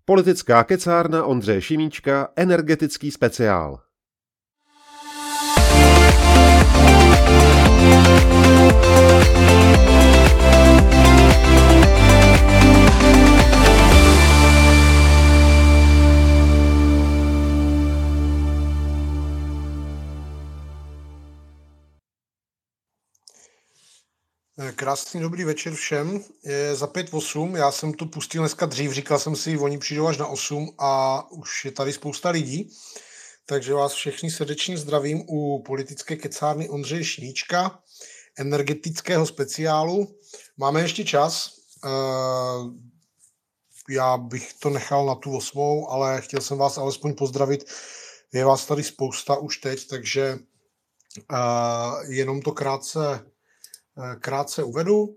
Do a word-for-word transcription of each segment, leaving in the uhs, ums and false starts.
Politická kecárna Ondřeje Šimíčka, energetický speciál. Krásný dobrý večer všem. Je za pět osm, já jsem tu pustil dneska dřív, říkal jsem si, oni přijdou až na osm a už je tady spousta lidí. Takže vás všechny srdečně zdravím u politické kecárny Ondřeje Šimíčka, energetického speciálu. Máme ještě čas. Já bych to nechal na tu osmou, ale chtěl jsem vás alespoň pozdravit. Je vás tady spousta už teď, takže jenom to krátce Krátce uvedu.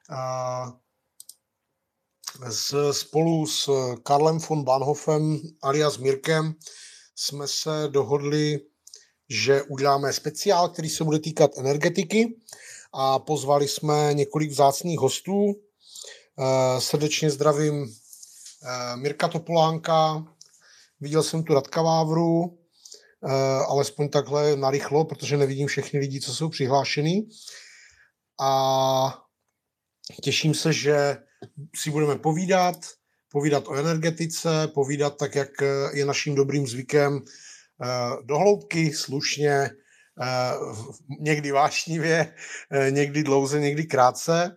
Spolu s Karlem von Bahnhofem alias Mirkem jsme se dohodli, že uděláme speciál, který se bude týkat energetiky, a pozvali jsme několik vzácných hostů. Srdečně zdravím Mirka Topolánka, viděl jsem tu Radka Vávru, alespoň takhle narychlo, protože nevidím všechny lidi, co jsou přihlášený. A těším se, že si budeme povídat, povídat o energetice, povídat tak, jak je naším dobrým zvykem, do hloubky, slušně, někdy vášnivě, někdy dlouze, někdy krátce.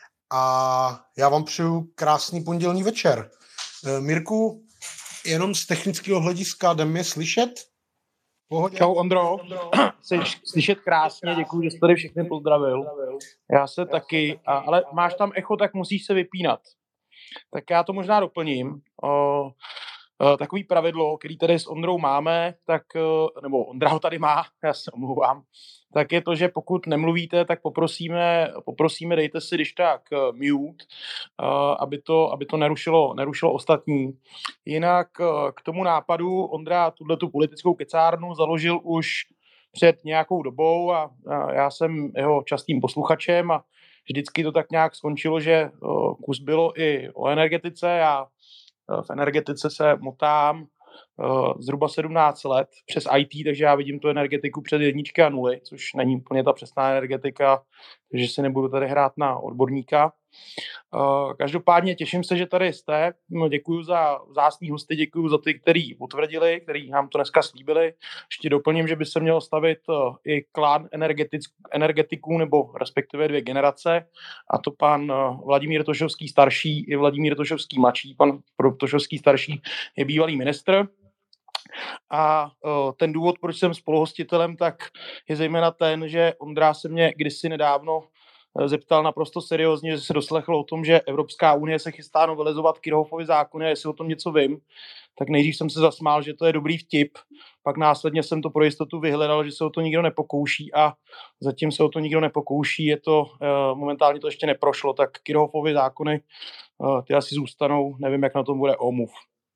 A já vám přeju krásný pondělní večer. Mirku, jenom z technického hlediska jde mě slyšet? Pohodě. Čau Ondro, jsi slyšet krásně, děkuji, že jsi tady všechny pozdravil. Já se taky, a, ale máš tam echo, tak musíš se vypínat. Tak já to možná doplním. O, o, takový pravidlo, který tady s Ondrou máme, tak, nebo Ondra ho tady má, já se omlouvám, tak je to, že pokud nemluvíte, tak poprosíme, poprosíme dejte si když tak mute, aby to, aby to nerušilo, nerušilo ostatní. Jinak k tomu nápadu Ondra tuhletu politickou kecárnu založil už před nějakou dobou a já jsem jeho častým posluchačem a vždycky to tak nějak skončilo, že kus bylo i o energetice. Já v energetice se motám zhruba sedmnáct let přes í té, takže já vidím tu energetiku před jedničky a nuly, což není úplně ta přesná energetika, takže si nebudu tady hrát na odborníka. Každopádně těším se, že tady jste. Děkuji za vzácný hosty, děkuji za ty, kteří potvrdili, kteří nám to dneska slíbili. Ještě doplním, že by se měl stavit i klán energetiků, nebo respektive dvě generace, a to pan Vladimír Tošovský starší i Vladimír Tošovský mladší. Pan Tošovský starší je bývalý ministr. A ten důvod, proč jsem spoluhostitelem, tak je zejména ten, že Ondra se mě kdysi nedávno zeptal naprosto seriózně, že se doslechl o tom, že Evropská unie se chystá novelizovat Kirchhoffovy zákony, a jestli o tom něco vím, tak nejdřív jsem se zasmál, že to je dobrý vtip, pak následně jsem to pro jistotu vyhledal, že se o to nikdo nepokouší, a zatím se o to nikdo nepokouší, je to, momentálně to ještě neprošlo, tak Kirchhoffovy zákony, ty asi zůstanou, nevím, jak na tom bude omluv.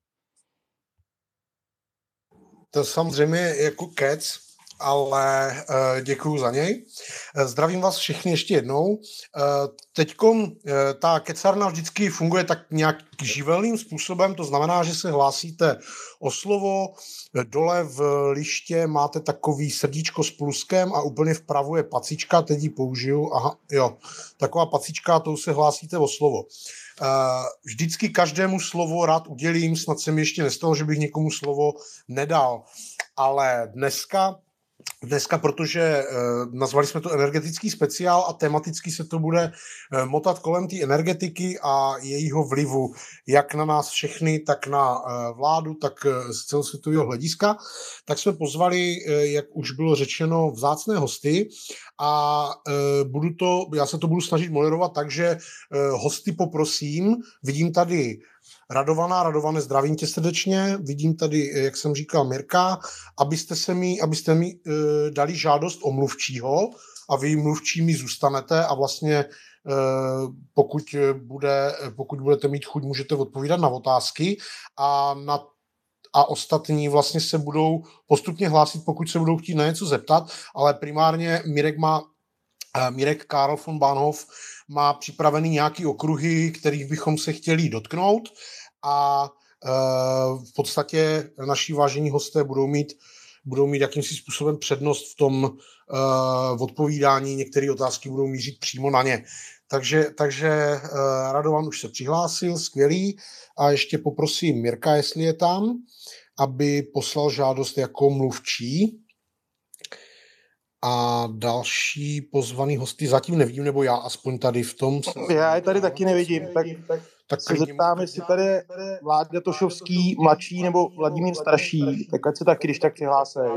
To samozřejmě jako kec, ale uh, děkuju za něj. Zdravím vás všechny ještě jednou. Uh, teďkom uh, ta kecárna vždycky funguje tak nějak živelným způsobem, to znamená, že se hlásíte o slovo, dole v liště máte takový srdíčko s pluskem a úplně vpravo je pacička, teď ji použiju, aha, jo, taková pacička, tou se hlásíte o slovo. Vždycky každému slovo rád udělím, snad se mi ještě nestalo, že bych někomu slovo nedal, ale dneska Dneska, protože e, nazvali jsme to energetický speciál a tematicky se to bude e, motat kolem té energetiky a jejího vlivu jak na nás všechny, tak na e, vládu, tak e, z celosvětového hlediska, tak jsme pozvali, e, jak už bylo řečeno, vzácné hosty a e, budu to, já se to budu snažit moderovat tak, že e, hosty poprosím, vidím tady Radovaná, Radované, zdravím tě srdečně, vidím tady, jak jsem říkal, Mirka, abyste se mi, abyste mi e, dali žádost o mluvčího a vy mluvčími zůstanete a vlastně e, pokud, bude, pokud budete mít chuť, můžete odpovídat na otázky a na a ostatní vlastně se budou postupně hlásit, pokud se budou chtít na něco zeptat, ale primárně Mirek má Mirek Karl von Bahnhof má připravený nějaký okruhy, kterých bychom se chtěli dotknout, a v podstatě naši vážení hosté budou mít, budou mít jakýmsi způsobem přednost v tom uh, odpovídání, některé otázky budou mířit přímo na ně. Takže, takže uh, Radovan už se přihlásil, skvělý. A ještě poprosím Mirka, jestli je tam, aby poslal žádost jako mluvčí. A další pozvaný hosty zatím nevidím, nebo já aspoň tady v tom... Já je tady taky nevidím, tak, tak, tak se zeptám, jestli tady je Vláďa Tošovský mladší nebo Vladimír starší, tak ať se taky, když tak přihlásej.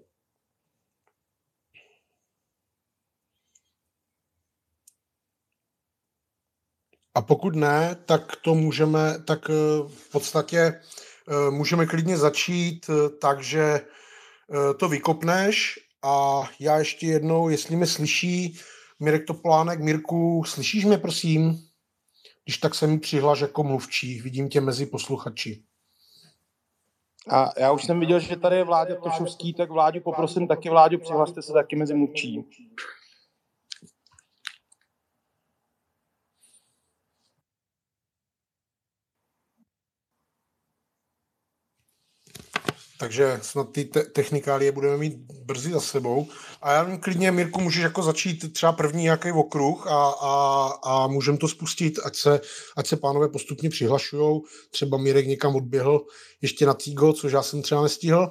A pokud ne, tak to můžeme, tak v podstatě můžeme klidně začít, takže to vykopneš a já ještě jednou, jestli mě slyší Mirek Topolánek. Mirku, slyšíš mě, prosím? Když tak se mi přihlaš jako mluvčí, vidím tě mezi posluchači. A já už jsem viděl, že tady je Vláďa Tošovský, tak Vláďu poprosím taky, Vláďu, přihlaste se taky mezi mluvčí. Takže snad ty te- technikálie budeme mít brzy za sebou. A já nevím, klidně, Mirku, můžeš jako začít třeba první nějaký okruh a, a, a můžeme to spustit, ať se, ať se pánové postupně přihlašujou. Třeba Mirek někam odběhl ještě na Cígo, což já jsem třeba nestihl.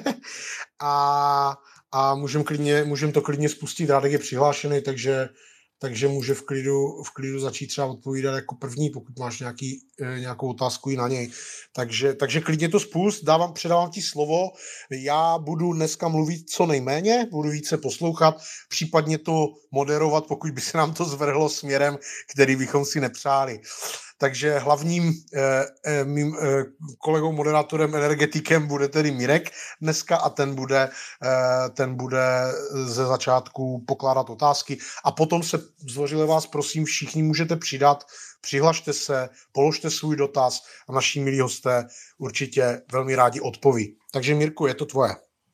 a a můžeme klidně, můžem to klidně spustit. Rádek je přihlášený, takže takže může v klidu, v klidu začít třeba odpovídat jako první, pokud máš nějaký, nějakou otázku i na něj. Takže, takže klidně to spust, dávám, předávám ti slovo. Já budu dneska mluvit co nejméně, budu více poslouchat, případně to moderovat, pokud by se nám to zvrhlo směrem, který bychom si nepřáli. Takže hlavním eh, mým eh, kolegou, moderátorem, energetikem bude tedy Mirek dneska a ten bude, eh, ten bude ze začátku pokládat otázky a potom se zdvořile vás prosím, všichni můžete přidat, přihlašte se, položte svůj dotaz a naši milí hosté určitě velmi rádi odpoví. Takže Mirku, je to tvoje.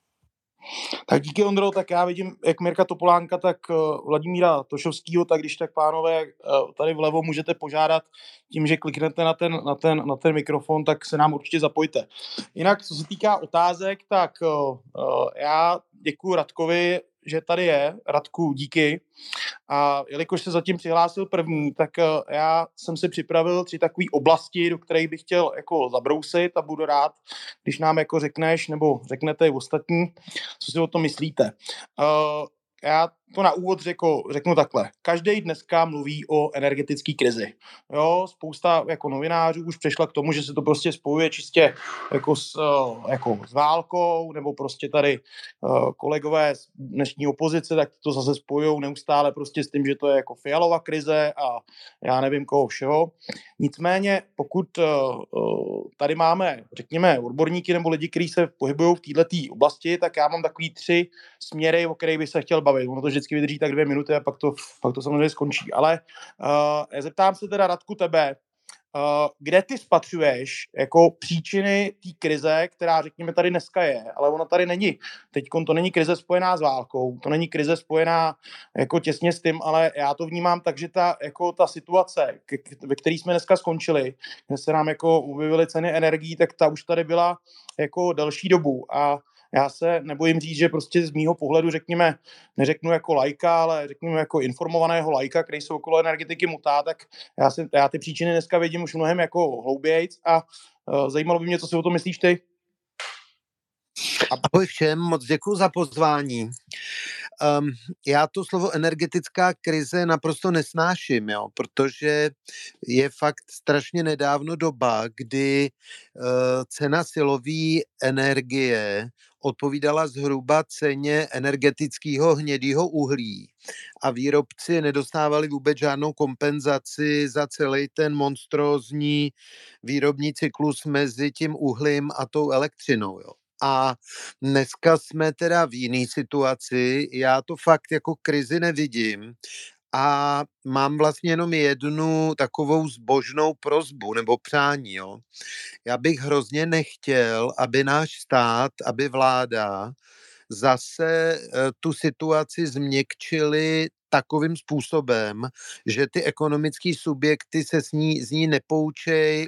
Tak díky, Ondro, tak já vidím jak Mirka Topolánka, tak uh, Vladimíra Tošovskýho, tak když tak, pánové, uh, tady vlevo můžete požádat tím, že kliknete na ten, na ten, na ten mikrofon, tak se nám určitě zapojte. Jinak, co se týká otázek, tak uh, uh, já děkuji Radkovi, že tady je. Radku, díky. A jelikož se zatím přihlásil první, tak uh, já jsem si připravil tři takové oblasti, do kterých bych chtěl jako zabrousit a budu rád, když nám jako řekneš, nebo řeknete i ostatní, co si o tom myslíte. Uh, já to na úvod řekl, řeknu takhle. Každý dneska mluví o energetické krizi. Jo, spousta jako novinářů už přešla k tomu, že se to prostě spojuje čistě jako s, jako s válkou, nebo prostě tady uh, kolegové z dnešní opozice, tak to zase spojujou neustále prostě s tím, že to je jako Fialova krize a já nevím koho všeho. Nicméně, pokud uh, tady máme, řekněme, odborníky nebo lidi, kteří se pohybují v této oblasti, tak já mám takový tři směry, o kterých bych se chtěl bavit. Ono to vždycky vydrží tak dvě minuty a pak to, pak to samozřejmě skončí. Ale uh, zeptám se teda, Radku, tebe, uh, kde ty spatřuješ jako příčiny té krize, která, řekněme, tady dneska je, ale ona tady není. Teď to není krize spojená s válkou, to není krize spojená jako těsně s tím, ale já to vnímám tak, že ta, jako ta situace, k, k, ve které jsme dneska skončili, kde se nám jako objevily ceny energií, tak ta už tady byla jako delší dobu a já se nebojím říct, že prostě z mýho pohledu, řekněme, neřeknu jako laika, ale řekněme jako informovaného laika, který se okolo energetiky mutá, tak já, si, já ty příčiny dneska vidím už mnohem jako hloubějc a uh, zajímalo by mě, co si o tom myslíš ty. Ahoj všem, moc děkuji za pozvání. Um, já to slovo energetická krize naprosto nesnáším, jo, protože je fakt strašně nedávno doba, kdy uh, cena silové energie odpovídala zhruba ceně energetického hnědého uhlí a výrobci nedostávali vůbec žádnou kompenzaci za celý ten monstrózní výrobní cyklus mezi tím uhlím a tou elektřinou, jo. A dneska jsme teda v jiné situaci, já to fakt jako krizi nevidím a mám vlastně jenom jednu takovou zbožnou prosbu nebo přání. Jo. Já bych hrozně nechtěl, aby náš stát, aby vláda zase tu situaci změkčili takovým způsobem, že ty ekonomické subjekty se s ní, z ní nepoučej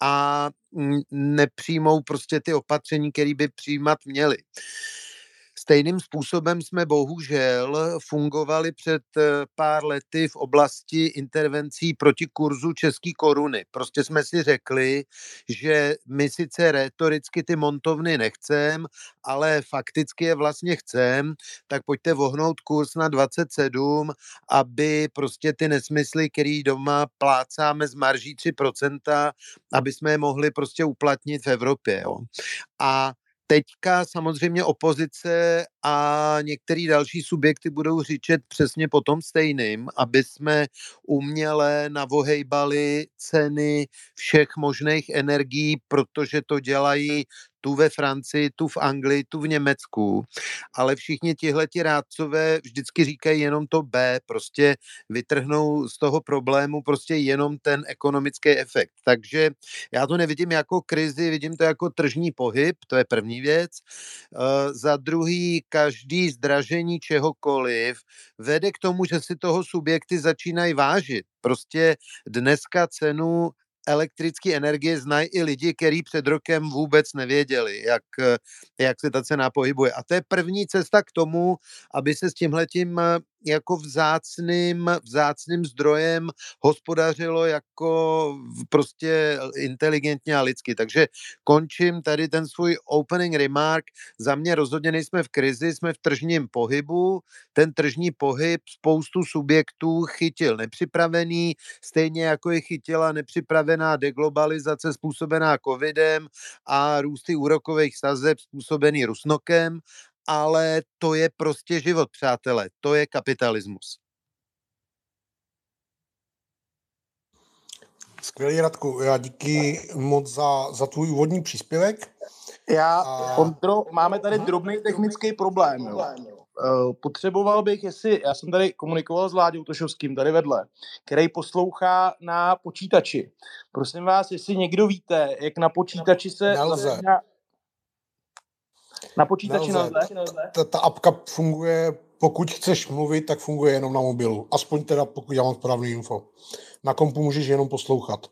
a nepřijmou prostě ty opatření, které by přijímat měli. Stejným způsobem jsme bohužel fungovali před pár lety v oblasti intervencí proti kurzu české koruny. Prostě jsme si řekli, že my sice rétoricky ty montovny nechcem, ale fakticky je vlastně chcem, tak pojďte vohnout kurz na dvacet sedm, aby prostě ty nesmysly, který doma plácáme z marží tři procenta, aby jsme je mohli prostě uplatnit v Evropě. Jo. A teďka samozřejmě opozice a některé další subjekty budou řičet přesně po tom stejným, aby jsme uměle navohejbali ceny všech možných energií, protože to dělají tu ve Francii, tu v Anglii, tu v Německu, ale všichni tihleti rádcové vždycky říkají jenom to B, prostě vytrhnou z toho problému prostě jenom ten ekonomický efekt. Takže já to nevidím jako krizi, vidím to jako tržní pohyb, to je první věc. E, za druhý, každý zdražení čehokoliv vede k tomu, že si toho subjekty začínají vážit. Prostě dneska cenu elektrické energie znají i lidi, kteří před rokem vůbec nevěděli, jak, jak se ta cena pohybuje. A to je první cesta k tomu, aby se s tímhletím jako vzácným, vzácným zdrojem hospodařilo jako prostě inteligentně a lidsky. Takže končím tady ten svůj opening remark. Za mě rozhodně nejsme v krizi, jsme v tržním pohybu. Ten tržní pohyb spoustu subjektů chytil nepřipravený, stejně jako je chytila nepřipravená deglobalizace způsobená covidem a růsty úrokových sazeb způsobený Rusnokem, ale to je prostě život, přátelé, to je kapitalismus. Skvělý, Radku, já díky moc za, za tvůj úvodní příspěvek. Já, A... Ondro, máme tady drobný technický problém. Jo. Potřeboval bych, jestli, já jsem tady komunikoval s Láďou Tošovským tady vedle, který poslouchá na počítači. Prosím vás, jestli někdo víte, jak na počítači se... Nelze. Na, na počítači nelze. nelze. Ta, ta apka funguje, pokud chceš mluvit, tak funguje jenom na mobilu. Aspoň teda, pokud já mám správný info. Na kompu můžeš jenom poslouchat.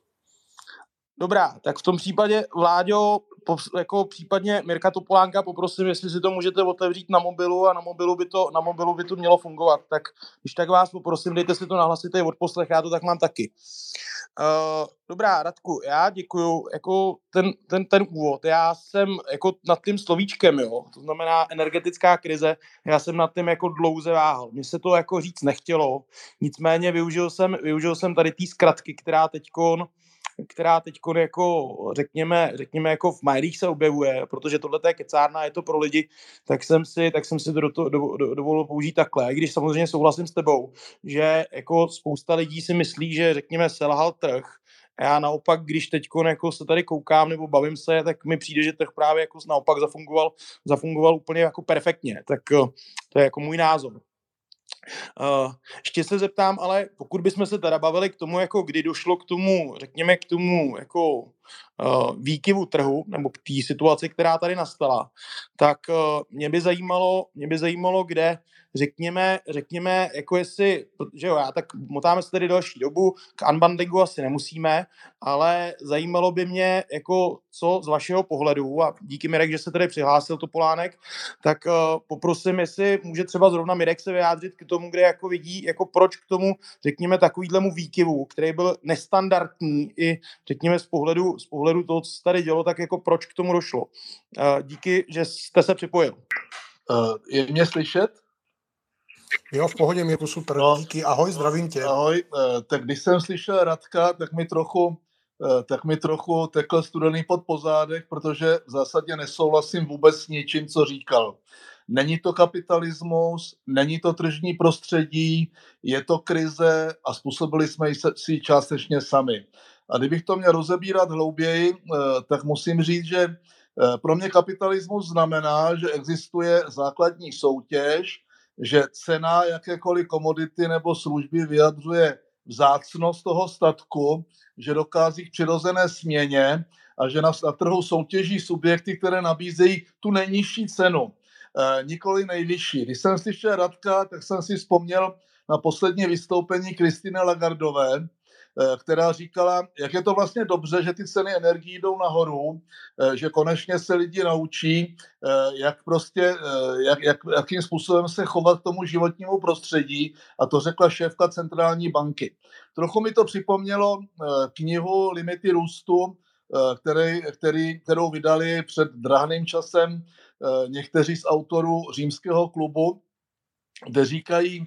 Dobrá, tak v tom případě, Vláďo, po, jako případně Mirka Topolánka poprosím, jestli si to můžete otevřít na mobilu a na mobilu by to, na mobilu by to mělo fungovat. Tak když tak vás poprosím, dejte si to na hlasitý odposlech, já to tak mám taky. Uh, dobrá, Radku, já děkuju, jako ten, ten, ten úvod, já jsem jako nad tím slovíčkem, jo, to znamená energetická krize, já jsem nad tím jako dlouze váhal, mně se to jako říct nechtělo, nicméně využil jsem, využil jsem tady tý zkratky, která teďkon která teď jako řekněme, řekněme jako v médiích se objevuje, protože tohle je kecárna, je to pro lidi, tak jsem si, tak jsem si to do, do, do, dovolil použít takhle. I když samozřejmě souhlasím s tebou, že jako spousta lidí si myslí, že řekněme selhal trh. A já naopak, když teď jako se tady koukám nebo bavím se, tak mi přijde, že trh právě jako naopak zafungoval, zafungoval úplně jako perfektně. Tak to je jako můj názor. Uh, ještě se zeptám, ale pokud bychom se teda bavili k tomu, jako kdy došlo k tomu, řekněme k tomu jako uh, výkyvu trhu, nebo k té situaci, která tady nastala, tak uh, mě by zajímalo, mě by zajímalo, kde řekněme, řekněme, jako jestli, že jo, já tak motáme se tady další dobu, k unbundlingu asi nemusíme, ale zajímalo by mě, jako co z vašeho pohledu, a díky Mirek, že se tady přihlásil Topolánek, tak uh, poprosím, jestli může třeba zrovna Mirek se vyjádřit k tomu, kde jako vidí, jako proč k tomu, řekněme, takovýhlemu výkyvu, který byl nestandardní i, řekněme, z pohledu, z pohledu toho, co se tady dělo, tak jako proč k tomu došlo. Uh, díky, že jste se připojil. Uh, je mě slyšet? Jo, v pohodě, Mirku, super, no, díky, ahoj, zdravím tě. Ahoj, tak když jsem slyšel Radka, tak mi trochu, tak mi trochu tekl studený pod po zádech, protože v zásadě nesouhlasím vůbec s ničím, co říkal. Není to kapitalismus, není to tržní prostředí, je to krize a způsobili jsme si ji částečně sami. A kdybych to měl rozebírat hlouběji, tak musím říct, že pro mě kapitalismus znamená, že existuje základní soutěž, že cena jakékoliv komodity nebo služby vyjadřuje vzácnost toho statku, že dochází k přirozené směně a že na, na trhu soutěží subjekty, které nabízejí tu nejnižší cenu, e, nikoli nejvyšší. Když jsem slyšel Radka, tak jsem si vzpomněl na poslední vystoupení Christine Lagardové, která říkala, jak je to vlastně dobře, že ty ceny energií jdou nahoru, že konečně se lidi naučí, jak prostě, jak, jak, jakým způsobem se chovat k tomu životnímu prostředí, a to řekla šéfka centrální banky. Trochu mi to připomnělo knihu Limity růstu, který, který, kterou vydali před drahným časem někteří z autorů Římského klubu, kde říkají,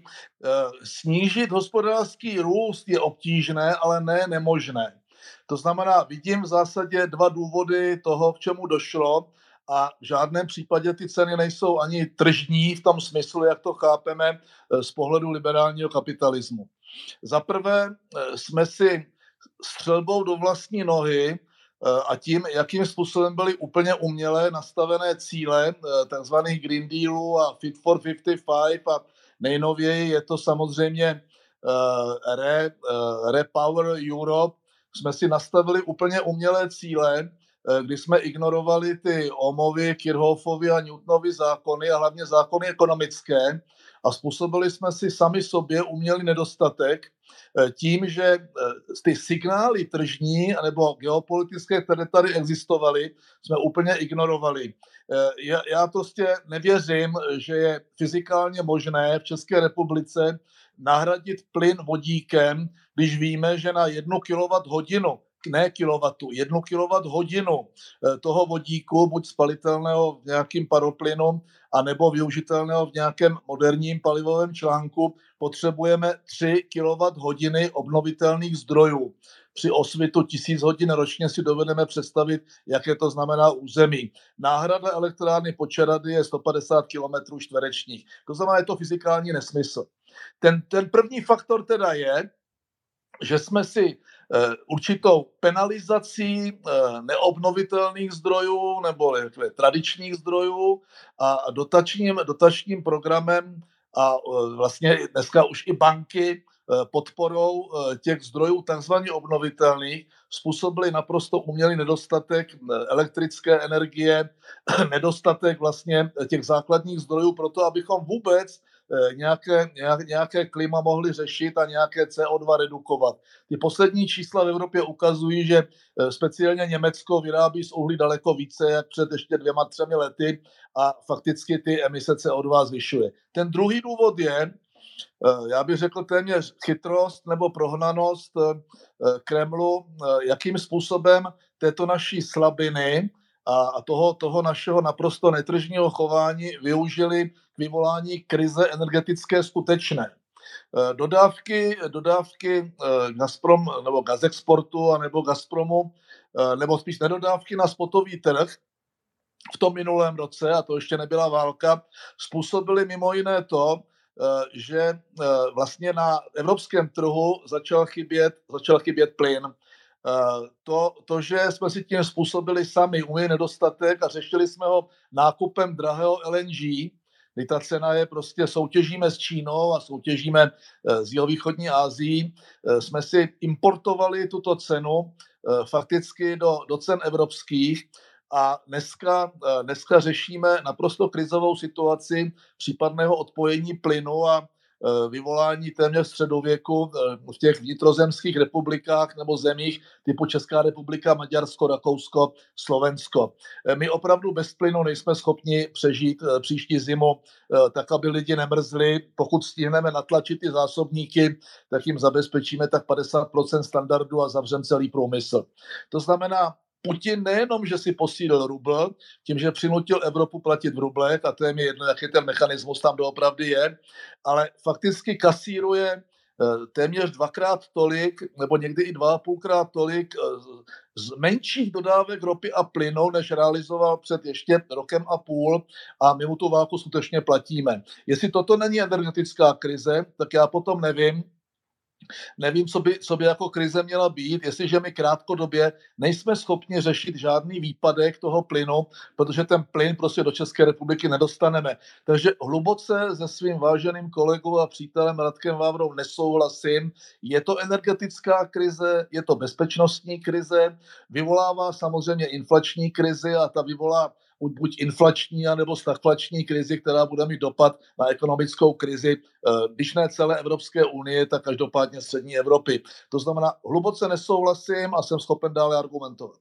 snížit hospodářský růst je obtížné, ale ne nemožné. To znamená, vidím v zásadě dva důvody toho, k čemu došlo, a v žádném případě ty ceny nejsou ani tržní v tom smyslu, jak to chápeme z pohledu liberálního kapitalismu. Za prvé jsme si střelbou do vlastní nohy a tím, jakým způsobem byly úplně uměle nastavené cíle takzvaných Green Dealů a Fit for padesát pět, a nejnověji je to samozřejmě Re, Repower Europe, jsme si nastavili úplně umělé cíle, kdy jsme ignorovali ty Ohmovy, Kirchhoffovy a Newtonovy zákony a hlavně zákony ekonomické, a způsobili jsme si sami sobě umělý nedostatek tím, že ty signály tržní nebo geopolitické, které tady existovaly, jsme úplně ignorovali. Já prostě nevěřím, že je fyzikálně možné v České republice nahradit plyn vodíkem, když víme, že na jednu kilowatthodinu, ne kilowattu, jednu kilowatthodinu toho vodíku, buď spalitelného v nějakým paroplynu, anebo využitelného v nějakém moderním palivovém článku, potřebujeme tři kilowatthodiny obnovitelných zdrojů. Při osvitu tisíc hodin ročně si dovedeme představit, jaké to znamená území. Náhrada elektrárny Počerady je sto padesát kilometrů čtverečních. To znamená, je to fyzikální nesmysl. Ten, ten první faktor teda je, že jsme si určitou penalizací neobnovitelných zdrojů nebo tradičních zdrojů a dotačním, dotačním programem a vlastně dneska už i banky podporou těch zdrojů takzvaně obnovitelných způsobili naprosto umělý nedostatek elektrické energie, nedostatek vlastně těch základních zdrojů pro to, abychom vůbec nějaké, nějaké klima mohli řešit a nějaké C O dva redukovat. Ty poslední čísla v Evropě ukazují, že speciálně Německo vyrábí z uhlí daleko více jak před ještě dvěma, třemi lety a fakticky ty emise C O dva zvyšuje. Ten druhý důvod je, já bych řekl téměř chytrost nebo prohnanost Kremlu, jakým způsobem této naší slabiny a toho, toho našeho naprosto netržního chování využili k vyvolání krize energetické skutečné. Dodávky, dodávky Gazprom nebo Gazexportu a nebo Gazpromu, nebo spíš nedodávky na spotový trh v tom minulém roce, a to ještě nebyla válka, způsobily mimo jiné to, že vlastně na evropském trhu začal chybět, začal chybět plyn. To, to, že jsme si tím způsobili sami umělý nedostatek a řešili jsme ho nákupem drahého L N G, kdy ta cena je prostě, soutěžíme s Čínou a soutěžíme s jihovýchodní Asií, jsme si importovali tuto cenu fakticky do, do cen evropských. A dneska, dneska řešíme naprosto krizovou situaci případného odpojení plynu a vyvolání téměř středověku v těch vnitrozemských republikách nebo zemích typu Česká republika, Maďarsko, Rakousko, Slovensko. My opravdu bez plynu nejsme schopni přežít příští zimu tak, aby lidi nemrzli. Pokud stihneme natlačit ty zásobníky, tak jim zabezpečíme tak padesát procent standardu a zavřeme celý průmysl. To znamená, Putin nejenom, že si posílil rubl, tím, že přinutil Evropu platit v rublech, a to je mi jedno, jaký ten mechanismus tam doopravdy je, ale fakticky kasíruje téměř dvakrát tolik, nebo někdy i dva a půlkrát tolik z menších dodávek ropy a plynu, než realizoval před ještě rokem a půl, a my mu tu válku skutečně platíme. Jestli toto není energetická krize, tak já potom nevím, Nevím, co by, co by jako krize měla být, jestliže my krátkodobě nejsme schopni řešit žádný výpadek toho plynu, protože ten plyn prostě do České republiky nedostaneme. Takže hluboce se svým váženým kolegou a přítelem Radkem Vávrou nesouhlasím. Je to energetická krize, je to bezpečnostní krize, vyvolává samozřejmě inflační krizi a ta vyvolá buď inflační, anebo stagflační krizi, která bude mít dopad na ekonomickou krizi, když ne celé Evropské unie, tak každopádně střední Evropy. To znamená, hluboce nesouhlasím a jsem schopen dále argumentovat.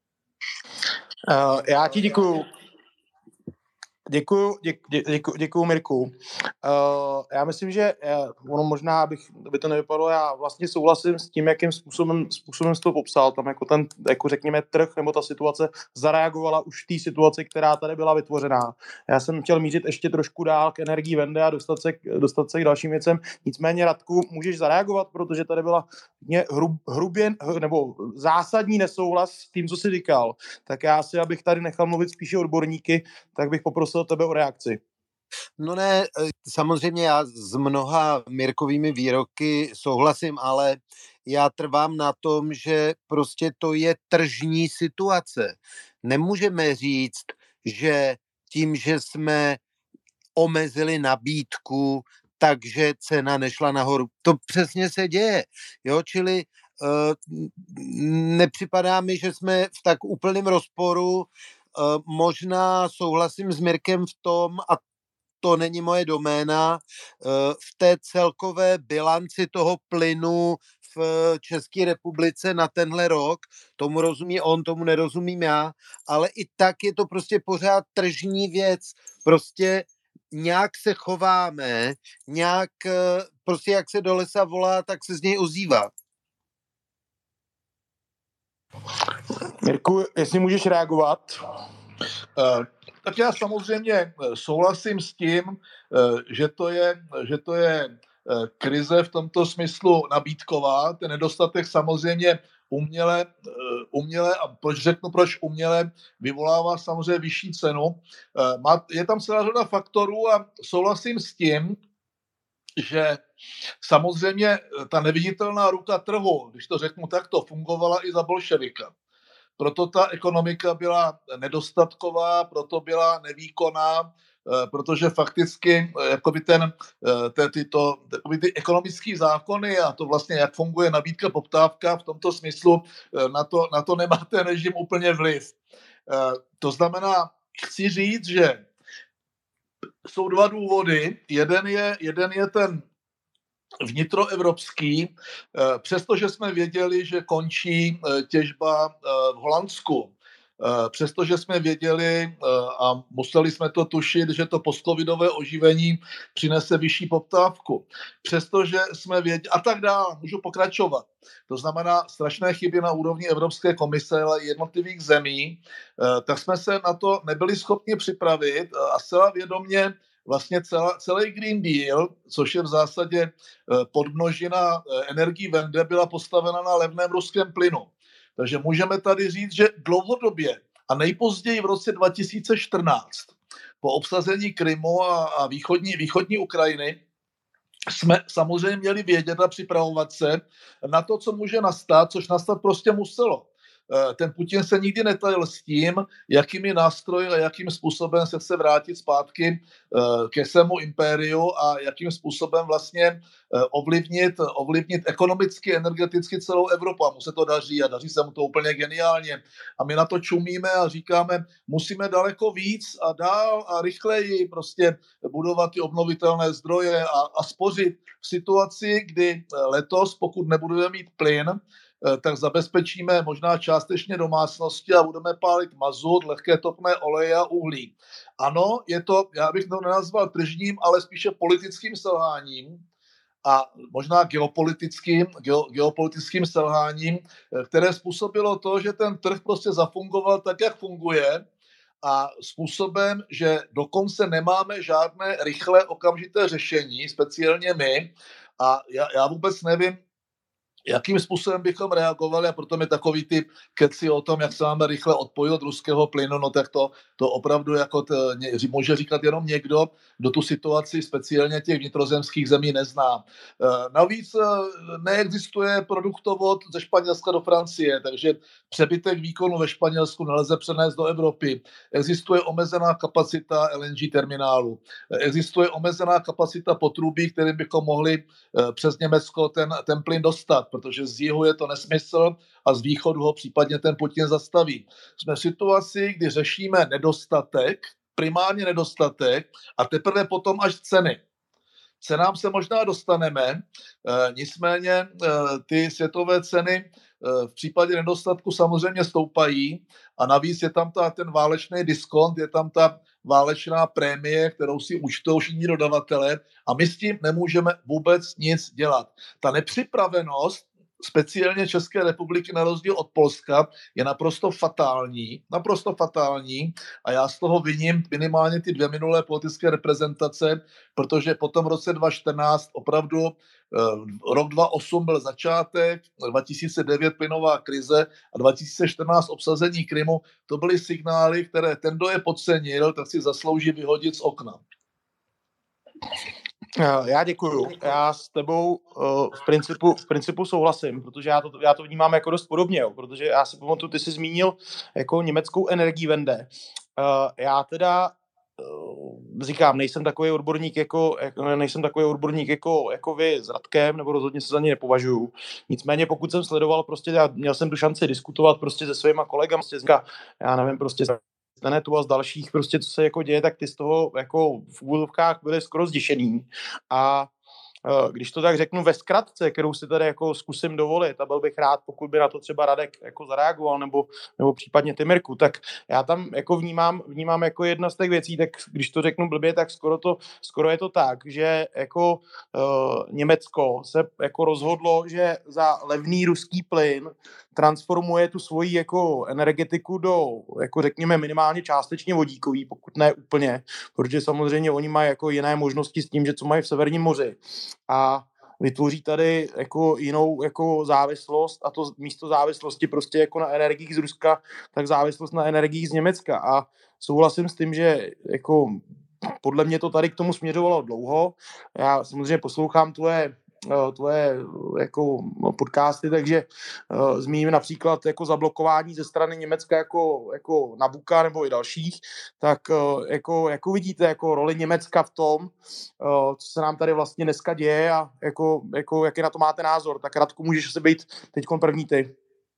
Uh, já ti děkuju. Děkuju, děkuju, děkuju, děkuju Mirku. Uh, já myslím, že uh, ono možná, bych, by to nevypadalo, já vlastně souhlasím s tím, jakým způsobem, způsobem jsi to popsal. Tam jako ten, jako řekněme, trh nebo ta situace zareagovala už v té situaci, která tady byla vytvořená. Já jsem chtěl mířit ještě trošku dál k energii Vende a dostat se, dostat se k dalším věcem. Nicméně, Radku, můžeš zareagovat, protože tady byla hrub, hrubě nebo zásadní nesouhlas s tím, co jsi říkal. Tak já si, abych tady nechal mluvit spíše odborníky, tak bych poprosil tebe o reakci. No ne, samozřejmě já s mnoha Mirkovými výroky souhlasím, ale já trvám na tom, že prostě to je tržní situace. Nemůžeme říct, že tím, že jsme omezili nabídku, takže cena nešla nahoru. To přesně se děje. Jo, čili uh, nepřipadá mi, že jsme v tak úplném rozporu. Uh, možná souhlasím s Mirkem v tom, a to není moje doména, uh, v té celkové bilanci toho plynu v České republice na tenhle rok. Tomu rozumí on, tomu nerozumím já, ale i tak je to prostě pořád tržní věc. Prostě nějak se chováme, nějak prostě jak se do lesa volá, tak se z něj ozývá. Mirku, jestli můžeš reagovat? Uh, tak já samozřejmě souhlasím s tím, uh, že to je, že to je uh, krize v tomto smyslu nabídková. Ten nedostatek samozřejmě uměle, uh, uměle a proč řeknu, proč uměle vyvolává samozřejmě vyšší cenu. Uh, má, je tam celá řada faktorů a souhlasím s tím, že samozřejmě ta neviditelná ruka trhu, když to řeknu takto, fungovala i za bolševika. Proto ta ekonomika byla nedostatková, proto byla nevýkonná, protože fakticky jakoby ten, ty, tyto, jakoby ty ekonomické zákony a to vlastně, jak funguje nabídka, poptávka v tomto smyslu, na to, na to nemá ten režim úplně vliv. To znamená, chci říct, že jsou dva důvody. Jeden je, jeden je ten vnitroevropský, přestože jsme věděli, že končí těžba v Holandsku, přestože jsme věděli a museli jsme to tušit, že to postcovidové oživení přinese vyšší poptávku, přestože jsme věděli a tak dále, můžu pokračovat. To znamená strašné chyby na úrovni Evropské komise, ale jednotlivých zemí, tak jsme se na to nebyli schopni připravit a zcela vědomě vlastně celá, celý Green Deal, což je v zásadě podmnožina energií Vende, byla postavena na levném ruském plynu. Takže můžeme tady říct, že dlouhodobě a nejpozději v roce dva tisíce čtrnáct po obsazení Krymu a, a východní, východní Ukrajiny jsme samozřejmě měli vědět a připravovat se na to, co může nastat, což nastat prostě muselo. Ten Putin se nikdy netajil s tím, jakými nástroji a jakým způsobem se chce vrátit zpátky ke svému impériu a jakým způsobem vlastně ovlivnit, ovlivnit ekonomicky, energeticky celou Evropu. A mu se to daří a daří se mu to úplně geniálně. A my na to čumíme a říkáme, musíme daleko víc a dál a rychleji prostě budovat ty obnovitelné zdroje a, a spořit v situaci, kdy letos, pokud nebudeme mít plyn, tak zabezpečíme možná částečně domácnosti a budeme pálit mazut, lehké topné oleje a uhlí. Ano, je to, já bych to nenazval tržním, ale spíše politickým selháním a možná geopolitickým, geo, geopolitickým selháním, které způsobilo to, že ten trh prostě zafungoval tak, jak funguje a způsobem, že dokonce nemáme žádné rychlé okamžité řešení, speciálně my. A já, já vůbec nevím, jakým způsobem bychom reagovali a proto mi takový ty keci o tom, jak se máme rychle odpojit od ruského plynu, no tak to, to opravdu jako t, může říkat jenom někdo, kdo tu situaci speciálně těch vnitrozemských zemí nezná. E, navíc e, neexistuje produktovod ze Španělska do Francie, takže přebytek výkonu ve Španělsku nelze přenést do Evropy. Existuje omezená kapacita L N G terminálu. E, existuje omezená kapacita potrubí, kterým bychom mohli e, přes Německo ten, ten plyn dostat, protože z jihu je to nesmysl a z východu ho případně ten Putin zastaví. Jsme v situaci, kdy řešíme nedostatek, primárně nedostatek a teprve potom až ceny. Cenám se možná dostaneme, nicméně ty světové ceny v případě nedostatku samozřejmě stoupají a navíc je tam ta, ten válečný diskont, je tam ta válečná prémie, kterou si účtou všichni dodavatelé a my s tím nemůžeme vůbec nic dělat. Ta nepřipravenost speciálně České republiky na rozdíl od Polska je naprosto fatální, naprosto fatální a já z toho viním minimálně ty dvě minulé politické reprezentace, protože potom v roce dva tisíce čtrnáct opravdu eh, rok dva tisíce osm byl začátek, dva tisíce devět plynová krize a dva tisíce čtrnáct obsazení Krymu, to byly signály, které ten, kdo je podcenil, tak si zaslouží vyhodit z okna. Já děkuju. Já s tebou uh, v, principu, v principu souhlasím, protože já to, já to vnímám jako dost podobně, jo, protože já si pamatuju, ty jsi zmínil jako německou Energiewende. Uh, já teda uh, říkám, nejsem takový odborník jako, jako nejsem takový odborník jako, jako vy s Radkem, nebo rozhodně se za ně nepovažuju. Nicméně pokud jsem sledoval, prostě já měl jsem tu šanci diskutovat prostě se svýma kolegama, prostě, já nevím, prostě internetu a z dalších, prostě co se jako děje, tak ty z toho jako v úvodovkách byly skoro zděšený. A když to tak řeknu ve zkratce, kterou si tady jako zkusím dovolit a byl bych rád, pokud by na to třeba Radek jako zareagoval nebo, nebo případně ty, Mirku, tak já tam jako vnímám, vnímám jako jedna z těch věcí, tak když to řeknu blbě, tak skoro, to, skoro je to tak, že jako uh, Německo se jako rozhodlo, že za levný ruský plyn transformuje tu svoji jako energetiku do, jako řekněme, minimálně částečně vodíkový, pokud ne úplně, protože samozřejmě oni mají jako jiné možnosti s tím, že co mají v Severním moři. A vytvoří tady jako jinou jako závislost a to místo závislosti prostě jako na energiích z Ruska, tak závislost na energiích z Německa. A souhlasím s tím, že jako podle mě to tady k tomu směřovalo dlouho. Já samozřejmě poslouchám tvoje tvoje jako podcasty, takže uh, zmíním například jako zablokování ze strany Německa jako, jako Nabucca nebo i dalších, tak uh, jako, jako vidíte jako roli Německa v tom, uh, co se nám tady vlastně dneska děje a jako, jako, jaký na to máte názor. Tak Radku, můžeš se být teďkon první ty.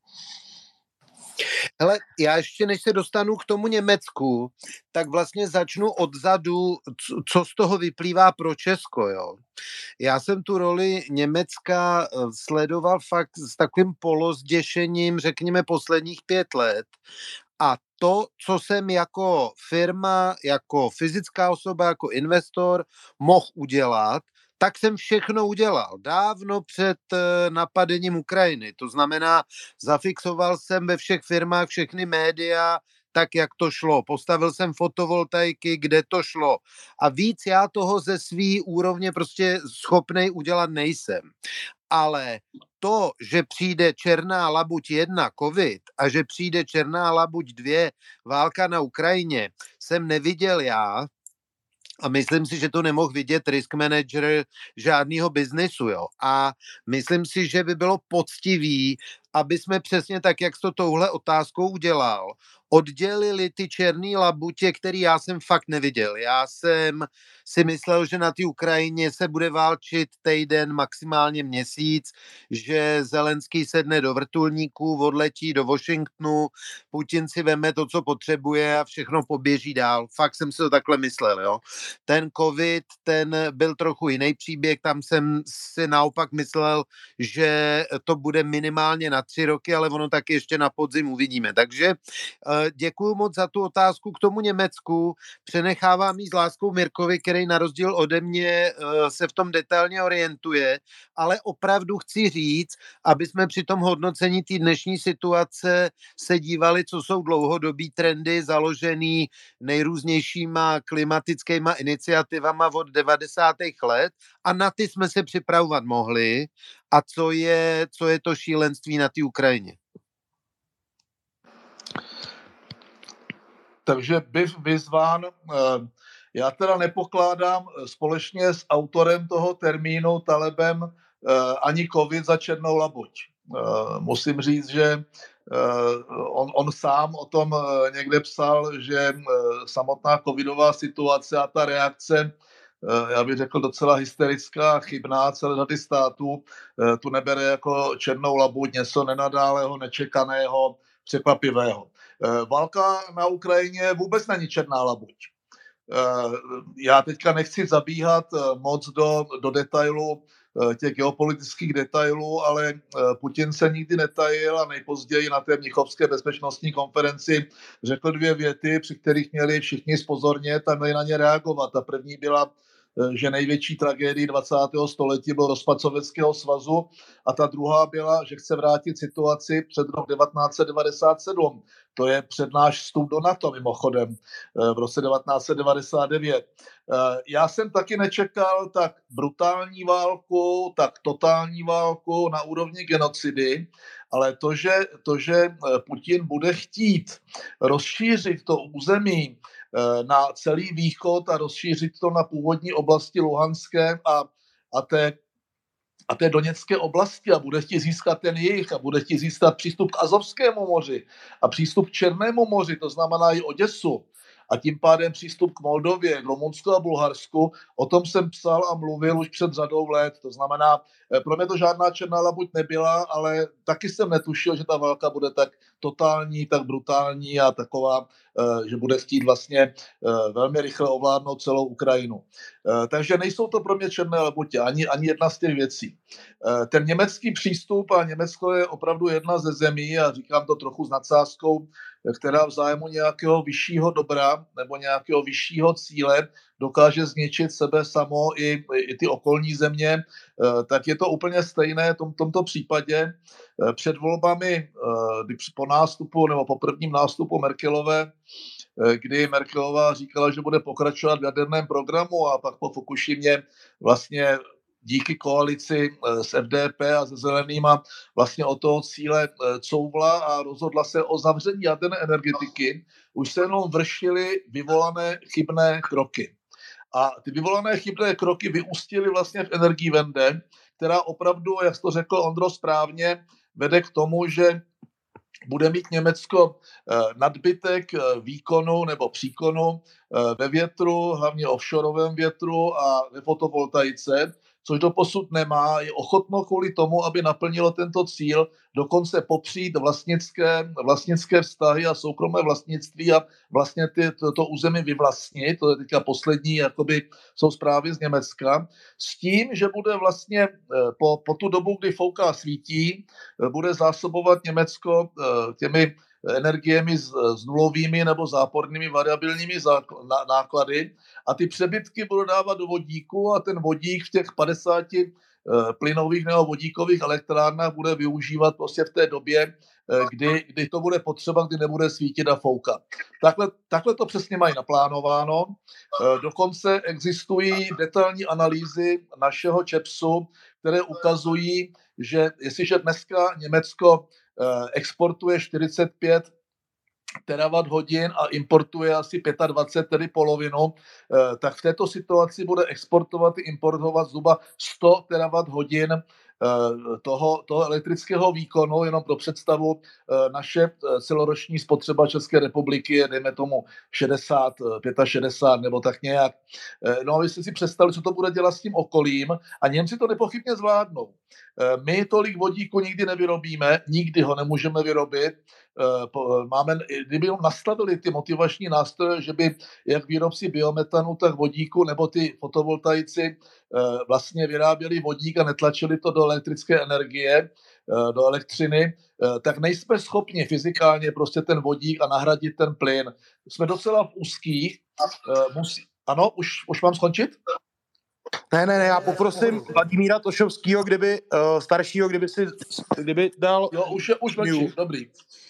Hele, já ještě než se dostanu k tomu Německu, tak vlastně začnu odzadu, co z toho vyplývá pro Česko, jo. Já jsem tu roli Německa sledoval fakt s takovým polozděšením, řekněme, posledních pět let. A to, co jsem jako firma, jako fyzická osoba, jako investor mohl udělat, tak jsem všechno udělal dávno před napadením Ukrajiny. To znamená, zafixoval jsem ve všech firmách všechny média, tak, jak to šlo. Postavil jsem fotovoltaiky, kde to šlo. A víc já toho ze svý úrovně prostě schopnej udělat nejsem. Ale to, že přijde černá labuť jedna covid a že přijde černá labuť dvě válka na Ukrajině, jsem neviděl já. A myslím si, že to nemohl vidět risk manager žádného biznesu. Jo. A myslím si, že by bylo poctivý, aby jsme přesně tak, jak jsi to touhle otázkou udělal, oddělili ty černý labutě, který já jsem fakt neviděl. Já jsem si myslel, že na té Ukrajině se bude válčit týden, maximálně měsíc, že Zelenský sedne do vrtulníků, odletí do Washingtonu, Putin si veme to, co potřebuje a všechno poběží dál. Fakt jsem si to takhle myslel. Jo. Ten covid, ten byl trochu jiný příběh, tam jsem si naopak myslel, že to bude minimálně na tři roky, ale ono taky ještě na podzim uvidíme. Takže děkuju moc za tu otázku k tomu Německu. Přenechávám ji s láskou Mirkovi, který na rozdíl ode mě se v tom detailně orientuje, ale opravdu chci říct, aby jsme při tom hodnocení té dnešní situace se dívali, co jsou dlouhodobý trendy založený nejrůznějšíma klimatickýma iniciativama od devadesátých let a na ty jsme se připravovat mohli a co je, co je to šílenství na té Ukrajině. Takže byv vyzván, já teda nepokládám společně s autorem toho termínu Talebem ani covid za černou labuť. Musím říct, že on, on sám o tom někde psal, že samotná covidová situace a ta reakce já bych řekl docela hysterická, chybná, celé řady států tu nebere jako černou labuť, něco nenadálého, nečekaného, překvapivého. Válka na Ukrajině vůbec není černá labuť. Já teďka nechci zabíhat moc do, do detailu, těch geopolitických detailů, ale Putin se nikdy netajil a nejpozději na té mnichovské bezpečnostní konferenci řekl dvě věty, při kterých měli všichni zpozornět a měli na ně reagovat. Ta první byla, že největší tragédií dvacátého století byl rozpad Sovětského svazu a ta druhá byla, že chce vrátit situaci před rok devatenáct set devadesát sedm. To je před náš vstup do NATO mimochodem v roce devatenáct set devadesát devět. Já jsem taky nečekal tak brutální válku, tak totální válku na úrovni genocidy, ale to, že, to, že Putin bude chtít rozšířit to území na celý východ a rozšířit to na původní oblasti Luhanské a, a, té, a té Doněcké oblasti a bude chtít získat ten jih a bude chtít získat přístup k Azovskému moři a přístup k Černému moři, to znamená i Oděsu, a tím pádem přístup k Moldově, k Rumunsku a Bulharsku. O tom jsem psal a mluvil už před řadou let. To znamená, pro mě to žádná černá labuť nebyla, ale taky jsem netušil, že ta válka bude tak totální, tak brutální a taková, že bude chtít vlastně velmi rychle ovládnout celou Ukrajinu. Takže nejsou to pro mě černé labutě, ani, ani jedna z těch věcí. Ten německý přístup, a Německo je opravdu jedna ze zemí, a říkám to trochu s nadsázkou, která v zájmu nějakého vyššího dobra nebo nějakého vyššího cíle dokáže zničit sebe samo i, i ty okolní země, tak je to úplně stejné v tom, tomto případě. Před volbami, po nástupu nebo po prvním nástupu Merkelové, kdy Merkelová říkala, že bude pokračovat v jaderném programu a pak po Fukušimě vlastně díky koalici s F D P a se Zelenýma vlastně o toho cíle couvla a rozhodla se o zavření jaderné energetiky. Už se jenom vršily vyvolané chybné kroky. A ty vyvolané chybné kroky vyústily vlastně v Energiewende, která opravdu, jak to řekl Ondro správně, vede k tomu, že bude mít Německo nadbytek výkonu nebo příkonu ve větru, hlavně offshoreovém větru a ve fotovoltaice, což doposud nemá, je ochotno kvůli tomu, aby naplnilo tento cíl, dokonce popřít vlastnické, vlastnické vztahy a soukromé vlastnictví a vlastně ty, to, to území vyvlastnit. To je teďka poslední, jakoby jsou zprávy z Německa, s tím, že bude vlastně po, po tu dobu, kdy fouká svítí, bude zásobovat Německo těmi energiemi s, s nulovými nebo zápornými variabilními náklady a ty přebytky budou dávat do vodíku a ten vodík v těch padesáti plynových nebo vodíkových elektrárnách bude využívat prostě v té době, kdy, kdy to bude potřeba, kdy nebude svítit a foukat. Takhle, takhle to přesně mají naplánováno. Dokonce existují detailní analýzy našeho ČEPSu, které ukazují, že jestliže dneska Německo exportuje čtyřicet pět terawatt hodin a importuje asi dvacet pět, tedy polovinu, tak v této situaci bude exportovat i importovat zhruba sto terawatt hodin toho, toho elektrického výkonu. Jenom pro představu, naše celoroční spotřeba České republiky je, dejme tomu, šedesát, šedesát pět nebo tak nějak. No a vy jste si představili, co to bude dělat s tím okolím, a Němci to nepochybně zvládnou. My tolik vodíku nikdy nevyrobíme, nikdy ho nemůžeme vyrobit. Máme, kdyby nastavili ty motivační nástroje, že by jak výrobci biometanu, tak vodíku nebo ty fotovoltaici vlastně vyráběli vodík a netlačili to do elektrické energie, do elektřiny, tak nejsme schopni fyzikálně prostě ten vodík a nahradit ten plyn. Jsme docela v úzkých. Musí... Ano, už, už mám skončit? Ne, ne, ne, já poprosím Vladimíra Tošovského, kdyby, uh, staršího, kdyby si, kdyby dal... Jo, už je, už mlčí, dobrý.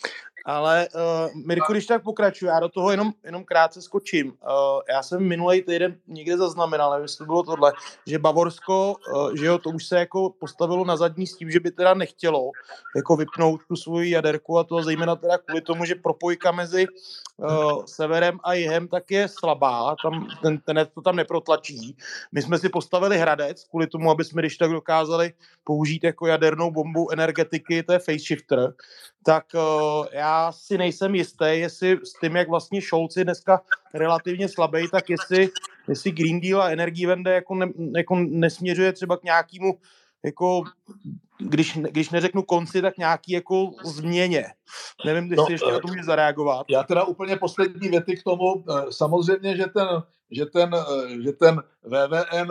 Ale uh, Mirku, když tak pokračuji, já do toho jenom, jenom krátce skočím. Uh, já jsem minulý týden někde zaznamenal, nevím, jestli to bylo tohle, že Bavorsko, uh, že jo, to už se jako postavilo na zadní s tím, že by teda nechtělo jako vypnout tu svoji jaderku, a to zejména teda kvůli tomu, že propojka mezi uh, severem a jihem tak je slabá, tam ten, ten to tam neprotlačí. My jsme si postavili Hradec kvůli tomu, aby jsme když tak dokázali použít jako jadernou bombu energetiky, to je face shifter, tak uh, já já si nejsem jistý, jestli s tím, jak vlastně Scholz je dneska relativně slabý, tak jestli, jestli Green Deal a Energiewende jako, ne, jako nesměřuje třeba k nějakému, jako, když, když neřeknu konci, tak nějaký jako změně. Nevím, jestli no, ještě na to může zareagovat. Já teda úplně poslední věty k tomu. Samozřejmě, že ten, že ten, že ten V V N,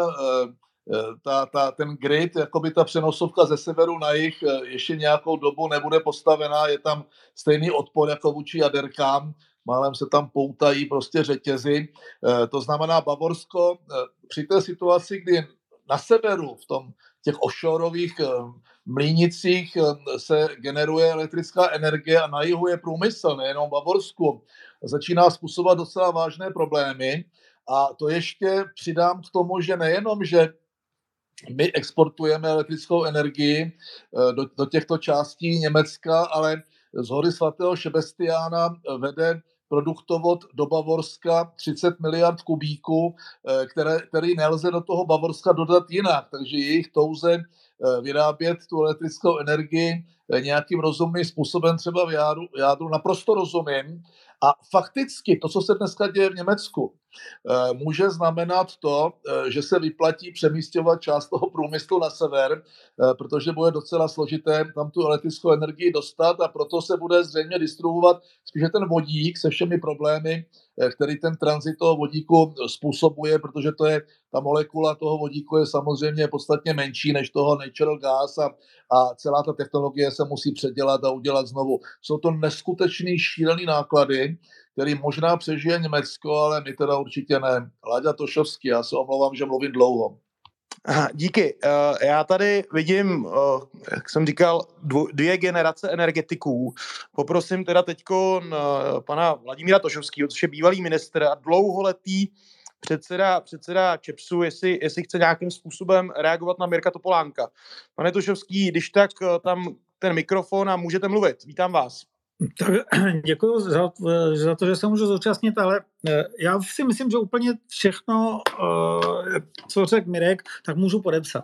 ta, ta, ten grid, jakoby ta přenosovka ze severu na jih ještě nějakou dobu nebude postavená, je tam stejný odpor jako vůči jaderkám, málem se tam poutají prostě řetězy. To znamená Bavorsko při té situaci, kdy na severu v tom těch offshoreových mlýnicích se generuje elektrická energie a na jihu je průmysl, nejenom v Bavorsku, začíná způsobovat docela vážné problémy. A to ještě přidám k tomu, že nejenom, že my exportujeme elektrickou energii do, do těchto částí Německa, ale z hory svatého Šebestiána vede produktovod do Bavorska třicet miliard kubíků, které, který nelze do toho Bavorska dodat jinak. Takže jejich touze vyrábět tu elektrickou energii nějakým rozumným způsobem třeba v jádru, jádru naprosto rozumím. A fakticky to, co se dneska děje v Německu, může znamenat to, že se vyplatí přemísťovat část toho průmyslu na sever, protože bude docela složité tam tu elektrickou energii dostat a proto se bude zřejmě distribuovat spíše ten vodík se všemi problémy, který ten tranzit toho vodíku způsobuje, protože to je, ta molekula toho vodíku je samozřejmě podstatně menší než toho natural gas a, a celá ta technologie se musí předělat a udělat znovu. Jsou to neskutečný šílený náklady, který možná přežije Německo, ale my teda určitě ne. Láďa Tošovský, já se omlouvám, že mluvím dlouho. Díky. Já tady vidím, jak jsem říkal, dvě generace energetiků. Poprosím teda teďko pana Vladimíra Tošovského, což je bývalý ministr a dlouholetý předseda, předseda ČEPSu, jestli, jestli chce nějakým způsobem reagovat na Mirka Topolánka. Pane Tošovský, když tak tam ten mikrofon a můžete mluvit. Vítám vás. Tak děkuji za, za to, že se můžu zúčastnit, ale já si myslím, že úplně všechno, co řekl Mirek, tak můžu podepsat.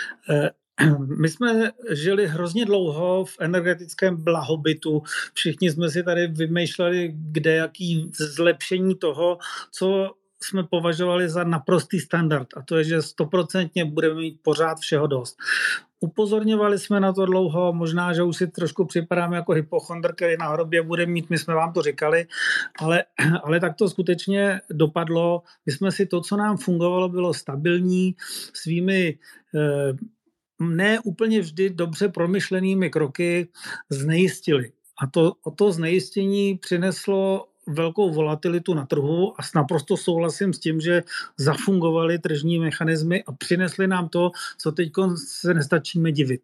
My jsme žili hrozně dlouho v energetickém blahobytu. Všichni jsme si tady vymýšleli, kde jaký zlepšení toho, co jsme považovali za naprostý standard. A to je, že stoprocentně budeme mít pořád všeho dost. Upozorňovali jsme na to dlouho, možná, že už si trošku připadáme jako hypochondr, který na hrobě bude mít, my jsme vám to říkali, ale, ale tak to skutečně dopadlo. My jsme si to, co nám fungovalo, bylo stabilní, svými eh, ne úplně vždy dobře promyšlenými kroky znejistili. A to, o to znejistění přineslo velkou volatilitu na trhu a naprosto souhlasím s tím, že zafungovaly tržní mechanismy a přinesly nám to, co teď se nestačíme divit.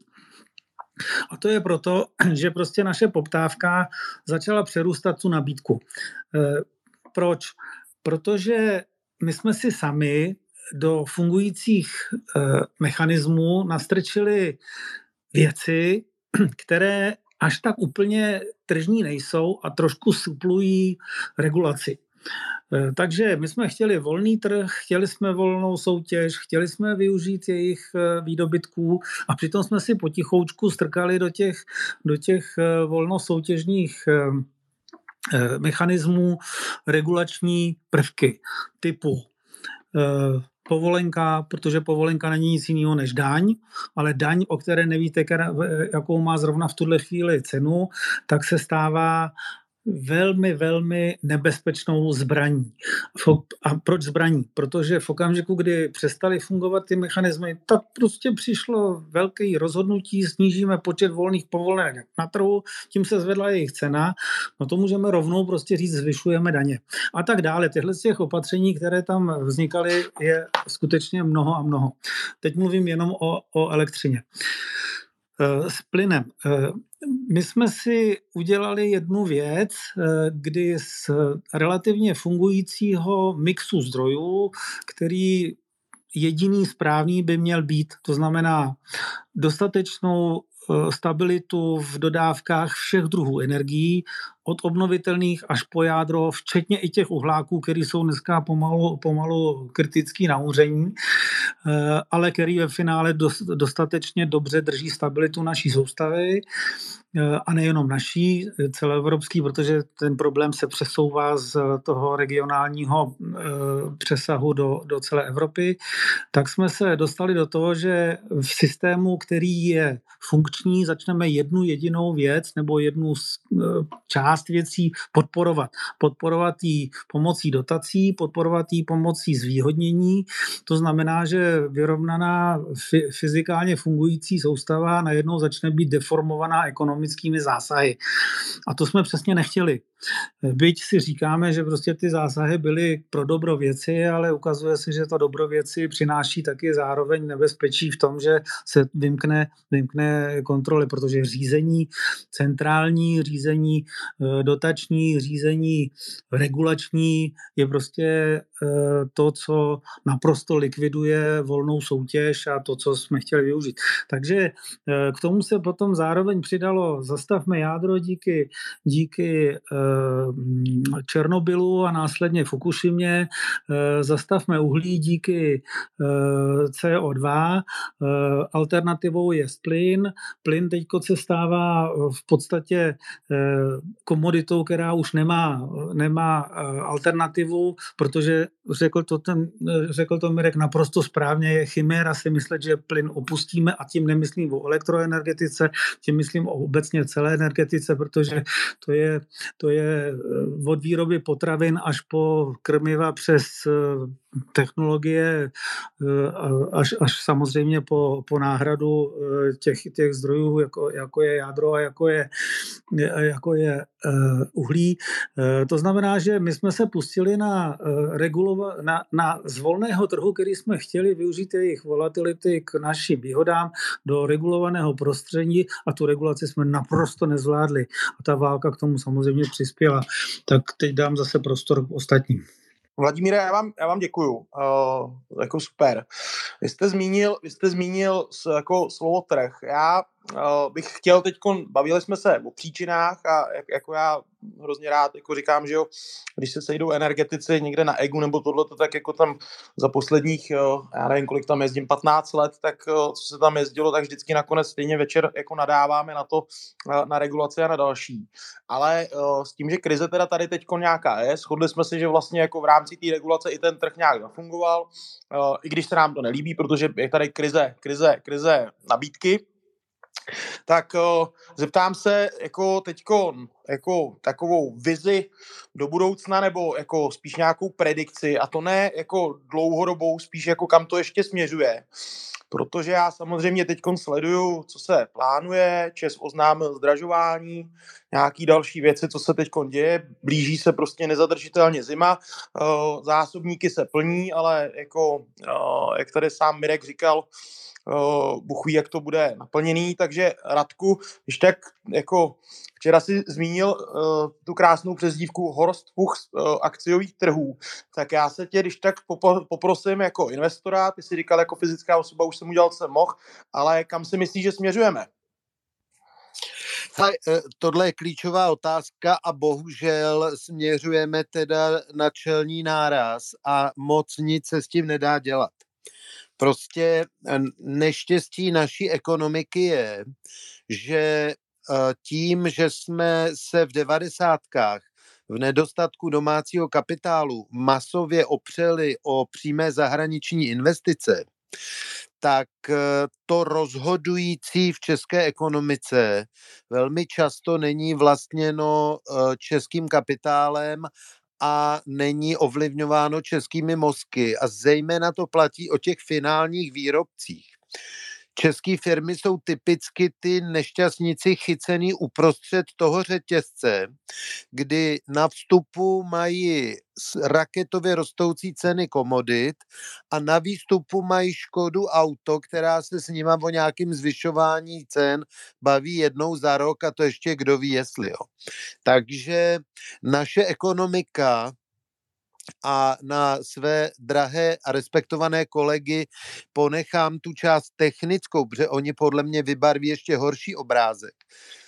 A to je proto, že prostě naše poptávka začala přerůstat tu nabídku. E, proč? Protože my jsme si sami do fungujících e, mechanismů nastrčili věci, které až tak úplně tržní nejsou a trošku suplují regulaci. Takže my jsme chtěli volný trh, chtěli jsme volnou soutěž, chtěli jsme využít jejich výdobytků a přitom jsme si potichoučku strkali do těch, do těch volnosoutěžních mechanismů regulační prvky typu povolenka, protože povolenka není nic jiného než daň, ale daň, o které nevíte, jakou má zrovna v tuhle chvíli cenu, tak se stává velmi, velmi nebezpečnou zbraní. A proč zbraní? Protože v okamžiku, kdy přestaly fungovat ty mechanismy, tak prostě přišlo velké rozhodnutí, snížíme počet volných povolenek na trhu, tím se zvedla jejich cena, no to můžeme rovnou prostě říct, zvyšujeme daně. A tak dále. Těchto z těch opatření, které tam vznikaly, je skutečně mnoho a mnoho. Teď mluvím jenom o, o elektřině. S plynem. My jsme si udělali jednu věc, kdy z relativně fungujícího mixu zdrojů, který jediný správný by měl být, to znamená dostatečnou stabilitu v dodávkách všech druhů energií, od obnovitelných až po jádro, včetně i těch uhláků, které jsou dneska pomalu, pomalu kritický na úření, ale který ve finále dostatečně dobře drží stabilitu naší soustavy a nejenom naší, celoevropský, protože ten problém se přesouvá z toho regionálního přesahu do, do celé Evropy, tak jsme se dostali do toho, že v systému, který je funkční, začneme jednu jedinou věc nebo jednu část věcí podporovat. Podporovat ji pomocí dotací, podporovat ji pomocí zvýhodnění. To znamená, že vyrovnaná fyzikálně fungující soustava najednou začne být deformovaná ekonomickými zásahy. A to jsme přesně nechtěli. Byť si říkáme, že prostě ty zásahy byly pro dobro věci, ale ukazuje se, že to dobro věci přináší taky zároveň nebezpečí v tom, že se vymkne, vymkne kontroly, protože řízení, centrální řízení, dotační řízení, regulační je prostě to, co naprosto likviduje volnou soutěž a to, co jsme chtěli využít. Takže k tomu se potom zároveň přidalo zastavme jádro díky, díky Černobylu a následně Fukušimě, zastavme uhlí díky C O dva, alternativou je plyn. Plyn teďko se stává v podstatě komoditou, která už nemá, nemá alternativu, protože řekl to, ten, řekl to Mirek naprosto správně, je chiméra si myslet, že plyn opustíme a tím nemyslím o elektroenergetice, tím myslím o obecně celé energetice, protože to je, to je od výroby potravin až po krmiva přes technologie až, až samozřejmě po, po náhradu těch, těch zdrojů, jako, jako je jádro a jako je, jako je uhlí. To znamená, že my jsme se pustili na, regulova, na, na z volného trhu, který jsme chtěli využít jejich volatility k našim výhodám do regulovaného prostředí a tu regulaci jsme naprosto nezvládli. A ta válka k tomu samozřejmě přispěla. Tak teď dám zase prostor k ostatním. Vladimíre, já vám, já vám děkuju. Uh, jako super. Vy jste zmínil, vy jste zmínil jako slovo trh. Já uh, bych chtěl teď, bavili jsme se o příčinách a jak, jako já hrozně rád jako říkám, že jo, když se sejdou energetici někde na EGU nebo tohleto, tak jako tam za posledních, uh, já nevím, kolik tam jezdím, patnáct let, tak uh, co se tam jezdilo, tak vždycky nakonec stejně večer jako nadáváme na to, uh, na regulaci a na další. Ale uh, s tím, že krize teda tady teďko nějaká je, shodli jsme si, že vlastně jako v rámci té regulace i ten trh nějak zafungoval, uh, i když se nám to nelíbí, protože je tady krize, krize, krize nabídky, tak uh, zeptám se jako teďko jako takovou vizi do budoucna nebo jako spíš nějakou predikci a to ne jako dlouhodobou, spíš jako kam to ještě směřuje. Protože já samozřejmě teďkon sleduju, co se plánuje, ČEZ oznámil zdražování, nějaký další věci, co se teďkon děje, blíží se prostě nezadržitelně zima, uh, zásobníky se plní, ale jako, uh, jak tady sám Mirek říkal, Uh, Bůh ví, jak to bude naplněný, takže Radku, když tak jako včera si zmínil uh, tu krásnou přezdívku Horst Fuchs uh, akciových trhů, tak já se tě, když tak popo- poprosím jako investora, ty si říkal jako fyzická osoba, už jsem udělal, co jsem mohl, ale kam si myslíš, že směřujeme? Tohle je klíčová otázka a bohužel směřujeme teda na čelní náraz a moc nic se s tím nedá dělat. Prostě neštěstí naší ekonomiky je, že tím, že jsme se v devadesátkách v nedostatku domácího kapitálu masově opřeli o přímé zahraniční investice, tak to rozhodující v české ekonomice velmi často není vlastněno českým kapitálem a není ovlivňováno českými mozky a zejména to platí o těch finálních výrobcích. České firmy jsou typicky ty nešťastníci chycený uprostřed toho řetězce, kdy na vstupu mají raketově rostoucí ceny komodit a na výstupu mají Škodu Auto, která se s nima o nějakém zvyšování cen baví jednou za rok a to ještě kdo ví jestli. Jo. Takže naše ekonomika a na své drahé a respektované kolegy ponechám tu část technickou, protože oni podle mě vybarví ještě horší obrázek.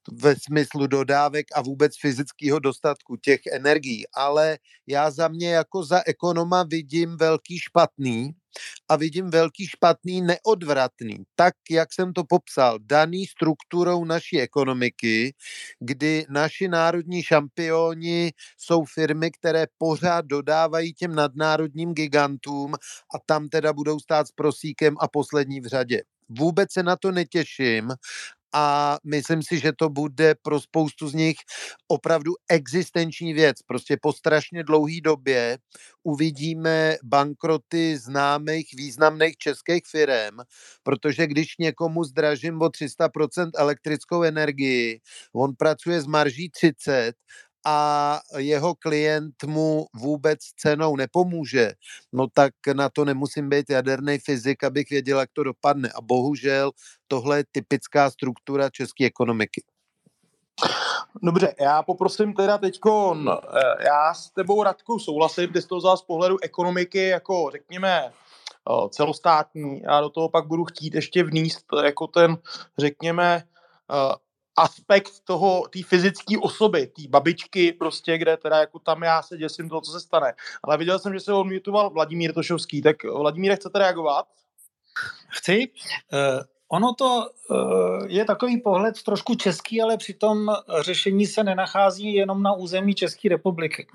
ve smyslu dodávek a vůbec fyzického dostatku těch energií. Ale já za mě jako za ekonoma vidím velký špatný a vidím velký špatný neodvratný. Tak, jak jsem to popsal, daný strukturou naší ekonomiky, kdy naši národní šampioni jsou firmy, které pořád dodávají těm nadnárodním gigantům a tam teda budou stát s prosíkem a poslední v řadě. Vůbec se na to netěším a myslím si, že to bude pro spoustu z nich opravdu existenční věc. Prostě po strašně dlouhé době uvidíme bankroty známých významných českých firem, protože když někomu zdražím o tři sta procent elektrickou energii, on pracuje s marží třicet a jeho klient mu vůbec cenou nepomůže, no tak na to nemusím být jaderný fyzik, abych věděl, jak to dopadne. A bohužel tohle je typická struktura české ekonomiky. Dobře, já poprosím teda teďko, já s tebou, Radku, souhlasím, ty jsi to vzal z pohledu ekonomiky jako, řekněme, celostátní, a do toho pak budu chtít ještě vníst jako ten, řekněme, aspekt toho, té fyzické osoby, té babičky prostě, kde teda jako tam já se děsím toho, co se stane. Ale viděl jsem, že se odmítoval Vladimír Tošovský, tak Vladimíre, chcete reagovat? Chci. Uh... Ono to je takový pohled trošku český, ale přitom řešení se nenachází jenom na území České republiky.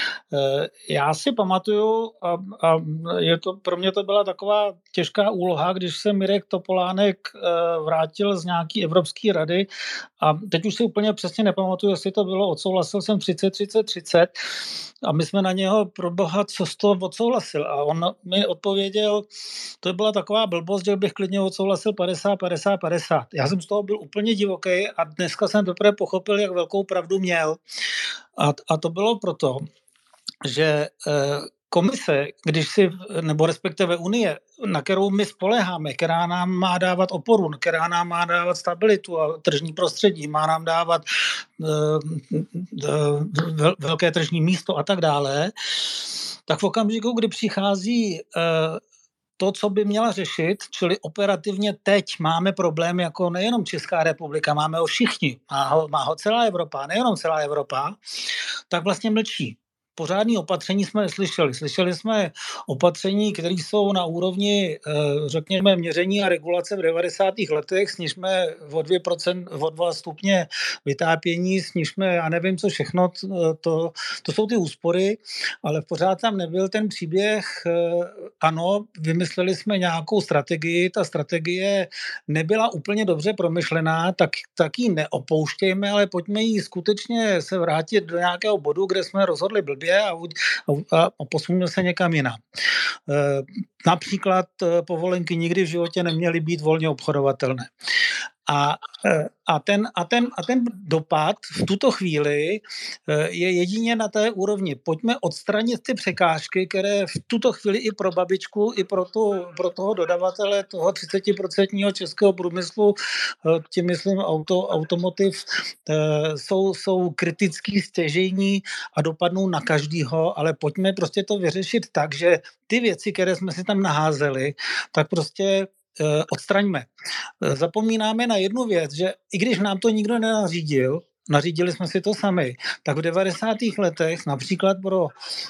Já si pamatuju, a, a je to, pro mě to byla taková těžká úloha, když se Mirek Topolánek vrátil z nějaký Evropské rady a teď už si úplně přesně nepamatuju, jestli to bylo, odsouhlasil jsem třicet, třicet, třicet a my jsme na něho, proboha, co z toho odsouhlasil. A on mi odpověděl, to byla taková blbost, že bych klidně odsouhlasil padesát, padesát, padesát. Já jsem z toho byl úplně divoký a dneska jsem teprve pochopil, jak velkou pravdu měl. A, a to bylo proto, že eh, komise, když si, nebo respektive Unie, na kterou my spoléháme, která nám má dávat oporu, která nám má dávat stabilitu a tržní prostředí, má nám dávat uh, uh, velké tržní místo a tak dále, tak v okamžiku, kdy přichází uh, to, co by měla řešit, čili operativně teď máme problém jako nejenom Česká republika, máme ho všichni, má ho, má ho celá Evropa, nejenom celá Evropa, tak vlastně mlčí. Pořádný opatření jsme neslyšeli. Slyšeli jsme opatření, které jsou na úrovni, řekněme, měření a regulace v devadesátých letech, snižme o dvě procenta, o dva stupně vytápění, snižme, já nevím, co všechno, to, to jsou ty úspory, ale pořád tam nebyl ten příběh, ano, vymysleli jsme nějakou strategii, ta strategie nebyla úplně dobře promyšlená, tak, tak ji neopouštějme, ale pojďme jí skutečně se vrátit do nějakého bodu, kde jsme rozhodli blbě a, a, a posuneme se někam jinam. E, například povolenky nikdy v životě neměly být volně obchodovatelné. A, a, ten, a, ten, a ten dopad v tuto chvíli je jedině na té úrovni. Pojďme odstranit ty překážky, které v tuto chvíli i pro babičku, i pro, tu, pro toho dodavatele, toho třicet procent českého průmyslu, tím myslím auto, automotiv, jsou, jsou kritický, stěžejní a dopadnou na každýho, ale pojďme prostě to vyřešit tak, že ty věci, které jsme si tam naházeli, tak prostě odstraňme. Zapomínáme na jednu věc, že i když nám to nikdo nenařídil, nařídili jsme si to sami, tak v devadesátých letech například pro,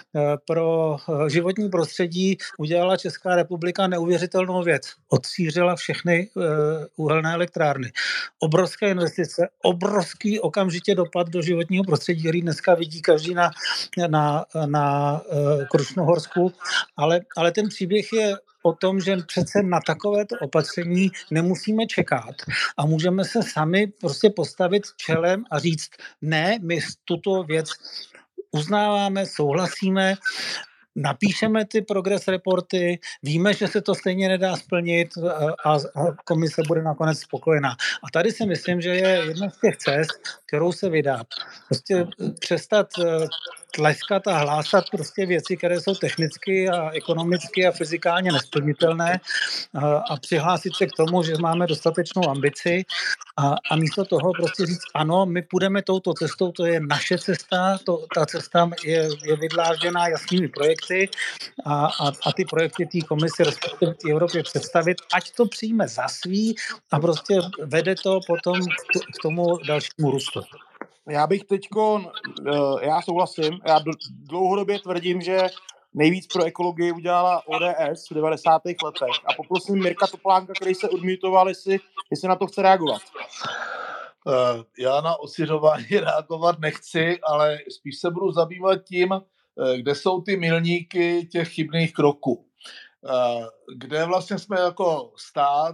pro životní prostředí udělala Česká republika neuvěřitelnou věc. Odsířila všechny uhelné elektrárny. Obrovské investice, obrovský okamžitě dopad do životního prostředí, který dneska vidí každý na, na, na Krušnohorsku, ale, ale ten příběh je o tom, že přece na takovéto opatření nemusíme čekat a můžeme se sami prostě postavit čelem a říct, ne, my tuto věc uznáváme, souhlasíme, napíšeme ty progress reporty, víme, že se to stejně nedá splnit a, a komise bude nakonec spokojená. A tady si myslím, že je jedna z těch cest, kterou se vydá. Prostě přestat tleskat a hlásat prostě věci, které jsou technicky a ekonomicky a fyzikálně nesplnitelné a, a přihlásit se k tomu, že máme dostatečnou ambici a, a místo toho prostě říct, ano, my půjdeme touto cestou, to je naše cesta, to, ta cesta je, je vydlážděná jasnými projekty a, a, a ty projekty té komisi, respektive té Evropě představit, ať to přijme za svý a prostě vede to potom k, k tomu dalšímu růstu. Já bych teďko, já souhlasím, já dlouhodobě tvrdím, že nejvíc pro ekologii udělala O D S v devadesátých letech a poprosím Mirka Topolánka, který se odmutoval, jestli, jestli na to chce reagovat. Já na osiřování reagovat nechci, ale spíš se budu zabývat tím, kde jsou ty milníky těch chybných kroků. Kde vlastně jsme jako stát,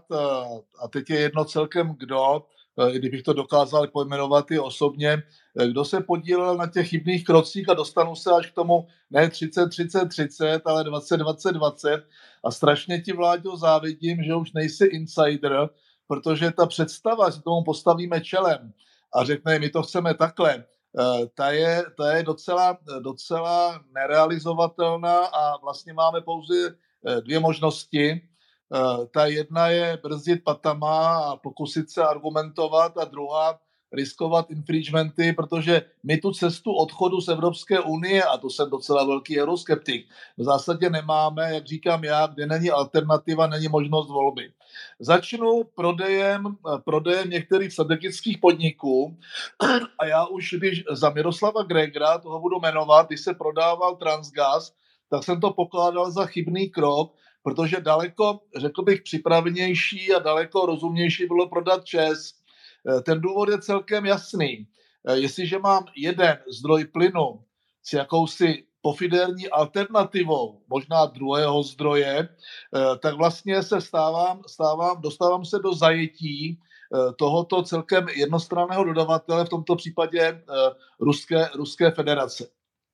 a teď je jedno celkem kdo, kdybych to dokázal pojmenovat i osobně, kdo se podílel na těch chybných krocích a dostanu se až k tomu ne třicet, třicet, třicet, ale dvacet, dvacet, dvacet a strašně ti, Vláďo, závidím, že už nejsi insider, protože ta představa, že tomu postavíme čelem a řekne, my to chceme takhle, ta je, ta je docela, docela nerealizovatelná a vlastně máme pouze dvě možnosti. Ta jedna je brzdit patama a pokusit se argumentovat a druhá riskovat infringementy, protože my tu cestu odchodu z Evropské unie, a to jsem docela velký euroskeptik, v zásadě nemáme, jak říkám já, kde není alternativa, není možnost volby. Začnu prodejem, prodejem některých strategických podniků a já už, když za Miroslava Gregera, toho budu jmenovat, když se prodával Transgas, tak jsem to pokládal za chybný krok, protože daleko, řekl bych, připravenější a daleko rozumnější bylo prodat ČEZ. Ten důvod je celkem jasný. Jestliže mám jeden zdroj plynu s jakousi pofiderní alternativou, možná druhého zdroje, tak vlastně se stávám, stávám, dostávám se do zajetí tohoto celkem jednostranného dodavatele, v tomto případě Ruské, Ruské federace.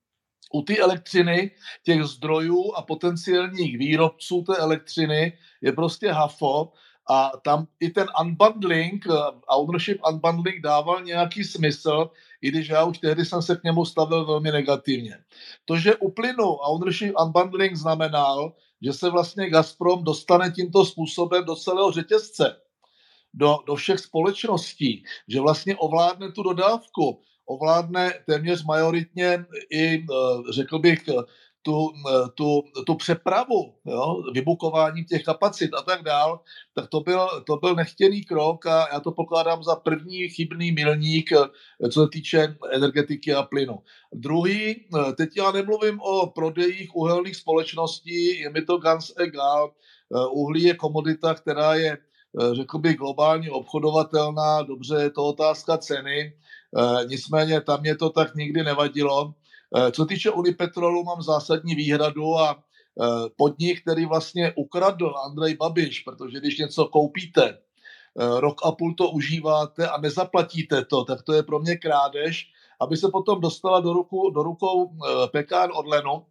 U té elektřiny, těch zdrojů a potenciálních výrobců té elektřiny je prostě hafo a tam i ten unbundling, ownership unbundling dával nějaký smysl, i když já už tehdy jsem se k němu stavil velmi negativně. To, že u plynu ownership unbundling znamenal, že se vlastně Gazprom dostane tímto způsobem do celého řetězce, do, do všech společností, že vlastně ovládne tu dodávku, ovládne téměř majoritně i, řekl bych, tu, tu, tu přepravu, jo, vybukování těch kapacit a tak dál, tak to byl, to byl nechtěný krok a já to pokládám za první chybný milník, co se týče energetiky a plynu. Druhý, teď já nemluvím o prodejích uhelných společností, je mi to ganz egal, uhlí je komodita, která je, řekl bych, globálně obchodovatelná, dobře, je to otázka ceny, nicméně tam mě to tak nikdy nevadilo. Co týče Unipetrolu, mám zásadní výhradu a podnik, který vlastně ukradl Andrej Babiš, protože když něco koupíte, rok a půl to užíváte a nezaplatíte to, tak to je pro mě krádež, aby se potom dostala do, ruku, do rukou P K N Orlenu,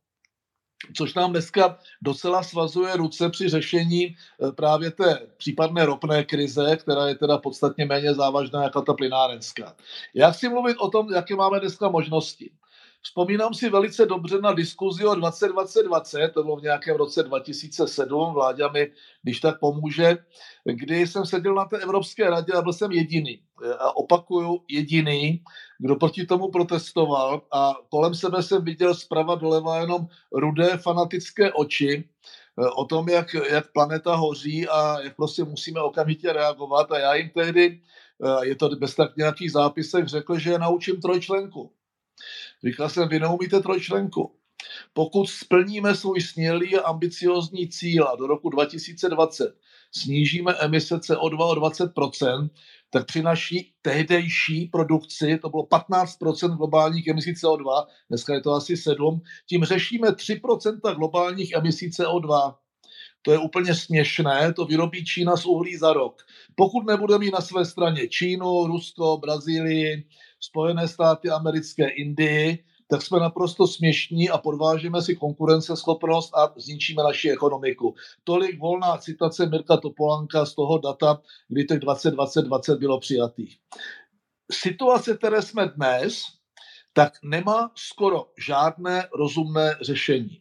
což nám dneska docela svazuje ruce při řešení právě té případné ropné krize, která je teda podstatně méně závažná jako ta plynárenská. Já chci mluvit o tom, jaké máme dneska možnosti. Vzpomínám si velice dobře na diskuzi o dvacet dvacet dvacet, to bylo v nějakém roce dva tisíce sedm, Vláďa mi, když tak pomůže, kdy jsem seděl na té Evropské radě a byl jsem jediný. A opakuju, jediný, kdo proti tomu protestoval a kolem sebe jsem viděl zprava doleva jenom rudé fanatické oči o tom, jak, jak planeta hoří a jak prostě musíme okamžitě reagovat a já jim tehdy, je to bez tak nějakých zápisech, řekl, že je naučím trojčlenku. Říkal jsem, vy neumíte trojčlenku. Pokud splníme svůj smělý a ambiciózní cíl a do roku dva tisíce dvacet snížíme emise C O dva o dvacet procent, tak při naší tehdejší produkci, to bylo patnáct procent globálních emisí C O dva, dneska je to asi sedm, tím řešíme tři procenta globálních emisí C O dva. To je úplně směšné, to vyrobí Čína z uhlí za rok. Pokud nebudeme mít na své straně Čínu, Rusko, Brazílii, Spojené státy americké, Indii, tak jsme naprosto směšní a podvážíme si konkurenceschopnost a zničíme naši ekonomiku. Tolik volná citace Mirka Topolánka z toho data, kdy těch dvacet dvacet dvacet bylo přijatých. Situace, které jsme dnes, tak nemá skoro žádné rozumné řešení.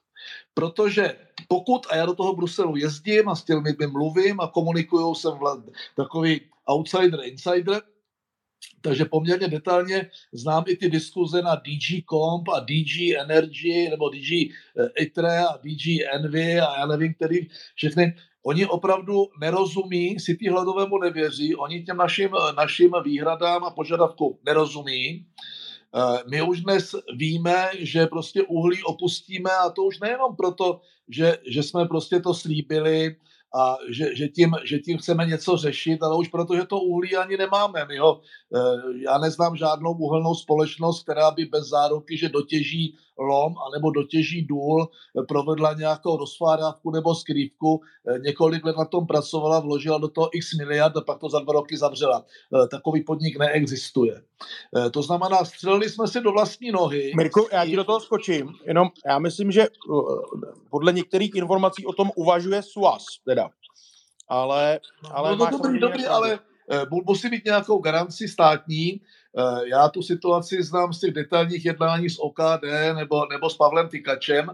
Protože pokud, a já do toho Bruselu jezdím a s těmi mluvím a komunikuju, jsem vlad, takový outsider, insider, takže poměrně detailně znám i ty diskuze na D G Comp a D G Energy nebo D G I T R E a D G Envy a já nevím, který všechny. Oni opravdu nerozumí, City Hladovému nevěří, oni těm našim, našim výhradám a požadavkům nerozumí. My už dnes víme, že prostě uhlí opustíme a to už nejenom proto, že, že jsme prostě to slíbili a že, že, tím, že tím chceme něco řešit, ale už proto, že to uhlí ani nemáme. My ho, já neznám žádnou uhelnou společnost, která by bez záruky, že dotěží lom anebo dotěží důl, provedla nějakou rozfárávku nebo skrývku, několik let na tom pracovala, vložila do toho x miliard a pak to za dva roky zavřela. Takový podnik neexistuje. To znamená, střelili jsme si do vlastní nohy. Mirku, já ti do toho skočím, jenom já myslím, že podle některých informací o tom uvažuje SUAS, teda. Ale, ale no, no dobrý, dobrý, ale musí být nějakou garanci státní. Já tu situaci znám z těch detailních jednání s O K D nebo, nebo s Pavlem Tykačem,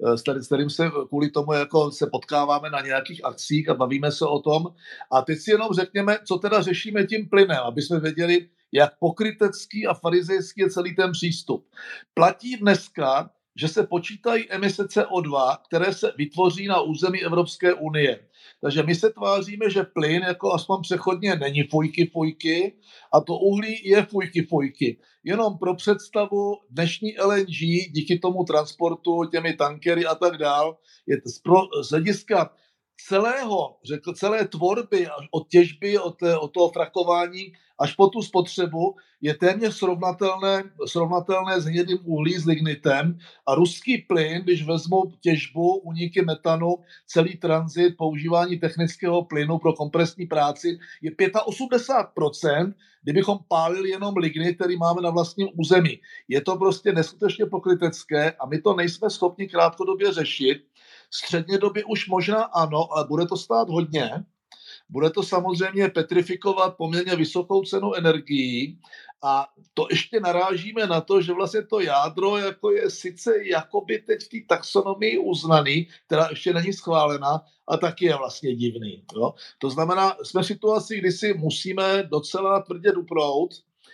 s kterým se kvůli tomu jako se potkáváme na nějakých akcích a bavíme se o tom. A teď si jenom řekněme, co teda řešíme tím plynem, aby jsme věděli, jak pokrytecký a farizejský je celý ten přístup. Platí dneska, že se počítají emise C O dva, které se vytvoří na území Evropské unie. Takže my se tváříme, že plyn jako aspoň přechodně není fujky fujky a to uhlí je fujky fujky. Jenom pro představu dnešní L N G díky tomu transportu, těmi tankery a tak dál, je z hlediska celého, řekl, celé tvorby, od těžby, od, od toho frakování až po tu spotřebu je téměř srovnatelné, srovnatelné s hnědým uhlí, s lignitem a ruský plyn, když vezmu těžbu, úniky metanu, celý tranzit, používání technického plynu pro kompresní práci je osmdesát pět procent, kdybychom pálili jenom lignit, který máme na vlastním území. Je to prostě neskutečně pokrytecké a my to nejsme schopni krátkodobě řešit. Střednědobě už možná ano, ale bude to stát hodně. Bude to samozřejmě petrifikovat poměrně vysokou cenu energií a to ještě narážíme na to, že vlastně to jádro jako je sice jakoby teď v té taxonomii uznaný, která ještě není schválena a taky je vlastně divný. Jo? To znamená, jsme v situaci, kdy si musíme docela tvrdě dupnout,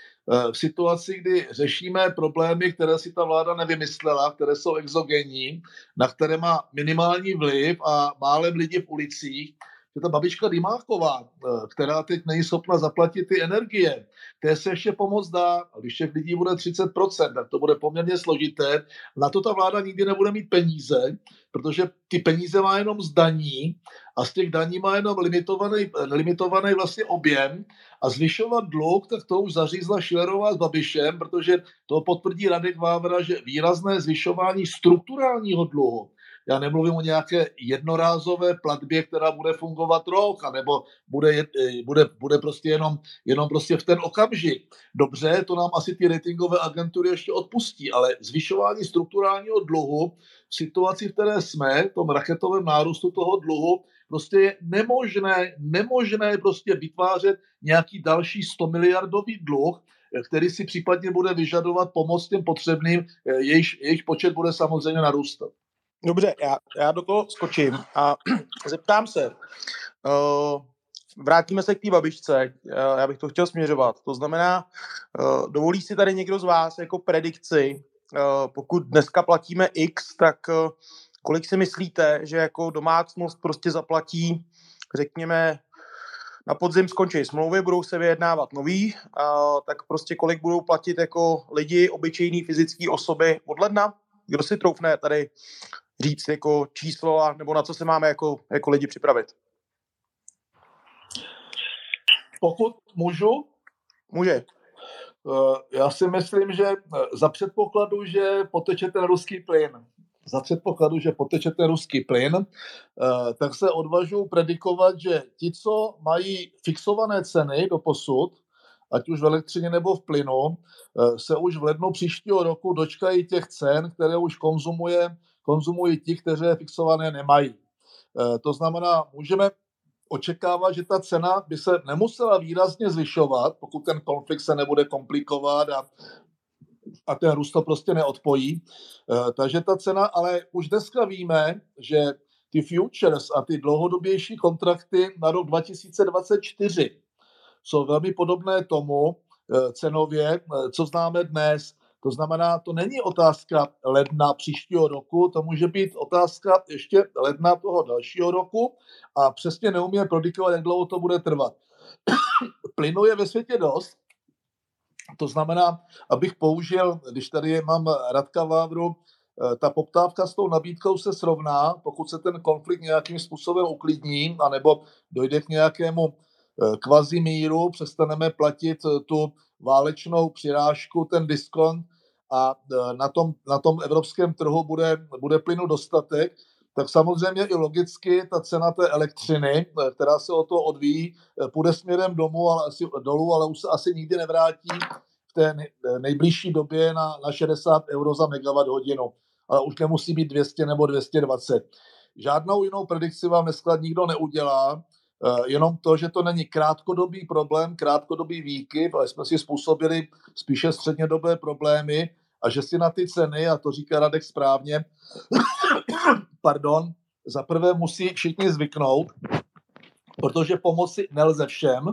v situaci, kdy řešíme problémy, které si ta vláda nevymyslela, které jsou exogenní, na které má minimální vliv a málem lidi v ulicích, že ta babička Dymáková, která teď není schopna zaplatit ty energie, které se ještě pomoct dá, a když těch lidí bude třicet procent, tak to bude poměrně složité. Na to ta vláda nikdy nebude mít peníze, protože ty peníze má jenom z daní a z těch daní má jenom limitovaný, limitovaný vlastně objem a zvyšovat dluh, tak to už zařízla Schillerová s Babišem, protože to potvrdí Radek Vávra, že výrazné zvyšování strukturálního dluhu, já nemluvím o nějaké jednorázové platbě, která bude fungovat rok, anebo bude, bude, bude prostě jenom, jenom prostě v ten okamžik. Dobře, to nám asi ty ratingové agentury ještě odpustí, ale zvyšování strukturálního dluhu v situaci, v které jsme, v tom raketovém nárůstu toho dluhu, prostě je nemožné, nemožné prostě vytvářet nějaký další sto miliardový dluh, který si případně bude vyžadovat pomoc těm potřebným, jejich, jejich počet bude samozřejmě narůstat. Dobře, já, já do toho skočím a zeptám se. Uh, vrátíme se k té babičce, uh, já bych to chtěl směřovat. To znamená, uh, dovolí si tady někdo z vás jako predikci, uh, pokud dneska platíme X, tak uh, kolik si myslíte, že jako domácnost prostě zaplatí, řekněme, na podzim skončí smlouvy, budou se vyjednávat nový, uh, tak prostě kolik budou platit jako lidi, obyčejný fyzický osoby od ledna? Kdo si troufne tady říct jako číslo a nebo na co se máme jako, jako lidi připravit? Pokud můžu? Může. Já si myslím, že za předpokladu, že poteče ten ruský plyn, za předpokladu, že poteče ten ruský plyn, tak se odvažuji predikovat, že ti, co mají fixované ceny doposud, ať už v elektřině nebo v plynu, se už v lednu příštího roku dočkají těch cen, které už konzumuje, konzumují ti, kteří fixované nemají. To znamená, můžeme očekávat, že ta cena by se nemusela výrazně zvyšovat, pokud ten konflikt se nebude komplikovat a a ten Rus to prostě neodpojí. Takže ta cena, ale už dneska víme, že ty futures a ty dlouhodobější kontrakty na rok dva tisíce dvacet čtyři jsou velmi podobné tomu cenově, co známe dnes. To znamená, to není otázka ledna příštího roku, to může být otázka ještě ledna toho dalšího roku a přesně neumíme predikovat, jak dlouho to bude trvat. Plynu je ve světě dost, to znamená, abych použil, když tady mám Radka Vávru, ta poptávka s tou nabídkou se srovná, pokud se ten konflikt nějakým způsobem uklidní, anebo dojde k nějakému kvazimíru, přestaneme platit tu válečnou přirážku, ten diskont a na tom, na tom evropském trhu bude, bude plynu dostatek, tak samozřejmě i logicky ta cena té elektřiny, která se o to odvíjí, půjde směrem domů, ale asi, dolů, ale už se asi nikdy nevrátí v té nejbližší době na, na šedesát euro za megawatt hodinu. Ale už nemusí být dvě stě nebo dvě stě dvacet. Žádnou jinou predikci vám dneska nikdo neudělá, jenom to, že to není krátkodobý problém, krátkodobý výkyv, ale jsme si způsobili spíše střednědobé problémy a že si na ty ceny, a to říká Radek správně, pardon, za prvé musí všichni zvyknout, protože pomoci nelze všem.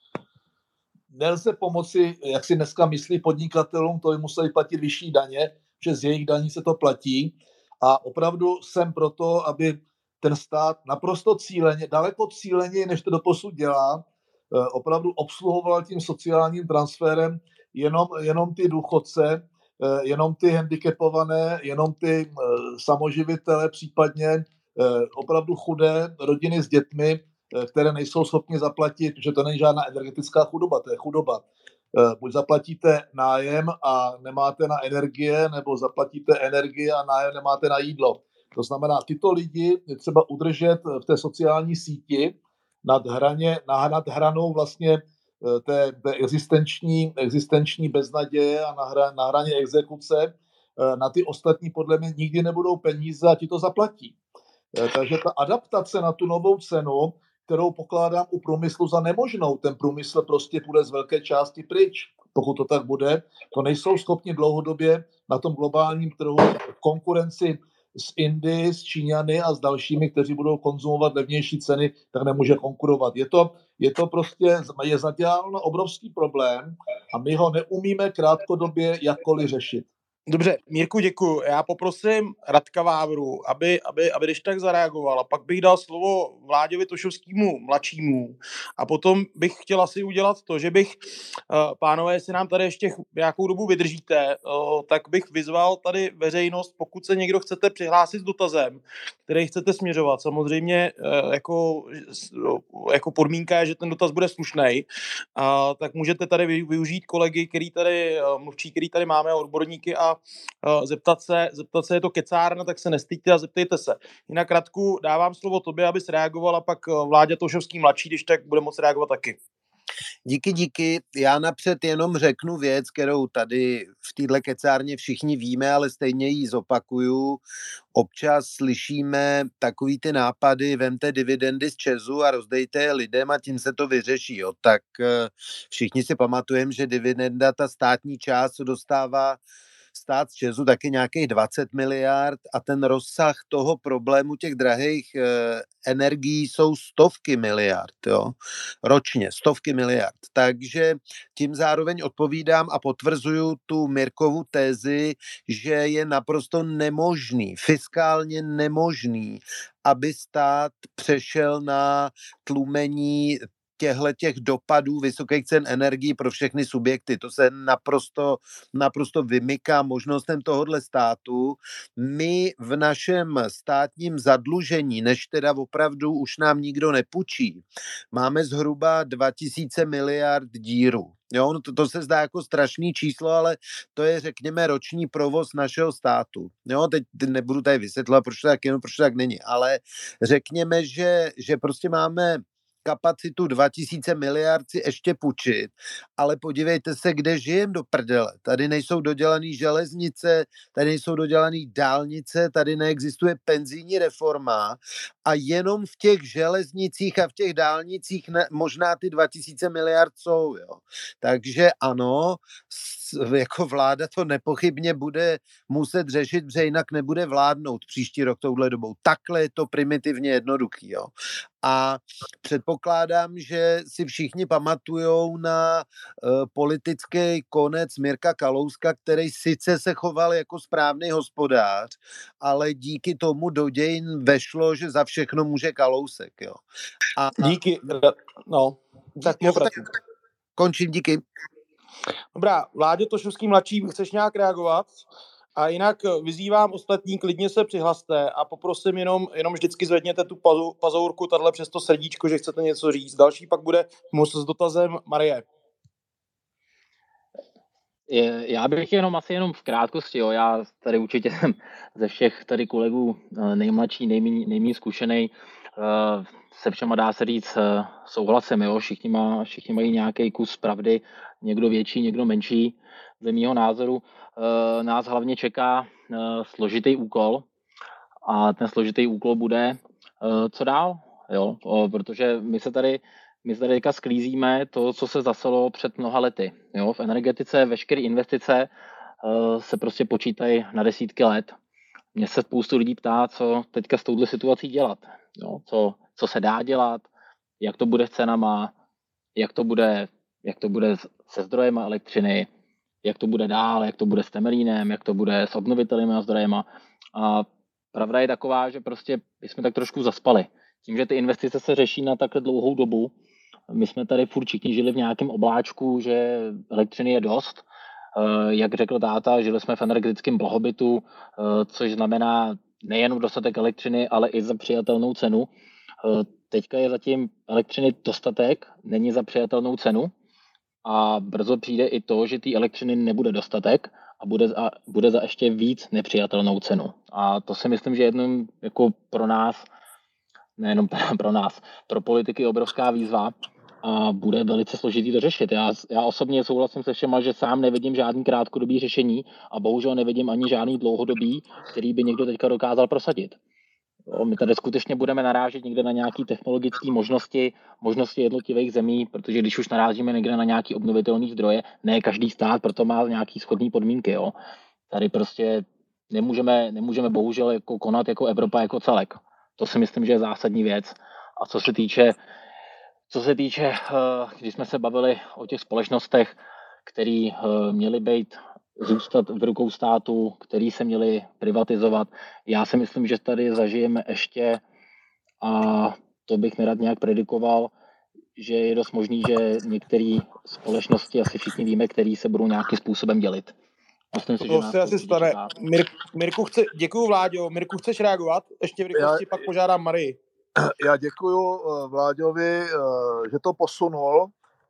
Nelze pomoci, jak si dneska myslí podnikatelům, to by museli platit vyšší daně, že z jejich daní se to platí. A opravdu jsem proto, aby ten stát naprosto cíleně, daleko cíleněji, než to doposud dělá, opravdu obsluhoval tím sociálním transferem jenom, jenom ty důchodce, jenom ty handicapované, jenom ty samoživitele, případně opravdu chudé rodiny s dětmi, které nejsou schopni zaplatit, že to není žádná energetická chudoba, to je chudoba. Buď zaplatíte nájem a nemáte na energie, nebo zaplatíte energie a nájem nemáte na jídlo. To znamená, tyto lidi je třeba udržet v té sociální síti nad, hraně, nad hranou vlastně té, té existenční, existenční beznaděje a na, hra, na hraně exekuce. Na ty ostatní podle mě nikdy nebudou peníze a ti to zaplatí. Takže ta adaptace na tu novou cenu, kterou pokládám u průmyslu za nemožnou, ten průmysl prostě půjde z velké části pryč. Pokud to tak bude, to nejsou schopni dlouhodobě na tom globálním trhu v konkurenci s Indii, s Číňany a s dalšími, kteří budou konzumovat levnější ceny, tak nemůže konkurovat. Je to, je to prostě, je zaděláno obrovský problém a my ho neumíme krátkodobě jakkoliv řešit. Dobře, Mírku, děkuju. Já poprosím Radka Vávru, aby, aby, aby když tak zareagoval, a pak bych dal slovo Vláďovi Tošovskému mladšímu a potom bych chtěl asi udělat to, že bych, pánové, jestli nám tady ještě nějakou dobu vydržíte, tak bych vyzval tady veřejnost, pokud se někdo chcete přihlásit s dotazem, který chcete směřovat. Samozřejmě jako, jako podmínka je, že ten dotaz bude slušnej, tak můžete tady využít kolegy, který tady, mluvčí, který tady máme, odborníky a zeptat se, zeptat se, je to kecárna, tak se nestýďte a zeptejte se. Jinak, Radku, dávám slovo tobě, abys reagoval a pak Vláďa Tošovský mladší, když tak bude moc reagovat taky. Díky, díky. Já napřed jenom řeknu věc, kterou tady v téhle kecárně všichni víme, ale stejně ji zopakuju. Občas slyšíme takový ty nápady, vemte dividendy z ČEZu a rozdejte je lidem a tím se to vyřeší. Jo. Tak všichni si pamatujeme, že dividenda, ta státní část, dostává stát z ČEZu taky nějakých dvacet miliard a ten rozsah toho problému těch drahých e, energií jsou stovky miliard, jo, ročně, stovky miliard. Takže tím zároveň odpovídám a potvrzuju tu Mirkovu tézi, že je naprosto nemožný, fiskálně nemožný, aby stát přešel na tlumení těchto těch dopadů vysokých cen energií pro všechny subjekty. To se naprosto, naprosto vymyká možnostem tohohle státu. My v našem státním zadlužení, než teda opravdu už nám nikdo nepůjčí, máme zhruba dva tisíce miliard díru. Jo, no to, to se zdá jako strašný číslo, ale to je, řekněme, roční provoz našeho státu. Jo, teď nebudu tady vysvětlovat, proč to tak je, proč to tak není, ale řekněme, že, že prostě máme kapacitu dva tisíce miliard si ještě půjčit, ale podívejte se, kde žijem do prdele. Tady nejsou dodělaný železnice, tady nejsou dodělaný dálnice, tady neexistuje penzijní reforma a jenom v těch železnicích a v těch dálnicích ne, možná ty dva tisíce miliard jsou. Jo. Takže ano, jako vláda to nepochybně bude muset řešit, protože jinak nebude vládnout příští rok touhle dobou. Takhle je to primitivně jednoduchý. Jo. A předpokládám, že si všichni pamatujou na uh, politický konec Mirka Kalouska, který sice se choval jako správný hospodář, ale díky tomu do dějin vešlo, že za všechno může Kalousek. Jo. A, díky, no, tak jo, tak končím, díky. Dobrá, Vláďo Tošovský mladší, chceš nějak reagovat? A jinak vyzývám ostatní, klidně se přihlaste a poprosím jenom, jenom vždycky zvedněte tu pazu, pazourku tadyhle přes to srdíčko, že chcete něco říct. Další pak bude s dotazem Marie. Já bych jenom asi jenom v krátkosti, jo. Já tady určitě jsem ze všech tady kolegů nejmladší, nejméně, nejméně zkušenej, se všema dá se říct souhlasem, jo. Všichni, má, všichni mají nějaký kus pravdy, někdo větší, někdo menší. Ze mýho názoru nás hlavně čeká složitý úkol a ten složitý úkol bude co dál, jo. Protože my se tady My se tady teďka sklízíme to, co se zasalo před mnoha lety. Jo? V energetice veškeré investice uh, se prostě počítají na desítky let. Mně se spoustu lidí ptá, co teďka s touhle situací dělat. Jo? Co, co se dá dělat, jak to bude s cenama, jak to bude, jak to bude se zdrojema elektřiny, jak to bude dál, jak to bude s Temelínem, jak to bude s obnovitelnými zdrojema. A pravda je taková, že prostě my jsme tak trošku zaspali. Tím, že ty investice se řeší na takhle dlouhou dobu, my jsme tady furt všichni žili v nějakém obláčku, že elektřiny je dost. Jak řekl táta, žili jsme v energetickém blahobytu, což znamená nejen dostatek elektřiny, ale i za přijatelnou cenu. Teďka je zatím elektřiny dostatek, není za přijatelnou cenu a brzo přijde i to, že té elektřiny nebude dostatek a bude za, bude za ještě víc nepřijatelnou cenu. A to si myslím, že jednou jako pro nás, nejenom pro nás, pro politiky obrovská výzva a bude velice složitý to řešit. Já, já osobně souhlasím se všema, že sám nevidím žádný krátkodobý řešení a bohužel nevidím ani žádný dlouhodobý, který by někdo teďka dokázal prosadit. Jo, my tady skutečně budeme narážet někde na nějaké technologické možnosti, možnosti jednotlivých zemí, protože když už narážíme někde na nějaké obnovitelné zdroje, ne každý stát proto má nějaké shodné podmínky. Jo. Tady prostě nemůžeme, nemůžeme bohužel jako konat jako Evropa jako celek. To si myslím, že je zásadní věc. A co se týče, co se týče, když jsme se bavili o těch společnostech, které měly být zůstat v rukou státu, který se měli privatizovat. Já si myslím, že tady zažijeme ještě, a to bych nerad nějak predikoval, že je dost možný, že některé společnosti, asi všichni víme, který se budou nějakým způsobem dělit. Myslím si, to se asi stane. Mir, Mirku, chce, děkuju Vláďo. Mirku, chceš reagovat? Ještě v rychlosti, pak požádám Marii. Já děkuju Vláďovi, že to posunul.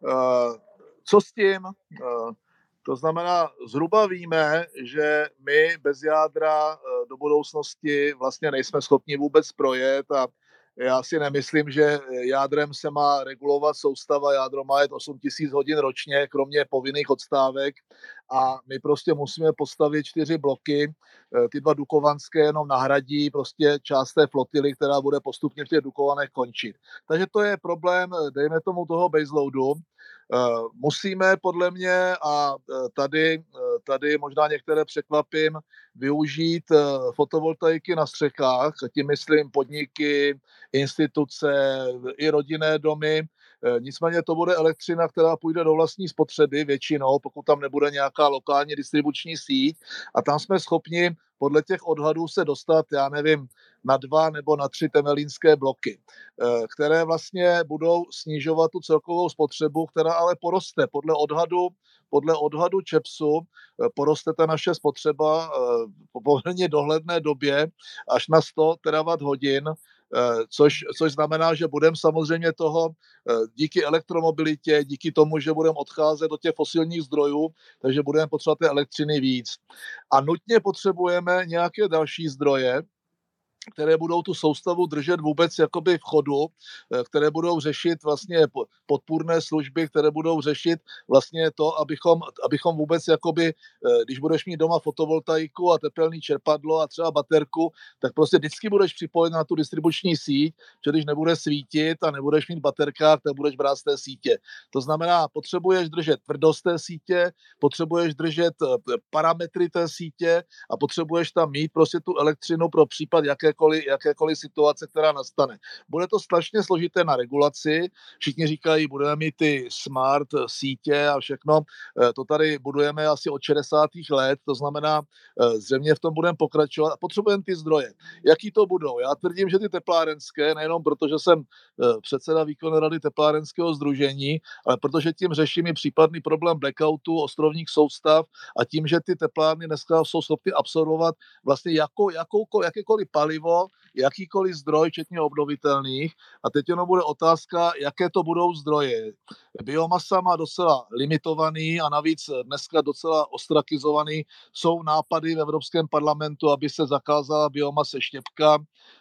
Co s tím? To znamená, zhruba víme, že my bez jádra do budoucnosti vlastně nejsme schopni vůbec projet a já si nemyslím, že jádrem se má regulovat soustava, jádro má jet osm tisíc hodin ročně, kromě povinných odstávek a my prostě musíme postavit čtyři bloky, ty dva dukovanské jenom nahradí prostě část té flotily, která bude postupně v těch Dukovanech končit. Takže to je problém, dejme tomu toho baseloadu. Musíme podle mě, a tady, tady možná některé překvapím, využít fotovoltaiky na střechách, tím myslím podniky, instituce, i rodinné domy. Nicméně to bude elektřina, která půjde do vlastní spotřeby většinou, pokud tam nebude nějaká lokální distribuční síť a tam jsme schopni podle těch odhadů se dostat, já nevím, na dva nebo na tři temelínské bloky, které vlastně budou snižovat tu celkovou spotřebu, která ale poroste. Podle odhadu, podle odhadu ČEPSu poroste ta naše spotřeba po poměrně dohledné době až na sto terawatt hodin, což, což znamená, že budeme samozřejmě toho díky elektromobilitě, díky tomu, že budeme odcházet do těch fosilních zdrojů, takže budeme potřebovat té elektřiny víc. A nutně potřebujeme nějaké další zdroje, které budou tu soustavu držet vůbec jakoby v chodu, které budou řešit vlastně podpůrné služby, které budou řešit vlastně to, abychom, abychom vůbec jakoby, když budeš mít doma fotovoltaiku a tepelný čerpadlo a třeba baterku, tak prostě vždycky budeš připojen na tu distribuční síť, že když nebude svítit a nebudeš mít baterkách, tak budeš brát z té sítě. To znamená, potřebuješ držet tvrdost té sítě, potřebuješ držet parametry té sítě a potřebuješ tam mít prostě tu elektřinu pro případ jakékoliv, jakékoliv situace, která nastane. Bude to strašně složité na regulaci. Všichni říkají, budeme mít ty smart sítě a všechno. To tady budujeme asi od šedesátých let, to znamená, zřejmě v tom budeme pokračovat a potřebujeme ty zdroje. Jaký to budou? Já tvrdím, že ty teplárenské, nejenom proto, že jsem předseda výkonné rady teplárenského sdružení, ale protože tím řeším i případný problém blackoutu, ostrovních soustav a tím, že ty teplárny dneska jsou schopny absorbovat vlastně jako, jakou, jakékoliv palivo, jakýkoliv zdroj, včetně obnovitelných. A teď jenom bude otázka, jaké to budou zdroje. Biomasa má docela limitovaný a navíc dneska docela ostrakizovaný. Jsou nápady v Evropském parlamentu, aby se zakázala biomase štěpka.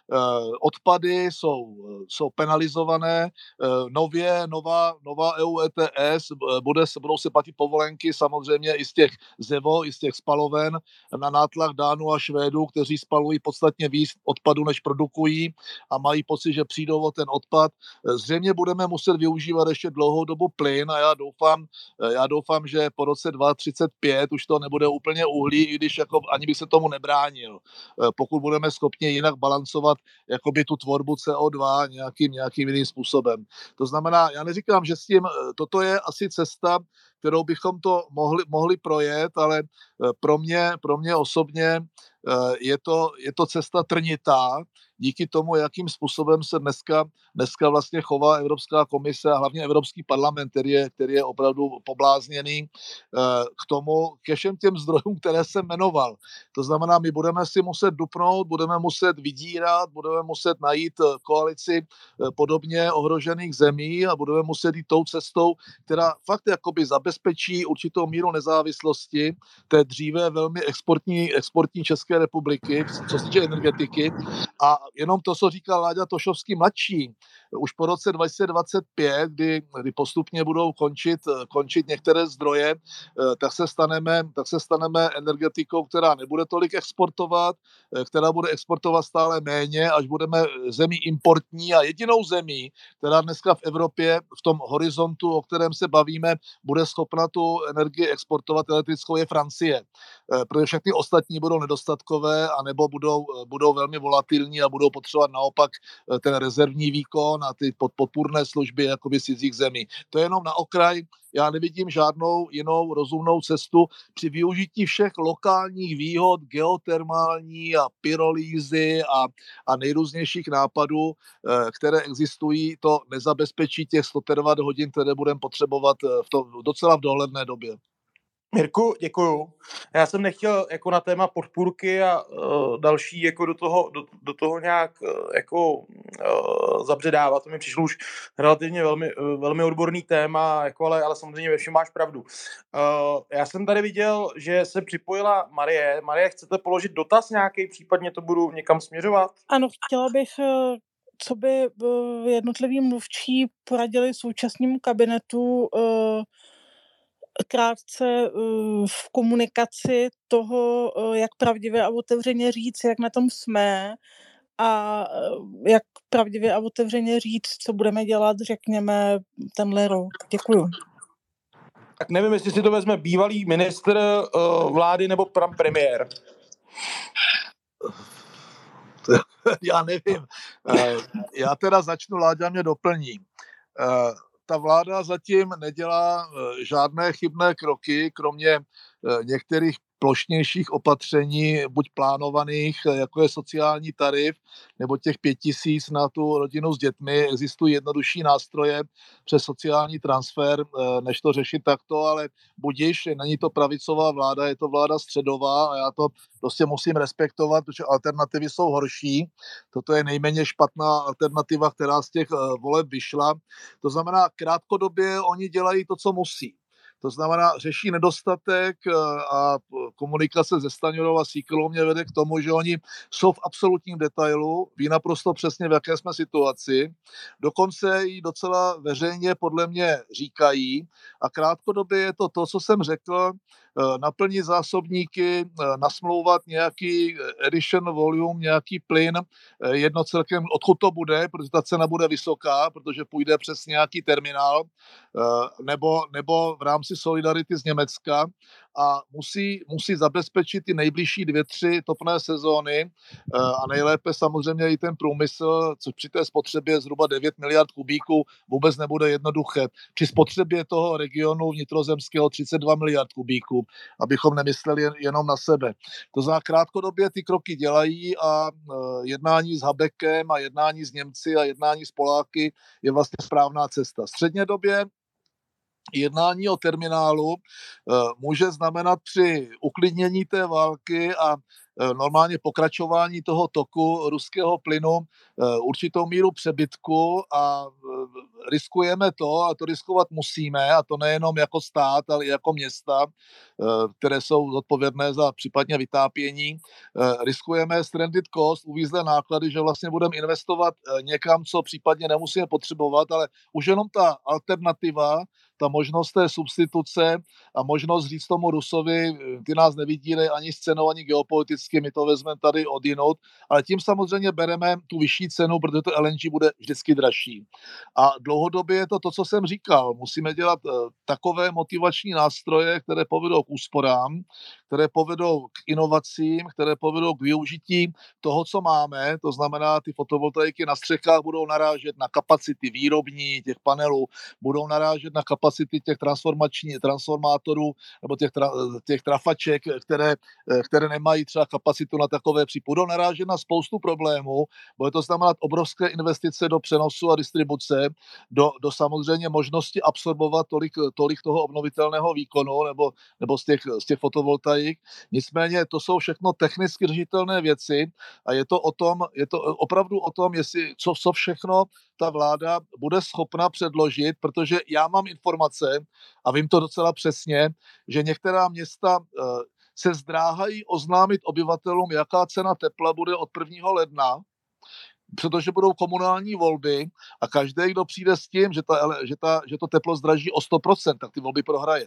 Odpady jsou, jsou penalizované. Nově, nová, nová E U E T S, bude, budou se platit povolenky samozřejmě i z těch zevo, i z těch spaloven na nátlak Dánů a Švédů, kteří spalují podstatně víc odpadu, než produkují a mají pocit, že přijdou o ten odpad. Zřejmě budeme muset využívat ještě dlouhou dobu plyn a já doufám, já doufám, že po roce dva tisíce třicet pět už to nebude úplně uhlí, i když jako ani bych se tomu nebránil. Pokud budeme schopni jinak balancovat jakoby tu tvorbu C O dva nějakým, nějakým jiným způsobem. To znamená, já neříkám, že s tím, toto je asi cesta, kterou bychom to mohli, mohli projet, ale pro mě, pro mě osobně je to, je to cesta trnitá, díky tomu, jakým způsobem se dneska, dneska vlastně chová Evropská komise a hlavně Evropský parlament, který je, který je opravdu poblázněný k tomu, ke všem těm zdrojům, které jsem jmenoval. To znamená, my budeme si muset dupnout, budeme muset vydírat, budeme muset najít koalici podobně ohrožených zemí a budeme muset jít tou cestou, která fakt jakoby zabezpečí určitou míru nezávislosti té dříve velmi exportní, exportní České republiky, co se týče energetiky. A jenom to, co říkal Láďa Tošovský mladší, už po roce dva tisíce dvacet pět, kdy, kdy postupně budou končit, končit některé zdroje, tak se, staneme, tak se staneme energetikou, která nebude tolik exportovat, která bude exportovat stále méně, až budeme zemí importní a jedinou zemí, která dneska v Evropě v tom horizontu, o kterém se bavíme, bude schopna tu energii exportovat elektrickou, je Francie. Protože všechny ostatní budou nedostatkové anebo budou, budou velmi volatilní a budou potřebovat naopak ten rezervní výkon a ty podpůrné služby jakoby z cizích zemí. To je jenom na okraj. Já nevidím žádnou jinou rozumnou cestu při využití všech lokálních výhod, geotermální a pyrolízy a, a nejrůznějších nápadů, které existují, to nezabezpečí těch sto terawatt hodin, které budeme potřebovat v to, docela v dohledné době. Mirku, děkuju. Já jsem nechtěl jako na téma podpůrky a uh, další jako do toho, do, do toho nějak uh, jako uh, zabředávat. To mi přišlo už relativně velmi, uh, velmi odborný téma, jako ale, ale samozřejmě ve všem máš pravdu. Uh, já jsem tady viděl, že se připojila Marie. Marie, chcete položit dotaz nějaký, případně to budu někam směřovat? Ano, chtěla bych, co by jednotliví mluvčí poradili současnému kabinetu uh, krátce v komunikaci toho, jak pravdivě a otevřeně říct, jak na tom jsme a jak pravdivě a otevřeně říct, co budeme dělat, řekněme, tenhle rok. Děkuju. Tak nevím, jestli si to vezme bývalý ministr uh, vlády nebo pan premiér. Já nevím. Já teda začnu, Láďa mě doplní. Ta vláda zatím nedělá žádné chybné kroky, kromě některých plošnějších opatření, buď plánovaných, jako je sociální tarif, nebo těch pět tisíc na tu rodinu s dětmi. Existují jednodušší nástroje přes sociální transfer, než to řešit takto, ale budiž, není to pravicová vláda, je to vláda středová a já to prostě musím respektovat, protože alternativy jsou horší. Toto je nejméně špatná alternativa, která z těch voleb vyšla. To znamená, krátkodobě oni dělají to, co musí. To znamená, řeší nedostatek a komunikace se Stanjurou a Síkelou mě vede k tomu, že oni jsou v absolutním detailu, ví naprosto přesně, v jaké jsme situaci. Dokonce i docela veřejně podle mě říkají a krátkodobě je to to, co jsem řekl, naplnit zásobníky, nasmlouvat nějaký edition volume, nějaký plyn, jedno celkem, odkud to bude, protože ta cena bude vysoká, protože půjde přes nějaký terminál, nebo, nebo v rámci solidarity z Německa a musí, musí zabezpečit ty nejbližší dvě, tři topné sezóny a nejlépe samozřejmě i ten průmysl, což při té spotřebě zhruba devět miliard kubíků vůbec nebude jednoduché. Při spotřebě toho regionu vnitrozemského třicet dva miliard kubíků, abychom nemysleli jenom na sebe. To znamená, krátkodobě ty kroky dělají a jednání s Habekem a jednání s Němci a jednání s Poláky je vlastně správná cesta. Středně době jednání o terminálu může znamenat při uklidnění té války a normálně pokračování toho toku ruského plynu určitou míru přebytku a riskujeme to, a to riskovat musíme, a to nejenom jako stát, ale i jako města, které jsou zodpovědné za případně vytápění. Riskujeme stranded cost, uvízlé náklady, že vlastně budeme investovat někam, co případně nemusíme potřebovat, ale už jenom ta alternativa, ta možnost té substituce a možnost říct tomu Rusovi, ty nás nevydírej ani scénou, ani geopoliticky, my to vezmeme tady odjinud, ale tím samozřejmě bereme tu vyšší cenu, protože to L N G bude vždycky dražší. A dlouhodobě je to to, co jsem říkal. Musíme dělat takové motivační nástroje, které povedou k úsporám, které povedou k inovacím, které povedou k využití toho, co máme, to znamená, ty fotovoltaiky na střechách budou narážet na kapacity výrobní těch panelů, budou narážet na kapacity těch transformačních transformátorů nebo těch, tra, těch trafaček, které, které nemají třeba kapacitu na takové při. Budou narážet na spoustu problémů, bude to znamenat obrovské investice do přenosu a distribuce, do, do samozřejmě možnosti absorbovat tolik, tolik toho obnovitelného výkonu nebo, nebo z těch, z těch fotovoltaik. Nicméně to jsou všechno technicky řešitelné věci a je to o tom, je to opravdu o tom, jestli, co, co všechno ta vláda bude schopna předložit, protože já mám informace a vím to docela přesně, že některá města se zdráhají oznámit obyvatelům, jaká cena tepla bude od prvního ledna, protože budou komunální volby a každý, kdo přijde s tím, že, ta, že, ta, že to teplo zdraží o sto procent, tak ty volby prohraje.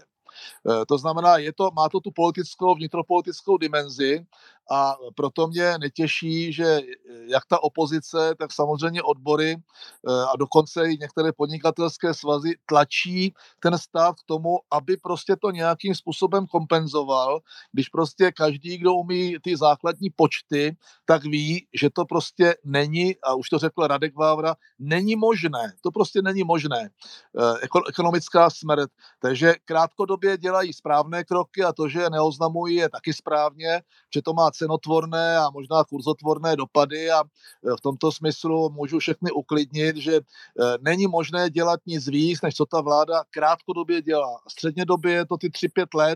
To znamená, je to, má to tu politickou, vnitropolitickou dimenzi a proto mě netěší, že jak ta opozice, tak samozřejmě odbory a dokonce i některé podnikatelské svazy tlačí ten stát k tomu, aby prostě to nějakým způsobem kompenzoval, když prostě každý, kdo umí ty základní počty, tak ví, že to prostě není, a už to řekl Radek Vávra, není možné. To prostě není možné. Ekonomická smrt. Takže krátkodobě dělají správné kroky a to, že je neoznamují, je taky správně, že to má cenotvorné a možná kurzotvorné dopady a v tomto smyslu můžu všechny uklidnit, že není možné dělat nic víc, než co ta vláda krátkodobě dělá. Střednědobě je to ty tři pět let,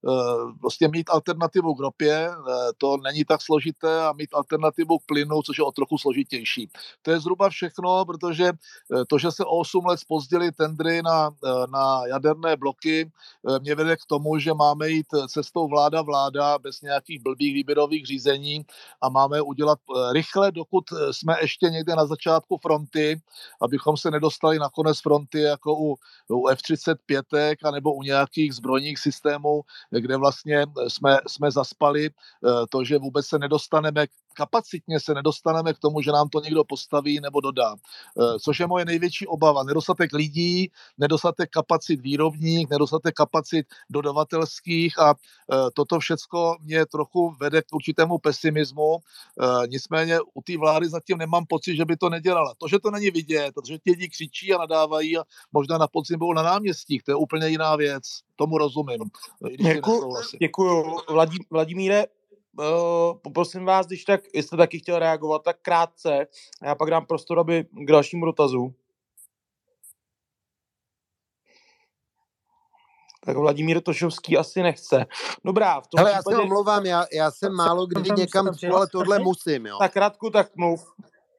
prostě mít alternativu k ropě, to není tak složité, a mít alternativu k plynu, což je o trochu složitější. To je zhruba všechno, protože to, že se o osm let zpozdily tendry na, na jaderné bloky, mě vede k tomu, že máme jít cestou vláda-vláda bez nějakých blbých výběrových řízení a máme udělat rychle, dokud jsme ještě někde na začátku fronty, abychom se nedostali na konec fronty jako u, u F třicet pět anebo u nějakých zbrojních systémů, kde vlastně jsme, jsme zaspali to, že vůbec se nedostaneme, kapacitně se nedostaneme k tomu, že nám to někdo postaví nebo dodá. Což je moje největší obava. Nedostatek lidí, nedostatek kapacit výrobních, nedostatek kapacit dodavatelských a toto všecko mě trochu vede k určitému pesimismu. Nicméně u té vlády zatím nemám pocit, že by to nedělala. To, že to není vidět, protože ti lidi křičí a nadávají a možná na podzim budou na náměstích, to je úplně jiná věc. Tomu rozumím. Děkuju, děkuju. Vladí, Vladimíre, uh, poprosím vás, když tak, jestli taky chtěl reagovat, tak krátce. A já pak dám prostor, aby k dalšímu dotazu. Tak Vladimír Tošovský asi nechce. Dobrá, v tom Hele, případě... já se omlouvám, já, já jsem málo kdy někam šel, ale tohle musím, jo. Tak Radku, tak mluv.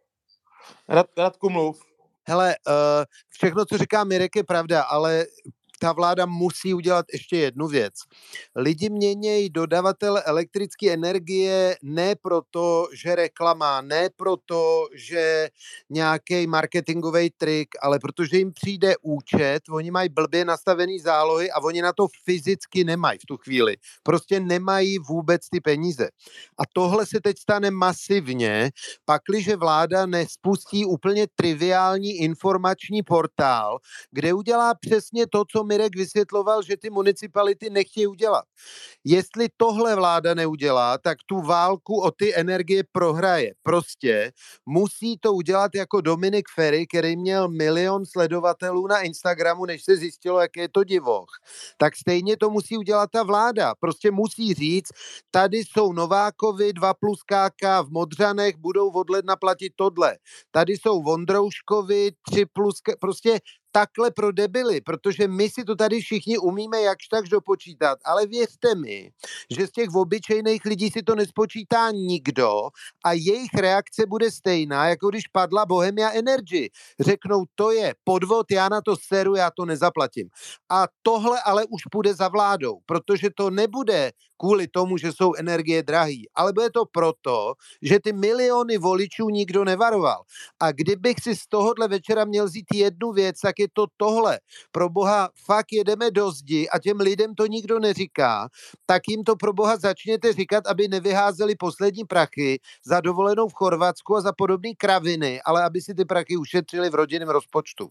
Rad, Radku, mluv. Hele, uh, všechno, co říká Mirek, je pravda, ale ta vláda musí udělat ještě jednu věc. Lidi měnějí dodavatele elektrické energie ne proto, že reklama, ne proto, že nějaký marketingový trik, ale protože jim přijde účet, oni mají blbě nastavený zálohy a oni na to fyzicky nemají v tu chvíli. Prostě nemají vůbec ty peníze. A tohle se teď stane masivně, pakliže vláda nespustí úplně triviální informační portál, kde udělá přesně to, co Mirek vysvětloval, že ty municipality nechtějí udělat. Jestli tohle vláda neudělá, tak tu válku o ty energie prohraje. Prostě musí to udělat jako Dominik Ferry, který měl milion sledovatelů na Instagramu, než se zjistilo, jak je to divoch. Tak stejně to musí udělat ta vláda. Prostě musí říct, tady jsou Novákovi, dva plus káka v Modřanech, budou od ledna platit tohle. Tady jsou Vondrouškovi, tři plus káka, prostě takhle pro debily, protože my si to tady všichni umíme jakž takž dopočítat, ale věřte mi, že z těch obyčejných lidí si to nespočítá nikdo a jejich reakce bude stejná, jako když padla Bohemia Energy. Řeknou, to je podvod, já na to seru, já to nezaplatím. A tohle ale už půjde za vládou, protože to nebude kvůli tomu, že jsou energie drahý, ale bude to proto, že ty miliony voličů nikdo nevaroval. A kdybych si z tohohle večera měl vzít jednu věc, tak je to tohle. Pro boha, fakt jedeme do zdi a těm lidem to nikdo neříká, tak jim to pro boha začněte říkat, aby nevyházeli poslední prachy za dovolenou v Chorvatsku a za podobné kraviny, ale aby si ty prachy ušetřili v rodinném rozpočtu.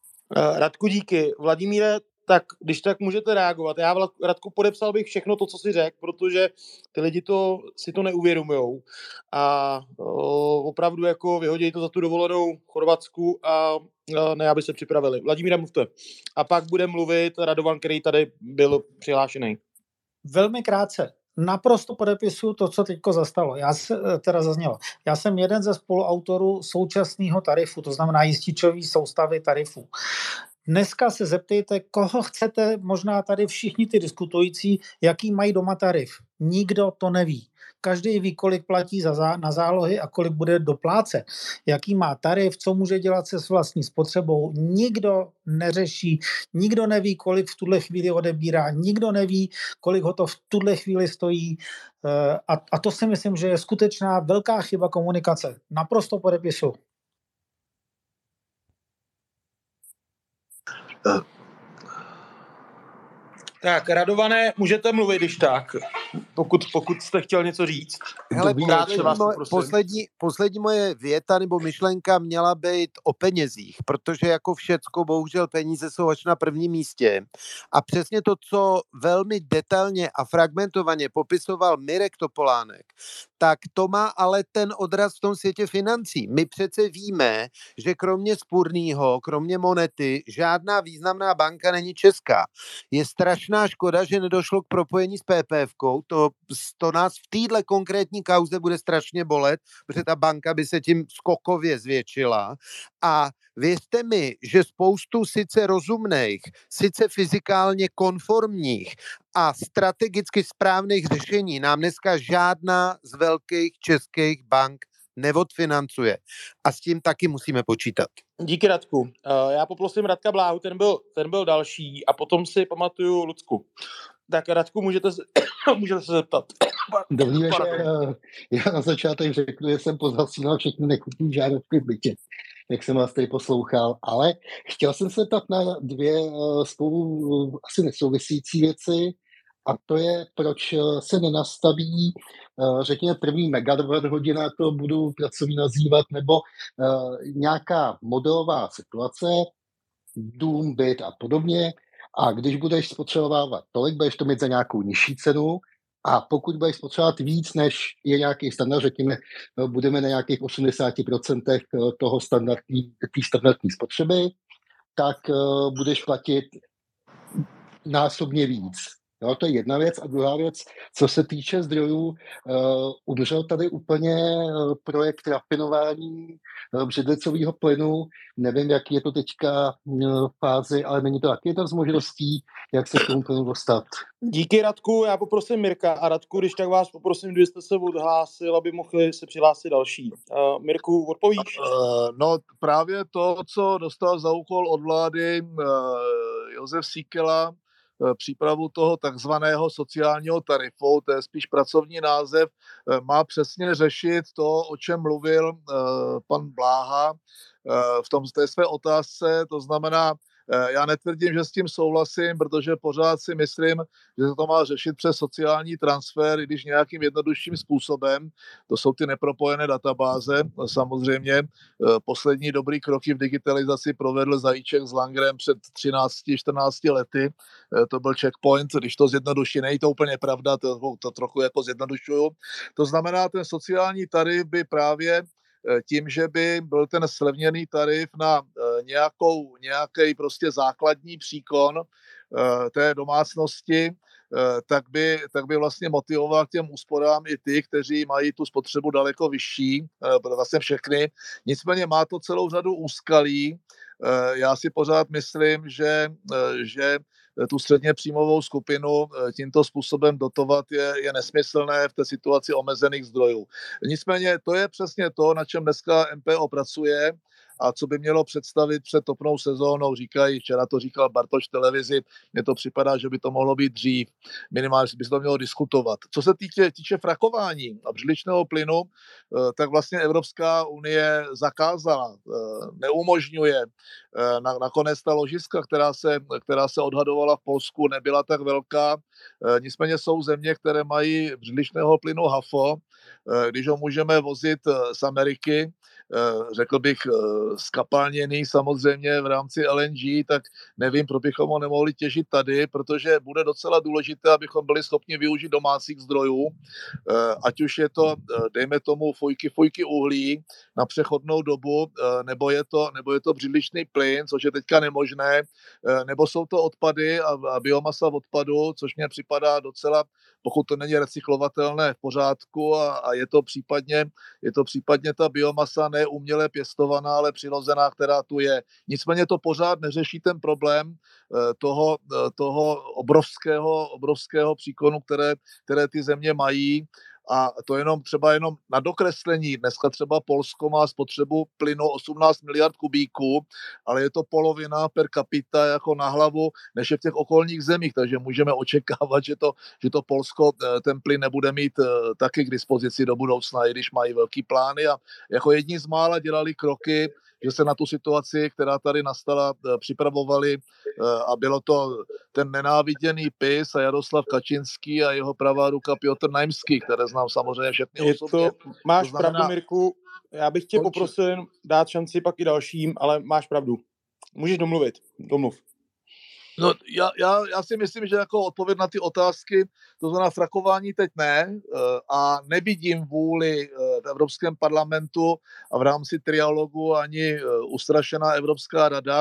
Radku, díky. Vladimíre, tak když tak můžete reagovat. Já, Radku, podepsal bych všechno to, co jsi řekl, protože ty lidi to, si to neuvědomujou a o, opravdu jako vyhodí to za tu dovolenou v Chorvatsku a, a ne, aby se připravili. Vladimíra, mluvte. A pak bude mluvit Radovan, který tady byl přihlášený. Velmi krátce. Naprosto podepisuju to, co teďko zastalo. Já se, teda zaznělo. Já jsem jeden ze spoluautorů současného tarifu, to znamená jističové soustavy tarifů. Dneska se zeptejte, koho chcete, možná tady všichni ty diskutující, jaký mají doma tarif. Nikdo to neví. Každý ví, kolik platí za zá, na zálohy a kolik bude doplácet. Jaký má tarif, co může dělat se s vlastní spotřebou. Nikdo neřeší, nikdo neví, kolik v tuhle chvíli odebírá, nikdo neví, kolik ho to v tuhle chvíli stojí. A, a to si myslím, že je skutečná velká chyba komunikace. Naprosto podepisu. Tak, Radované, můžete mluvit, když tak, pokud, pokud jste chtěl něco říct. Hele, poslední, moje, poslední, poslední moje věta nebo myšlenka měla být o penězích, protože jako všecko, bohužel peníze jsou až na prvním místě. A přesně to, co velmi detailně a fragmentovaně popisoval Mirek Topolánek, tak to má ale ten odraz v tom světě financí. My přece víme, že kromě Spurnýho, kromě Monety, žádná významná banka není česká. Je strašná škoda, že nedošlo k propojení s PPFkou. To, to nás v téhle konkrétní kauze bude strašně bolet, protože ta banka by se tím skokově zvětšila. A věřte mi, že spoustu sice rozumných, sice fyzikálně konformních a strategicky správných řešení nám dneska žádná z velkých českých bank neodfinancuje. A s tím taky musíme počítat. Díky, Radku. Já poprosím Radka Bláhu, ten byl, ten byl další a potom si pamatuju Lucku. Tak Radku, můžete se, můžete se zeptat. Dobrý večer. Já na začátek řeknu, že jsem pozasílal všechny nechutný žárovky v bytě, jak jsem vás tady poslouchal, ale chtěl jsem se ptat na dvě spolu asi nesouvisící věci, a to je, proč se nenastaví, řekněme, první megawatt hodina, to budu pracovní nazývat, nebo nějaká modelová situace, dům, byt a podobně, a když budeš spotřebovávat tolik, budeš to mít za nějakou nižší cenu, a pokud budeš spotřebovat víc, než je nějaký standard, řekněme, budeme na nějakých osmdesát procent toho standardní, té standardní spotřeby, tak budeš platit násobně víc. Jo, to je jedna věc. A druhá věc, co se týče zdrojů, uh, umřel tady úplně uh, projekt rafinování uh, břidlicového plynu. Nevím, jak je to teďka uh, fázi, ale není to taky jedna z možností, jak se k tomu plynu dostat. Díky, Radku. Já poprosím Mirka. A Radku, když tak vás poprosím, kdybyste se odhlásil, aby mohli se přihlásit další. Uh, Mirku, odpovíš? Uh, no právě to, co dostal za úkol od vlády, uh, Josef Síkela přípravu toho takzvaného sociálního tarifu, to je spíš pracovní název, má přesně řešit to, o čem mluvil pan Bláha v tom, té své otázce, to znamená, já netvrdím, že s tím souhlasím, protože pořád si myslím, že se to má řešit přes sociální transfer, i když nějakým jednodušším způsobem. To jsou ty nepropojené databáze. Samozřejmě poslední dobrý kroky v digitalizaci provedl Zajíček s Langrem před třinácti čtrnácti lety. To byl checkpoint, když to zjednoduší. Není to úplně pravda, to, to trochu jako zjednodušuju. To znamená, ten sociální tarif by právě tím, že by byl ten slevněný tarif na nějakou, nějaký prostě základní příkon té domácnosti, tak by, tak by vlastně motivoval k těm úsporám i ty, kteří mají tu spotřebu daleko vyšší, vlastně všechny. Nicméně má to celou řadu úskalí. Já si pořád myslím, že, že tu středně příjmovou skupinu tímto způsobem dotovat je, je nesmyslné v té situaci omezených zdrojů. Nicméně to je přesně to, na čem dneska M P O pracuje a co by mělo představit před topnou sezónou, říkají, včera to říkal Bartoš v televizi, mně to připadá, že by to mohlo být dřív, minimálně by se to mělo diskutovat. Co se týče, týče frakování a břidličného plynu, tak vlastně Evropská unie zakázala, neumožňuje. Nakonec ta ložiska, která se, která se odhadovala v Polsku, nebyla tak velká, nicméně jsou země, které mají břidličného plynu hafo, když ho můžeme vozit z Ameriky, řekl bych skapalněný samozřejmě v rámci L N G, tak nevím, proč bychom ho nemohli těžit tady, protože bude docela důležité, abychom byli schopni využít domácích zdrojů, ať už je to, dejme tomu, fojky, fojky uhlí na přechodnou dobu, nebo je to, nebo je to břidličný plyn, což je teďka nemožné, nebo jsou to odpady a, a biomasa v odpadu, což mně připadá docela, pokud to není recyklovatelné, v pořádku a, a je to případně, je to případně ta biomasa ne uměle pěstovaná, ale přirozená, která tu je. Nicméně to pořád neřeší ten problém toho, toho obrovského, obrovského příkonu, které, které ty země mají. A to jenom třeba jenom na dokreslení. Dneska třeba Polsko má spotřebu plynu osmnáct miliard kubíků, ale je to polovina per capita jako na hlavu, než je v těch okolních zemích, takže můžeme očekávat, že to, že to Polsko ten plyn nebude mít taky k dispozici do budoucna, i když mají velký plány a jako jedni z mála dělali kroky, že se na tu situaci, která tady nastala, připravovali a bylo to ten nenáviděný P I S a Jaroslav Kačinský a jeho pravá ruka Piotr Naimský, které znám samozřejmě všechny je osobně. To, máš to znamená, pravdu, Mirku, já bych tě poprosil dát šanci pak i dalším, ale máš pravdu. Můžeš domluvit, domluv. No, já, já, já si myslím, že jako odpověď na ty otázky, to znamená frakování teď ne a nevidím vůli v Evropském parlamentu a v rámci trialogu ani ustrašená Evropská rada,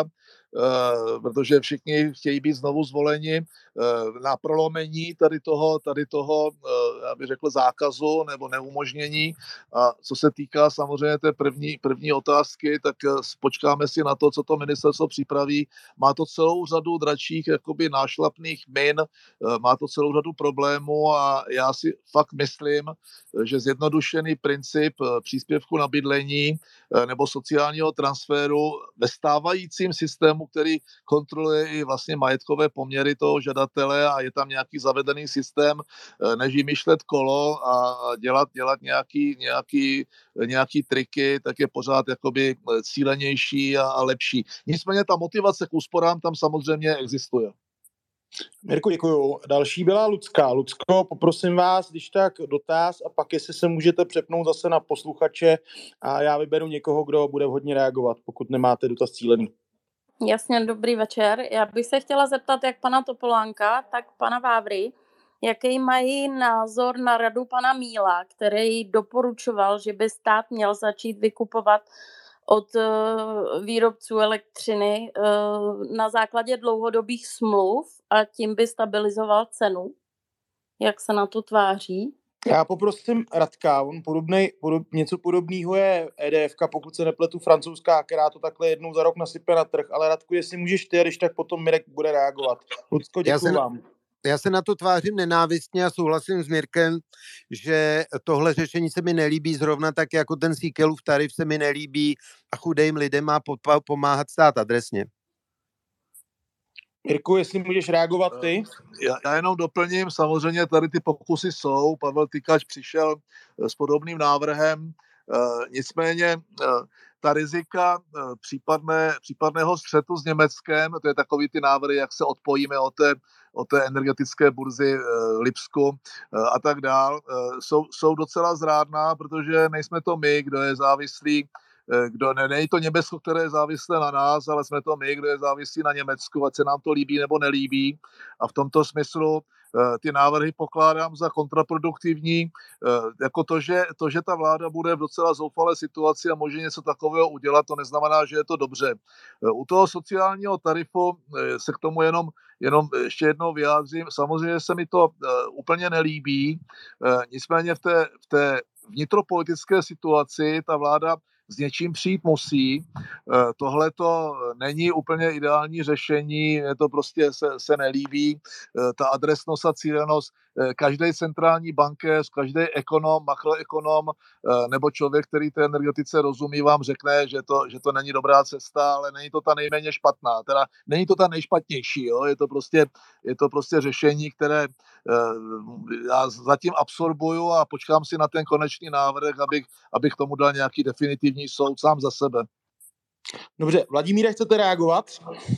protože všichni chtějí být znovu zvoleni na prolomení tady toho, tady toho, já bych řekl, zákazu nebo neumožnění. A co se týká samozřejmě té první, první otázky, tak počkáme si na to, co to ministerstvo připraví. Má to celou řadu dračích jakoby nášlapných min, má to celou řadu problémů a já si fakt myslím, že zjednodušený princip příspěvku na bydlení nebo sociálního transferu ve stávajícím systému, který kontroluje i vlastně majetkové poměry toho žadatele a je tam nějaký zavedený systém, než vymýšlet kolo a dělat, dělat nějaký, nějaký, nějaký triky, tak je pořád jakoby cílenější a, a lepší. Nicméně ta motivace k úsporám tam samozřejmě existuje. Mirku, děkuju. Další byla Lucka. Lucko, poprosím vás, když tak dotaz a pak jestli se můžete přepnout zase na posluchače a já vyberu někoho, kdo bude vhodně reagovat, pokud nemáte dotaz cílený. Jasně, dobrý večer. Já bych se chtěla zeptat jak pana Topolánka, tak pana Vávry, jaký mají názor na radu pana Míla, který doporučoval, že by stát měl začít vykupovat od výrobců elektřiny na základě dlouhodobých smluv a tím by stabilizoval cenu. Jak se na to tváří? Já poprosím Radka, on podobnej, podob, něco podobného je E D F ka, pokud se nepletu, francouzská, která to takhle jednou za rok nasype na trh, ale Radku, jestli můžeš ty, když tak potom Mirek bude reagovat. Lucko, děkuji vám. Já se na to tvářím nenávistně a souhlasím s Mirkem, že tohle řešení se mi nelíbí zrovna tak, jako ten Síkelův tarif se mi nelíbí a chudým lidem má pomáhat stát adresně. Jirku, jestli můžeš reagovat ty? Já, já jenom doplním, samozřejmě tady ty pokusy jsou, Pavel Tykač přišel s podobným návrhem, nicméně ta rizika případné, případného střetu s Německem, to je takový ty návrhy, jak se odpojíme od té, od té energetické burzy Lipsku a tak dál, jsou, jsou docela zrádná, protože nejsme to my, kdo je závislý, kdo ne, není to Německo, které je závislé na nás, ale jsme to my, kdo je závislý na Německu, ať se nám to líbí nebo nelíbí. A v tomto smyslu ty návrhy pokládám za kontraproduktivní, jako to, že, to, že ta vláda bude v docela zoufalé situaci a může něco takového udělat, to neznamená, že je to dobře. U toho sociálního tarifu se k tomu jenom, jenom ještě jednou vyjádřím. Samozřejmě se mi to úplně nelíbí, nicméně v té, v té vnitropolitické situaci ta vláda s něčím přijít musí. Tohle to není úplně ideální řešení, je to prostě se, se nelíbí. Ta adresnost a cílenost, každý centrální bankéř, každý ekonom, makroekonom nebo člověk, který té energetice rozumí, vám řekne, že to, že to není dobrá cesta, ale není to ta nejméně špatná. Teda není to ta nejšpatnější, jo? Je to prostě, je to prostě řešení, které já zatím absorbuju a počkám si na ten konečný návrh, abych, abych tomu dal nějaký definitivní soud sám za sebe. Dobře, Vladimíre, chcete reagovat?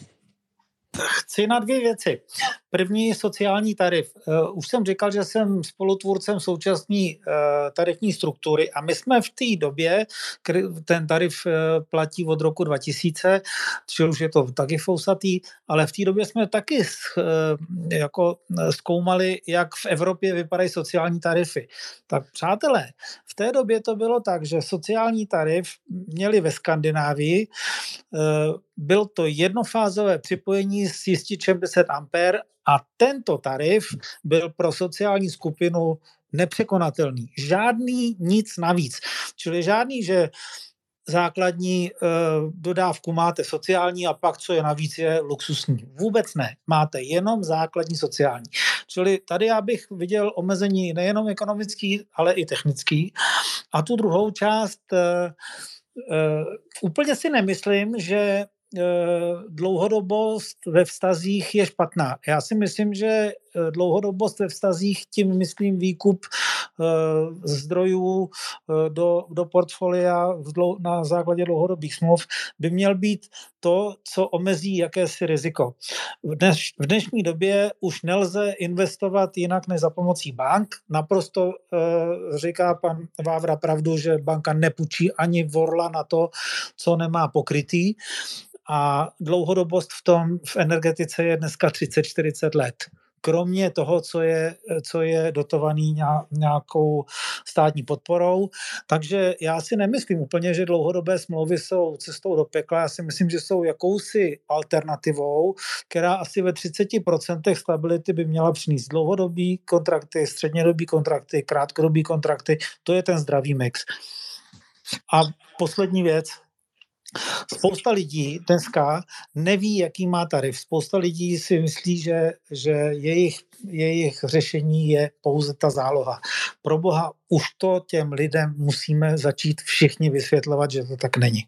Chci na dvě věci. První sociální tarif. Už jsem říkal, že jsem spolutvůrcem současné tarifní struktury a my jsme v té době, ten tarif platí od roku dva tisíce, čili už je to taky fousatý, ale v té době jsme taky jako zkoumali, jak v Evropě vypadají sociální tarify. Tak přátelé, v té době to bylo tak, že sociální tarif měli ve Skandinávii, byl to jednofázové připojení s jističem deset ampér a tento tarif byl pro sociální skupinu nepřekonatelný. Žádný nic navíc. Čili žádný, že základní e, dodávku máte sociální a pak, co je navíc, je luxusní. Vůbec ne. Máte jenom základní sociální. Čili tady já bych viděl omezení nejenom ekonomický, ale i technický. A tu druhou část e, e, úplně si nemyslím, že dlouhodobost ve vztazích je špatná. Já si myslím, že dlouhodobost ve vztazích, tím myslím výkup zdrojů do, do portfolia na základě dlouhodobých smluv, by měl být to, co omezí jakési riziko. V, dneš, v dnešní době už nelze investovat jinak než za pomocí bank. Naprosto říká pan Vávra pravdu, že banka nepůjčí ani vorla na to, co nemá pokrytý. A dlouhodobost v tom v energetice je dneska třicet čtyřicet let. Kromě toho, co je, co je dotovaný nějakou státní podporou. Takže já si nemyslím úplně, že dlouhodobé smlouvy jsou cestou do pekla. Já si myslím, že jsou jakousi alternativou, která asi ve třicet procent stability by měla přinést dlouhodobý kontrakty, střednědobý kontrakty, krátkodobý kontrakty. To je ten zdravý mix. A poslední věc. Spousta lidí dneska neví, jaký má tarif. Spousta lidí si myslí, že, že jejich, jejich řešení je pouze ta záloha. Proboha, už to těm lidem musíme začít všichni vysvětlovat, že to tak není.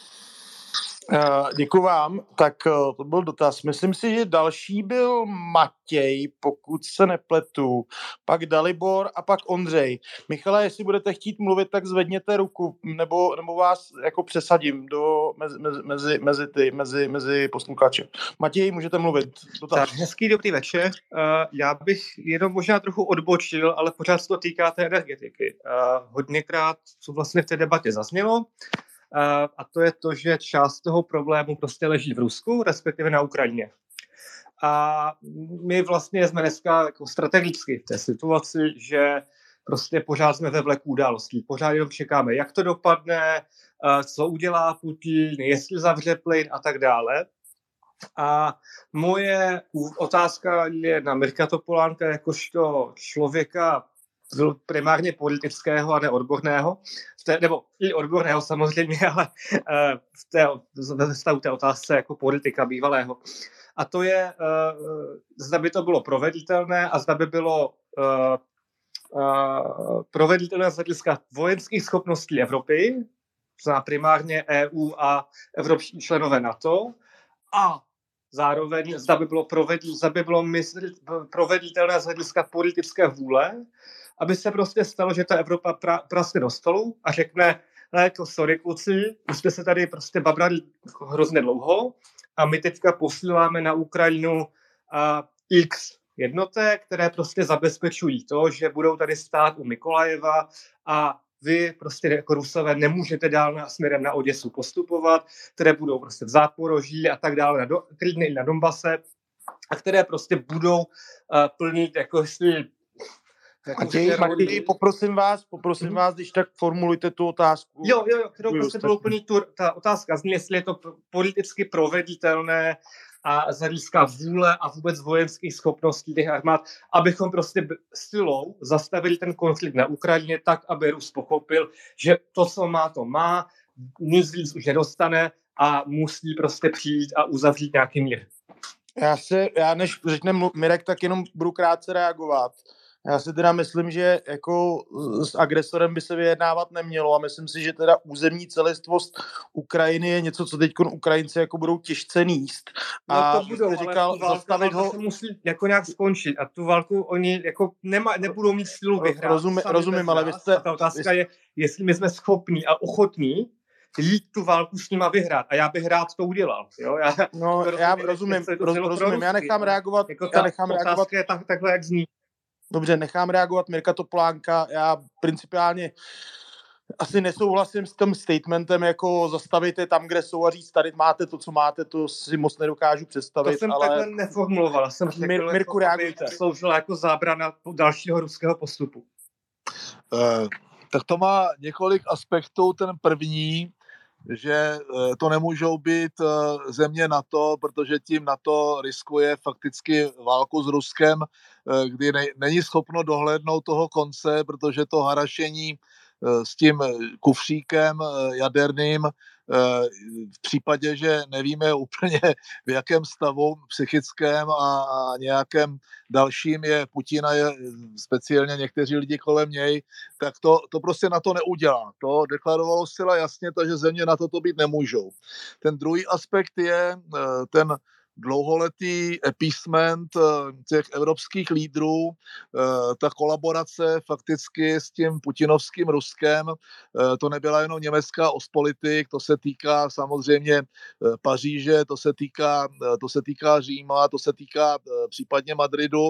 Děkuji vám. Tak to byl dotaz. Myslím si, že další byl Matěj, pokud se nepletu, pak Dalibor a pak Ondřej. Michale, jestli budete chtít mluvit, tak zvedněte ruku, nebo, nebo vás jako přesadím do, mezi, mezi, mezi, ty, mezi, mezi posluchače. Matěj, můžete mluvit. Dotaz. Tak, hezký dobrý večer. Uh, já bych jenom možná trochu odbočil, ale pořád se to týká té energetiky. Uh, hodněkrát, co vlastně v té debatě zaznělo, Uh, a to je to, že část toho problému prostě leží v Rusku, respektive na Ukrajině. A my vlastně jsme dneska jako strategicky v té situaci, že prostě pořád jsme ve vleku událostí. Pořád jenom čekáme, jak to dopadne, uh, co udělá Putin, jestli zavře plyn a tak dále. A moje otázka je na Mirka Topolánka jakožto člověka primárně politického a ne odborného, v té, nebo i odborného samozřejmě, ale uh, v té, ve stavu té otázce jako politika bývalého. A to je, uh, zda by to bylo proveditelné a zda by bylo uh, uh, proveditelné z hlediska vojenských schopností Evropy, to znamená primárně E U a evropští členové NATO, a zároveň zda by bylo, provedl, zda by bylo mysl, proveditelné z hlediska politické vůle, aby se prostě stalo, že ta Evropa pra, praskne do stolu a řekne, ne, jako sorry kluci, už jste se tady prostě babrali hrozně dlouho a my teďka posíláme na Ukrajinu a X jednotek, které prostě zabezpečují to, že budou tady stát u Mykolajeva a vy prostě jako Rusové nemůžete dál na, směrem na Oděsu postupovat, které budou prostě v Záporoží a tak dále, na do, klidně i na Donbase, a které prostě budou uh, plnit jako jestli Jako Matěj, Matěj, poprosím vás, poprosím mm-hmm. vás, když tak formulujte tu otázku. Jo, jo, jo, kterou prostě bylo plnit tu, ta otázka zní, jestli je to politicky proveditelné a z hlediska vůle a vůbec vojenských schopností těch armád, abychom prostě silou zastavili ten konflikt na Ukrajině tak, aby Rus pochopil, že to, co má, to má, nic víc už nedostane a musí prostě přijít a uzavřít nějaký mír. Já se, já než řekne Mirek, tak jenom budu krátce reagovat. Já si teda myslím, že jako s agresorem by se vyjednávat nemělo a myslím si, že teda územní celistvost Ukrajiny je něco, co teď Ukrajinci jako budou těžce níst. A no to budou, říkal, ale zastavit ho... se musí jako nějak skončit a tu válku oni jako nema, nebudou mít sílu vyhrát. Rozumím, rozumím ale vy jste... A ta otázka je, jestli my jsme schopní a ochotní jít tu válku s nima vyhrát. A já bych rád to udělal. Jo? Já, no, to já rozumím, roz, rozumím. Já nechám reagovat. Jako já nechám reagovat. Je tak, takhle, jak zní. Dobře, nechám reagovat Mirka Topolánka. Já principiálně asi nesouhlasím s tím statementem, jako zastavíte tam, kde jsou a říct, tady máte to, co máte, to si moc nedokážu představit. To jsem ale... takhle neformuloval. Jsem řekl, Mir, Mirku, jako, reagujte. Sloužila jako zábrana dalšího ruského postupu. Uh, tak to má několik aspektů. Ten první, že to nemůžou být země NATO, protože tím NATO riskuje fakticky válku s Ruskem, kdy ne, není schopno dohlédnout toho konce, protože to harašení s tím kufříkem jaderným v případě, že nevíme úplně v jakém stavu psychickém a, a nějakém dalším je Putina, je speciálně někteří lidi kolem něj, tak to, to prostě na to neudělá. To deklarovalo zcela jasně, takže země na to to být nemůžou. Ten druhý aspekt je ten dlouholetý appeasement těch evropských lídrů, ta kolaborace fakticky s tím putinovským Ruskem, to nebyla jenom německá ostpolitik, to se týká samozřejmě Paříže, to se týká, to se týká Říma, to se týká případně Madridu.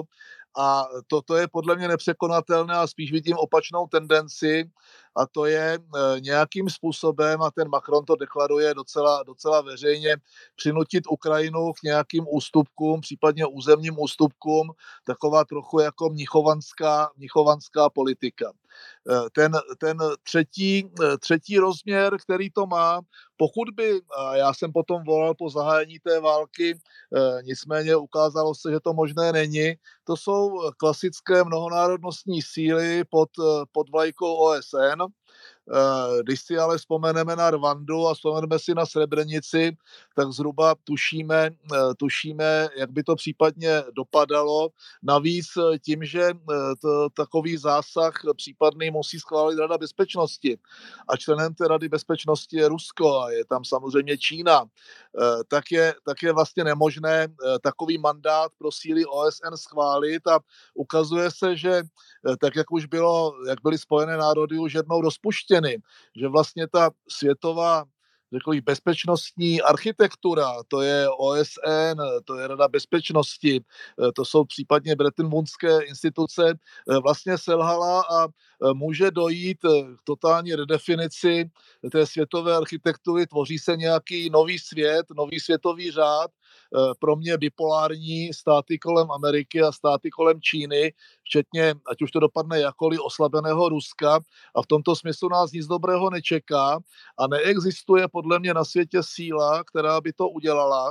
A toto je podle mě nepřekonatelné a spíš vidím opačnou tendenci a to je nějakým způsobem, a ten Macron to deklaruje docela, docela veřejně, přinutit Ukrajinu k nějakým ústupkům, případně územním ústupkům, taková trochu jako mnichovanská, mnichovanská politika. Ten, ten třetí, třetí rozměr, který to má, pokud by, a já jsem potom volal po zahájení té války, nicméně ukázalo se, že to možné není, to jsou klasické mnohonárodnostní síly pod, pod vlajkou O S N. Když si ale vzpomeneme na Rwandu a vzpomeneme si na Srebrenici, tak zhruba tušíme, tušíme, jak by to případně dopadalo. Navíc tím, že to, takový zásah případný musí schválit Rada bezpečnosti a členem té Rady bezpečnosti je Rusko a je tam samozřejmě Čína, tak je, tak je vlastně nemožné takový mandát pro síly O S N schválit a ukazuje se, že tak, jak už bylo, jak byly Spojené národy už jednou rozpuštěny, že vlastně ta světová, řekl bych, bezpečnostní architektura, to je O S N, to je Rada bezpečnosti, to jsou případně Bretton Woodské instituce, vlastně selhala a může dojít k totální redefinici té světové architektury, tvoří se nějaký nový svět, nový světový řád, pro mě bipolární státy kolem Ameriky a státy kolem Číny, včetně, ať už to dopadne jakoliv, oslabeného Ruska a v tomto smyslu nás nic dobrého nečeká a neexistuje podle mě na světě síla, která by to udělala,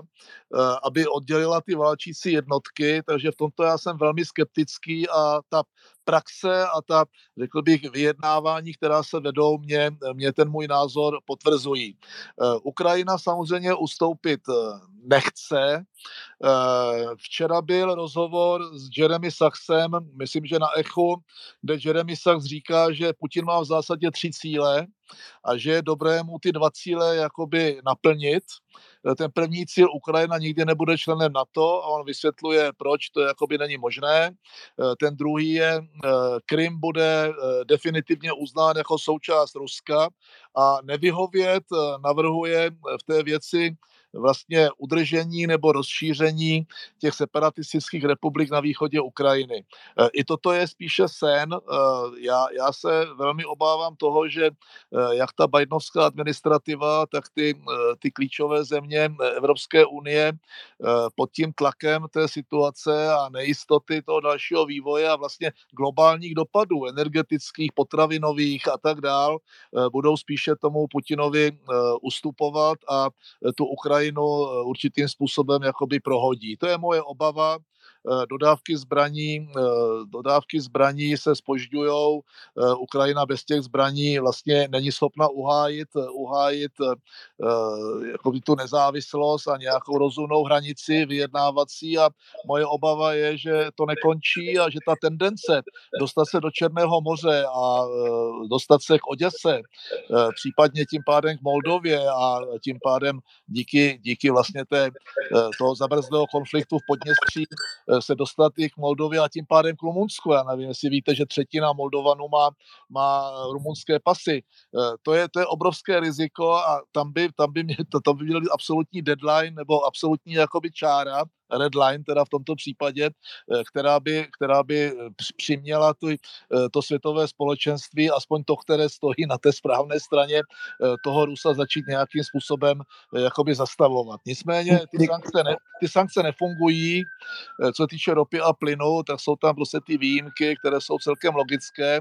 aby oddělila ty válčící jednotky, takže v tomto já jsem velmi skeptický a ta praxe a ta, řekl bych, vyjednávání, která se vedou, mě, mě ten můj názor potvrzují. Ukrajina samozřejmě ustoupit nechce, Včera byl rozhovor s Jeremy Sachsem, myslím, že na Echu, kde Jeremy Sachs říká, že Putin má v zásadě tři cíle a že je dobré mu ty dva cíle jakoby naplnit. Ten první cíl, Ukrajina nikdy nebude členem NATO, a on vysvětluje, proč to jakoby není možné. Ten druhý je, Krym bude definitivně uznán jako součást Ruska a nevyhovět navrhuje v té věci vlastně udržení nebo rozšíření těch separatistických republik na východě Ukrajiny. I toto je spíše sen. Já, já se velmi obávám toho, že jak ta bidenovská administrativa, tak ty, ty klíčové země Evropské unie pod tím tlakem té situace a nejistoty toho dalšího vývoje a vlastně globálních dopadů energetických, potravinových a tak dál budou spíše tomu Putinovi ustupovat a tu Ukrajinu určitým způsobem jakoby prohodí. To je moje obava. Dodávky zbraní, dodávky zbraní se zpožďujou. Ukrajina bez těch zbraní vlastně není schopna uhájit, uhájit jakoby tu nezávislost a nějakou rozumnou hranici vyjednávací a moje obava je, že to nekončí a že ta tendence dostat se do Černého moře a dostat se k Oděse, případně tím pádem k Moldově a tím pádem díky, díky vlastně té, toho zabrzlého konfliktu v Podněstří se dostat i k Moldově a tím pádem k Rumunsku. Já nevím, jestli víte, že třetina Moldovanů má, má rumunské pasy. To je, to je obrovské riziko a tam by, tam by, mě, tam by měl absolutní deadline nebo absolutní jakoby čára, red line teda v tomto případě, která by, která by přiměla tu, to světové společenství, aspoň to, které stojí na té správné straně toho Rusa, začít nějakým způsobem jakoby zastavovat. Nicméně ty sankce, ne, ty sankce nefungují. Co se týče ropy a plynu, tak jsou tam prostě ty výjimky, které jsou celkem logické.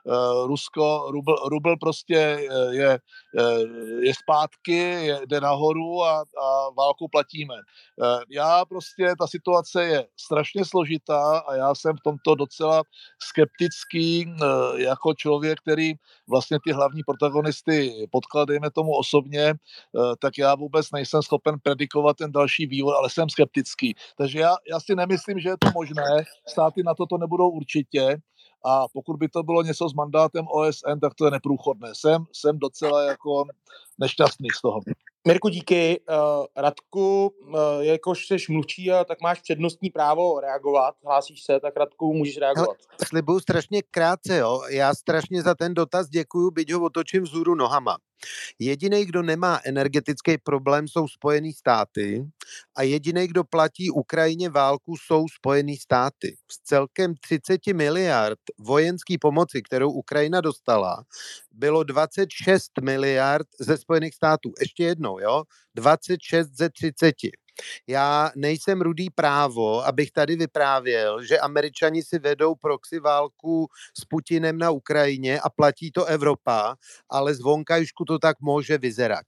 Rusko, rubl, rubl prostě je, je zpátky, je, jde nahoru a, a válku platíme. Já prostě ta situace je strašně složitá a já jsem v tomto docela skeptický jako člověk, který vlastně ty hlavní protagonisty potkal, dejme tomu osobně, tak já vůbec nejsem schopen predikovat ten další vývoj, ale jsem skeptický. Takže já, já si nemyslím, že je to možné. Státy na to to nebudou určitě. A pokud by to bylo něco s mandátem O S N, tak to je neprůchodné. Jsem, jsem docela jako nešťastný z toho. Mirku, díky. Uh, Radku, uh, jakož jsi mluvčí, tak máš přednostní právo reagovat. Hlásíš se, tak Radku, můžeš reagovat. Hele, slibuju strašně krátce, jo. Já strašně za ten dotaz děkuju, byť ho otočím vzhůru nohama. Jediný, kdo nemá energetický problém, jsou Spojené státy a jediný, kdo platí Ukrajině válku, jsou Spojené státy. Z celkem třicet miliard vojenské pomoci, kterou Ukrajina dostala, bylo dvacet šest miliard ze Spojených států. Ještě jednou, jo? dvacet šest ze třiceti. Já nejsem Rudý právo, abych tady vyprávěl, že Američani si vedou proxy válku s Putinem na Ukrajině a platí to Evropa, ale zvonkajšku to tak může vyzerať.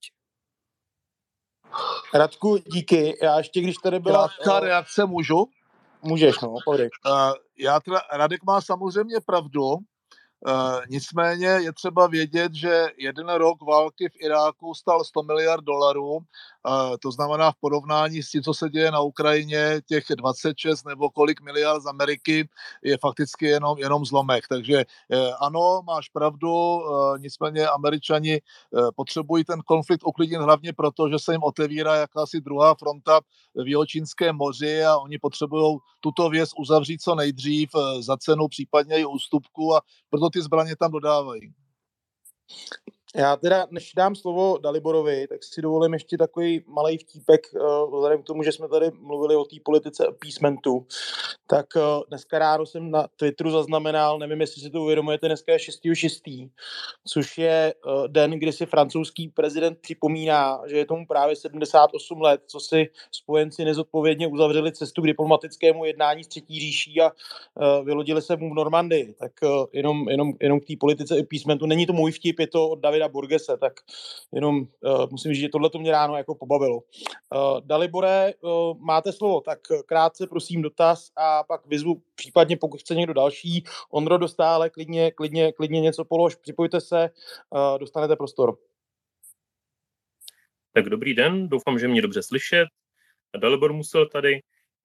Radku, díky. Já ještě, když tady byla... Krátká reakce můžu? Můžeš, no, pověď. Uh, já teda, Radek má samozřejmě pravdu, Uh, nicméně je třeba vědět, že jeden rok války v Iráku stál sto miliard dolarů, uh, to znamená v porovnání s tím, co se děje na Ukrajině, těch dvacet šest nebo kolik miliard z Ameriky je fakticky jenom, jenom zlomek. Takže uh, ano, máš pravdu, uh, nicméně Američani uh, potřebují ten konflikt uklidnit hlavně proto, že se jim otevírá jakási druhá fronta v Jihočínském moři a oni potřebují tuto věc uzavřít co nejdřív uh, za cenu případně i ústupku a proto ty zbraně tam dodávají. Já teda, než dám slovo Daliborovi, tak si dovolím ještě takový malej vtípek, uh, vzhledem k tomu, že jsme tady mluvili o té politice appeasementu. Tak uh, dneska ráno jsem na Twitteru zaznamenal, nevím, jestli si to uvědomujete, dneska je šestého šestého, což je uh, den, kdy si francouzský prezident připomíná, že je tomu právě sedmdesát osm let, co si spojenci nezodpovědně uzavřeli cestu k diplomatickému jednání s Třetí říší a uh, vylodili se mu v Normandii. Tak uh, jenom, jenom, jenom k té politice appeasementu. Není to můj vtip, je to od Davida Burgese, tak jenom uh, musím říct, že tohle to mě ráno jako pobavilo. Uh, Dalibore, uh, máte slovo, tak krátce prosím dotaz a pak vyzvu případně, pokud chce někdo další. Ondro Dostále, klidně, klidně, klidně něco polož, připojte se, uh, dostanete prostor. Tak dobrý den, doufám, že mě dobře slyšet. Dalibor Musil tady.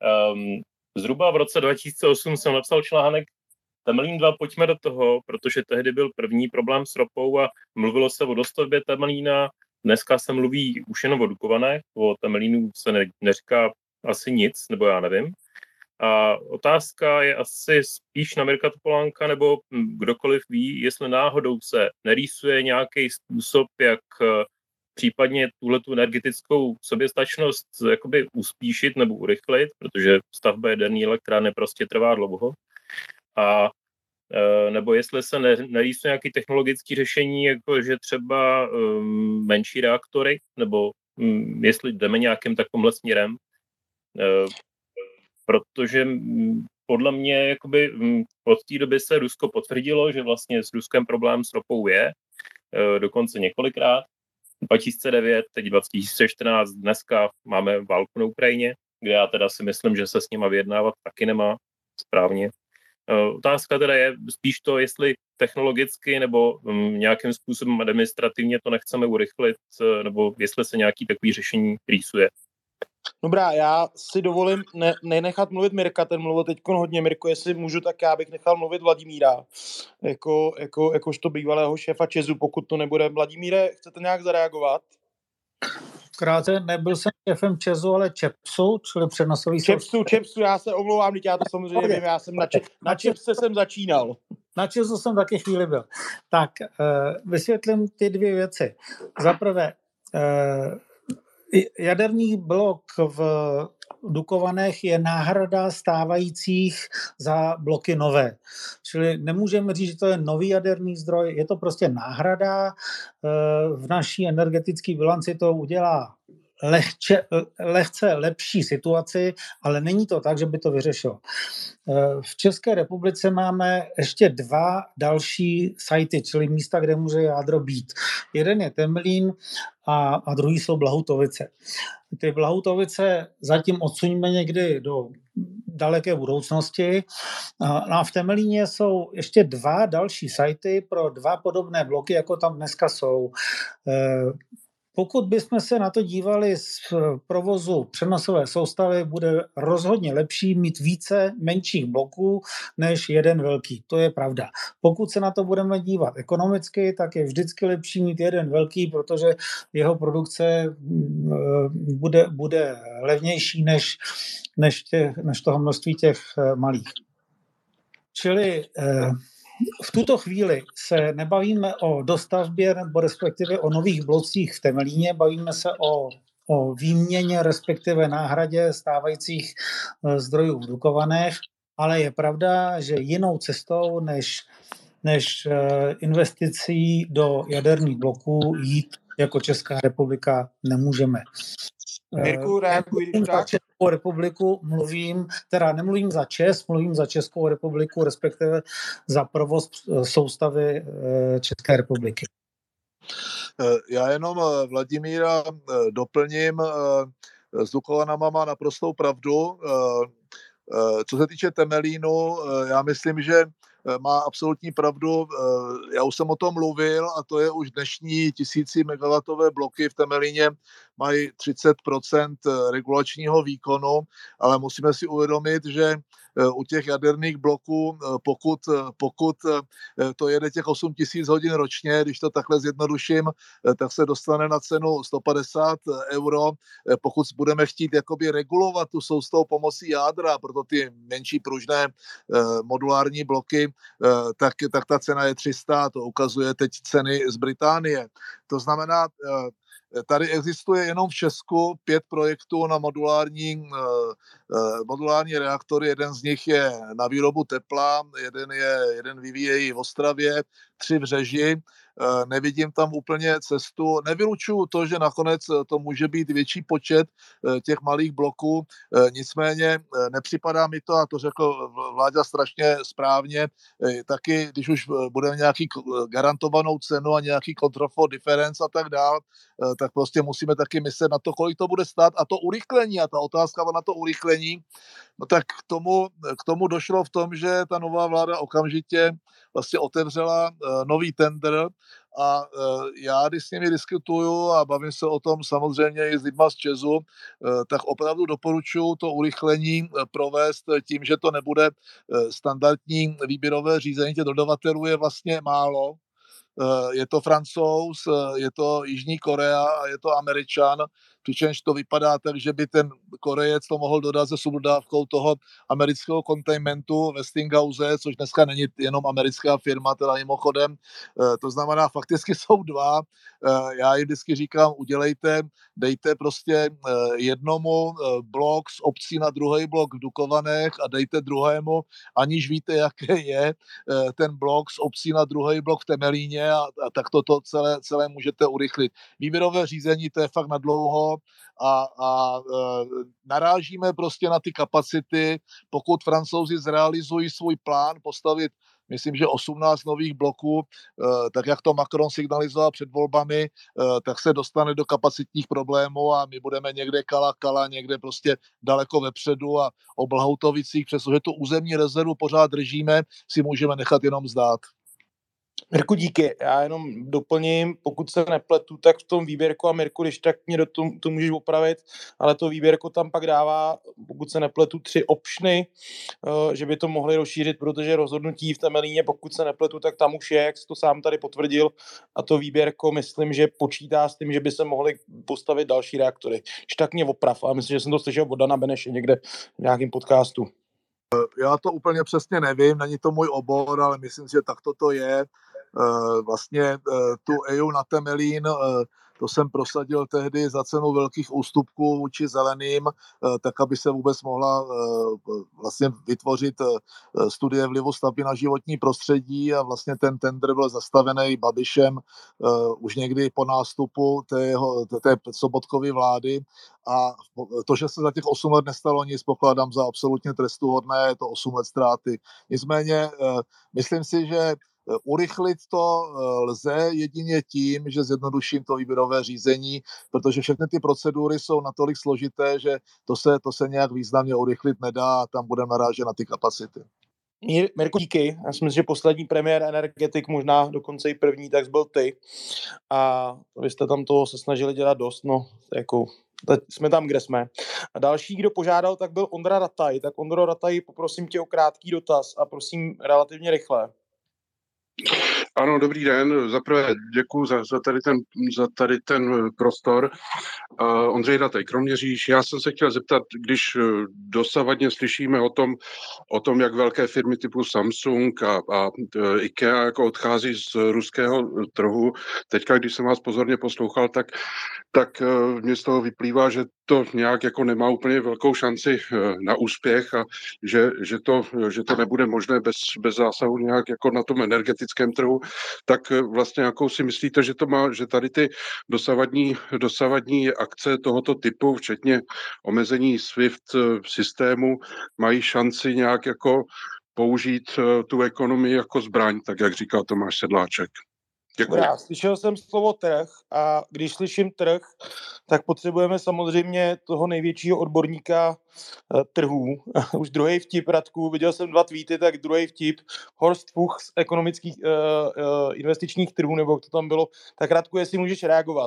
Um, zhruba v roce dva tisíce osm jsem napsal článek Temelín dva, pojďme do toho, protože tehdy byl první problém s ropou a mluvilo se o dostavbě Temelína. Dneska se mluví už jenom o Dukovanech, o Temelínu se ne, neříká asi nic, nebo já nevím. A otázka je asi spíš na Mirka Topolánka, nebo kdokoliv ví, jestli náhodou se nerýsuje nějaký způsob, jak případně tuhletu energetickou soběstačnost jakoby uspíšit nebo urychlit, protože stavba jaderné elektrárny prostě trvá dlouho. A nebo jestli se nerýsuje nějaké technologické řešení, jako že třeba um, menší reaktory, nebo um, jestli jdeme nějakým takovým směrem, uh, protože um, podle mě jakoby, um, od té doby se Rusko potvrdilo, že vlastně s Ruskem problém s ropou je, uh, dokonce několikrát. dva tisíce devět, teď dva tisíce čtrnáct, dneska máme válku na Ukrajině, kde já teda si myslím, že se s nima vyjednávat taky nemá správně. Otázka teda je spíš to, jestli technologicky nebo um, nějakým způsobem administrativně to nechceme urychlit, nebo jestli se nějaký takový řešení rýsuje. Dobrá, já si dovolím ne, nenechat mluvit Mirka, ten mluvil teď hodně. Mirko, jestli můžu, tak já bych nechal mluvit Vladimíra, jako, jako, jakožto bývalého šéfa ČEZu, pokud to nebude. Vladimíre, chcete nějak zareagovat? Krátce, nebyl jsem šéfem ČEZu, ale ČEPSu, čili přenosový ČEPSu, ČEPSu, já se omlouvám, já to samozřejmě vím, já jsem na, če- na ČEPSu jsem začínal. Na ČEZu jsem taky chvíli byl. Tak, vysvětlím ty dvě věci. Za prvé, jaderný blok v Dukovanech je náhrada stávajících za bloky nové. Čili nemůžeme říct, že to je nový jaderný zdroj, je to prostě náhrada. V naší energetické bilanci to udělá lehče, lehce lepší situaci, ale není to tak, že by to vyřešilo. V České republice máme ještě dva další sajty, čili místa, kde může jádro být. Jeden je Temelín a, a druhý jsou Blahutovice. Ty Blahutovice zatím odsuňme někdy do daleké budoucnosti. A v Temelíně jsou ještě dva další sajty pro dva podobné bloky, jako tam dneska jsou. Pokud bychom se na to dívali z provozu přenosové soustavy, bude rozhodně lepší mít více menších bloků než jeden velký. To je pravda. Pokud se na to budeme dívat ekonomicky, tak je vždycky lepší mít jeden velký, protože jeho produkce bude, bude levnější než, než, těch, než toho množství těch malých. Čili v tuto chvíli se nebavíme o dostavbě nebo respektive o nových blocích v Temelíně, bavíme se o, o výměně respektive náhradě stávajících zdrojů v Dukovanech, ale je pravda, že jinou cestou než, než investicí do jaderných bloků jít jako Česká republika nemůžeme. Mirku, reaguji, když za Českou republiku mluvím, teda nemluvím za ČEZ, mluvím za Českou republiku, respektive za provoz soustavy České republiky. Já jenom Vladimíra doplním, s Dukovanama má naprostou pravdu. Co se týče Temelínu, já myslím, že má absolutní pravdu. Já už jsem o tom mluvil a to je už dnešní tisíci megawattové bloky v Temelíně mají třicet procent regulačního výkonu, ale musíme si uvědomit, že u těch jaderných bloků, pokud, pokud to jede těch osm tisíc hodin ročně, když to takhle zjednoduším, tak se dostane na cenu sto padesát euro. Pokud budeme chtít jakoby regulovat tu soustavu pomocí jádra, proto ty menší pružné modulární bloky, tak, tak ta cena je tři sta, to ukazuje teď ceny z Británie. To znamená, tady existuje jenom v Česku pět projektů na modulární, modulární reaktory. Jeden z nich je na výrobu tepla, jeden, je, jeden vyvíjejí v Ostravě, tři v Řeži. Nevidím tam úplně cestu. Nevylučuju to, že nakonec to může být větší počet těch malých bloků. Nicméně nepřipadá mi to, a to řekl Vláďa strašně správně, taky, když už budeme nějaký garantovanou cenu a nějaký control for difference a tak dál, tak prostě musíme taky myslet na to, kolik to bude stát a to urychlení. A ta otázka na to urychlení, No tak k tomu, k tomu došlo v tom, že ta nová vláda okamžitě vlastně otevřela uh, nový tender a uh, já, když s nimi diskutuju a bavím se o tom samozřejmě i s lidma z ČEZu, uh, tak opravdu doporučuji to urychlení uh, provést tím, že to nebude uh, standardní výběrové řízení těch dodavatelů je vlastně málo. Je to Francouz, je to Jižní Korea a je to Američan, přičemž to vypadá tak, že by ten Korejec to mohl dodat se subdodávkou toho amerického containmentu Westinghouse, což dneska není jenom americká firma, teda mimochodem. To znamená, fakticky jsou dva. Já jim vždycky říkám, udělejte, dejte prostě jednomu blok z obcí na druhý blok v Dukovanech a dejte druhému, aniž víte, jaký je ten blok z obcí na druhý blok v Temelíně a, a tak toto celé, celé můžete urychlit. Výběrové řízení to je fakt na dlouho a, a e, narážíme prostě na ty kapacity, pokud Francouzi zrealizují svůj plán postavit myslím, že osmnáct nových bloků, tak jak to Macron signalizoval před volbami, tak se dostane do kapacitních problémů a my budeme někde kala, kala, někde prostě daleko vepředu a o Blahoutovicích, přestože tu územní rezervu pořád držíme, si můžeme nechat jenom zdát. Mirku, díky. Já jenom doplním, pokud se nepletu, tak v tom výběrku, a Mirku, když tak mě do to, to můžeš opravit, ale to výběrko tam pak dává, pokud se nepletu, tři opšny, že by to mohli rozšířit, protože rozhodnutí v Temelíně, pokud se nepletu, tak tam už je, jak jsi to sám tady potvrdil, a to výběrko, myslím, že počítá s tím, že by se mohly postavit další reaktory. Když tak mě oprav, a myslím, že jsem to slyšel od Dana Beneše někde v nějakém podcastu. Já to úplně přesně nevím, není to můj obor, ale myslím si, že takto to je. Vlastně tu E U na Temelín, to jsem prosadil tehdy za cenu velkých ústupků vůči zeleným, tak aby se vůbec mohla vlastně vytvořit studie vlivu stavby na životní prostředí a vlastně ten tender byl zastavený Babišem už někdy po nástupu té, té Sobotkovy vlády a to, že se za těch osm let nestalo nic, pokládám za absolutně trestuhodné, je to osm let ztráty. Nicméně myslím si, že urychlit to lze jedině tím, že zjednoduším to výběrové řízení, protože všechny ty procedury jsou natolik složité, že to se, to se nějak významně urychlit nedá a tam budeme narážet na ty kapacity. Mirko, díky. Já si myslím, že poslední premiér energetik, možná dokonce i první, tak byl ty. A vy jste tam toho se snažili dělat dost, no, jako teď jsme tam, kde jsme. A další, kdo požádal, tak byl Ondra Rataj. Tak Ondro Rataj, poprosím tě o krátký dotaz a prosím relativně rychle. Ano, dobrý den. Zaprvé děkuji za, za, tady ten, za tady ten prostor. Uh, Ondřej Rataj, Kroměříž. Já jsem se chtěl zeptat, když dosavadně slyšíme o tom, o tom, jak velké firmy typu Samsung a, a IKEA jako odchází z ruského trhu. Teďka, když jsem vás pozorně poslouchal, tak, tak uh, mě z toho vyplývá, že to nějak jako nemá úplně velkou šanci uh, na úspěch a že, že, to, že to nebude možné bez, bez zásahu nějak jako na tom energetickém trhu. Tak vlastně jakou si myslíte, že to má, že tady ty dosavadní, dosavadní akce tohoto typu, včetně omezení SWIFT systému, mají šanci nějak jako použít tu ekonomii jako zbraň, tak jak říkal Tomáš Sedláček? Děkuji. Já slyšel jsem slovo trh a když slyším trh, tak potřebujeme samozřejmě toho největšího odborníka eh, trhů. Už druhý vtip, Radku, viděl jsem dva tweety, tak druhý vtip, Horst Fuchs z ekonomických eh, eh, investičních trhů, nebo jak to tam bylo. Tak Radku, jestli můžeš reagovat.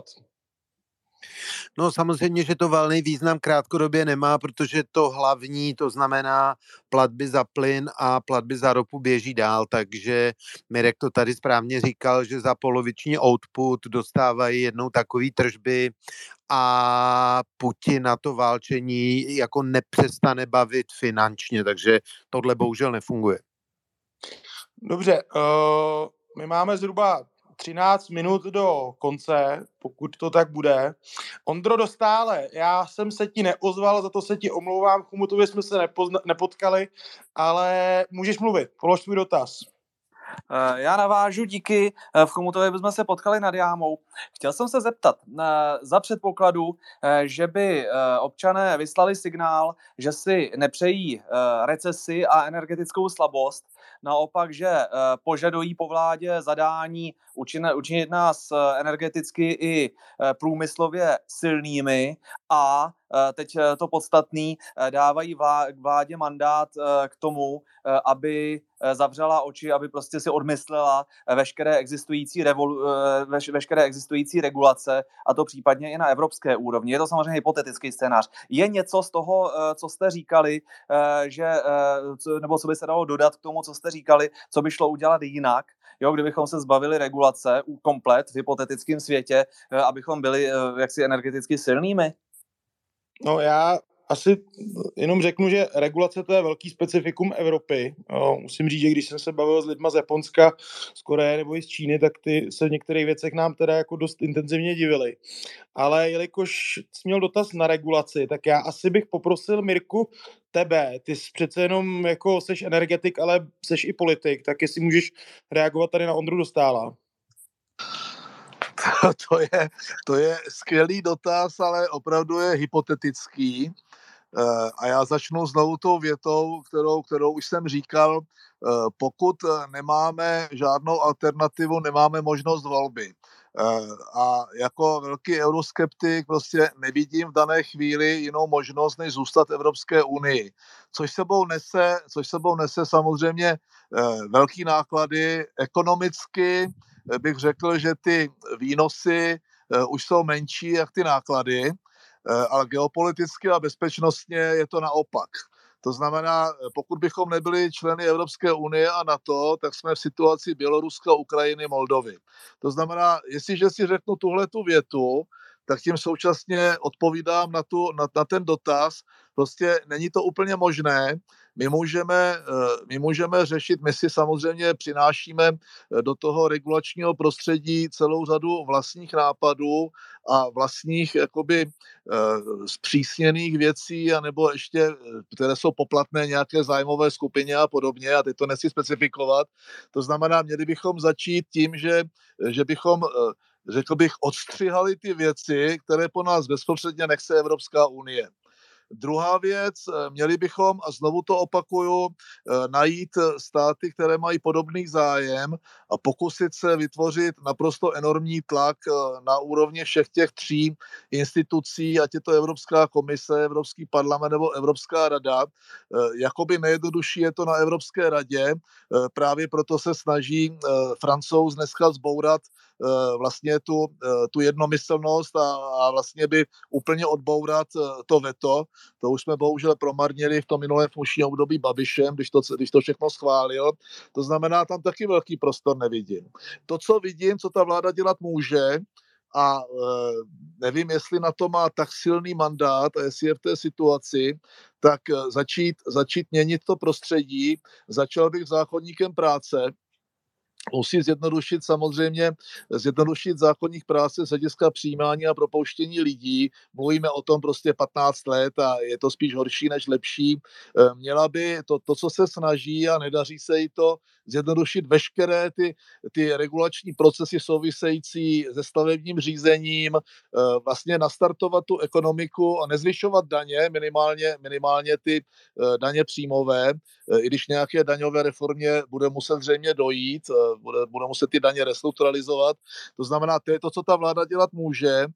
No samozřejmě, že to valný význam krátkodobě nemá, protože to hlavní, to znamená platby za plyn a platby za ropu běží dál, takže Mirek to tady správně říkal, že za poloviční output dostávají jednou takový tržby a Putin na to válčení jako nepřestane bavit finančně, takže tohle bohužel nefunguje. Dobře, uh, my máme zhruba třináct minut do konce, pokud to tak bude. Ondro Dostále, já jsem se ti neozval, za to se ti omlouvám, k Chomutově jsme se nepozna- nepotkali, ale můžeš mluvit, polož tvůj dotaz. Já navážu, díky. V Chomutově bychom se potkali nad Jámou. Chtěl jsem se zeptat, za předpokladu, že by občané vyslali signál, že si nepřejí recesi a energetickou slabost, naopak, že požadují po vládě zadání učinit nás energeticky i průmyslově silnými a teď to podstatný, dávají vládě mandát k tomu, aby zavřela oči, aby prostě si odmyslela veškeré existující, revolu, veš, veškeré existující regulace, a to případně i na evropské úrovni. Je to samozřejmě hypotetický scénář. Je něco z toho, co jste říkali, že, nebo co by se dalo dodat k tomu, co jste říkali, co by šlo udělat jinak, jo, kdybychom se zbavili regulace komplet v hypotetickém světě, abychom byli jaksi energeticky silnými? No já asi jenom řeknu, že regulace to je velký specifikum Evropy. No, musím říct, že když jsem se bavil s lidma z Japonska, z Koreje nebo i z Číny, tak ty se v některých věcech nám teda jako dost intenzivně divili. Ale jelikož jsi měl dotaz na regulaci, tak já asi bych poprosil, Mirku, tebe, ty jsi přece jenom jako seš energetik, ale seš i politik, tak jestli můžeš reagovat tady na Ondru Dostála. To je, to je skvělý dotaz, ale opravdu je hypotetický. A já začnu znovu tou větou, kterou, kterou už jsem říkal. Pokud nemáme žádnou alternativu, nemáme možnost volby. A jako velký euroskeptik prostě nevidím v dané chvíli jinou možnost, než zůstat v Evropské unii. Což sebou nese, což sebou nese samozřejmě velký náklady ekonomicky. Bych řekl, že ty výnosy už jsou menší jak ty náklady, ale geopoliticky a bezpečnostně je to naopak. To znamená, pokud bychom nebyli členy Evropské unie a NATO, tak jsme v situaci Běloruska, Ukrajiny, Moldovy. To znamená, jestliže si řeknu tuhletu větu, tak tím současně odpovídám na, tu, na, na ten dotaz. Prostě není to úplně možné. My můžeme, my můžeme řešit, my si samozřejmě přinášíme do toho regulačního prostředí celou řadu vlastních nápadů a vlastních jakoby zpřísněných věcí, anebo ještě, které jsou poplatné nějaké zájmové skupině a podobně, a teď to nechci specifikovat. To znamená, měli bychom začít tím, že, že bychom, řekl bych, odstřihali ty věci, které po nás bezprostředně nechce Evropská unie. Druhá věc, měli bychom, a znovu to opakuju, najít státy, které mají podobný zájem a pokusit se vytvořit naprosto enormní tlak na úrovni všech těch tří institucí, ať je to Evropská komise, Evropský parlament nebo Evropská rada. Jakoby nejjednodušší je to na Evropské radě, právě proto se snaží Francouz dneska zbourat vlastně tu, tu jednomyslnost a, a vlastně by úplně odbourat to veto. To už jsme bohužel promarnili v tom minulém funkčním období Babišem, když to, když to všechno schválil. To znamená, tam taky velký prostor nevidím. To, co vidím, co ta vláda dělat může, a e, nevím, jestli na to má tak silný mandát a jestli je v té situaci, tak začít, začít měnit to prostředí. Začal bych zákoníkem práce. Musí zjednodušit samozřejmě, zjednodušit zákonník práce z hlediska přijímání a propouštění lidí. Mluvíme o tom prostě patnáct let a je to spíš horší než lepší. Měla by to, to co se snaží a nedaří se jí to, zjednodušit veškeré ty, ty regulační procesy související se stavebním řízením, vlastně nastartovat tu ekonomiku a nezvyšovat daně, minimálně, minimálně ty daně příjmové, i když nějaké daňové reformě bude muset zřejmě dojít, bude, bude muset ty daně restrukturalizovat. To znamená, to je to, co ta vláda dělat může.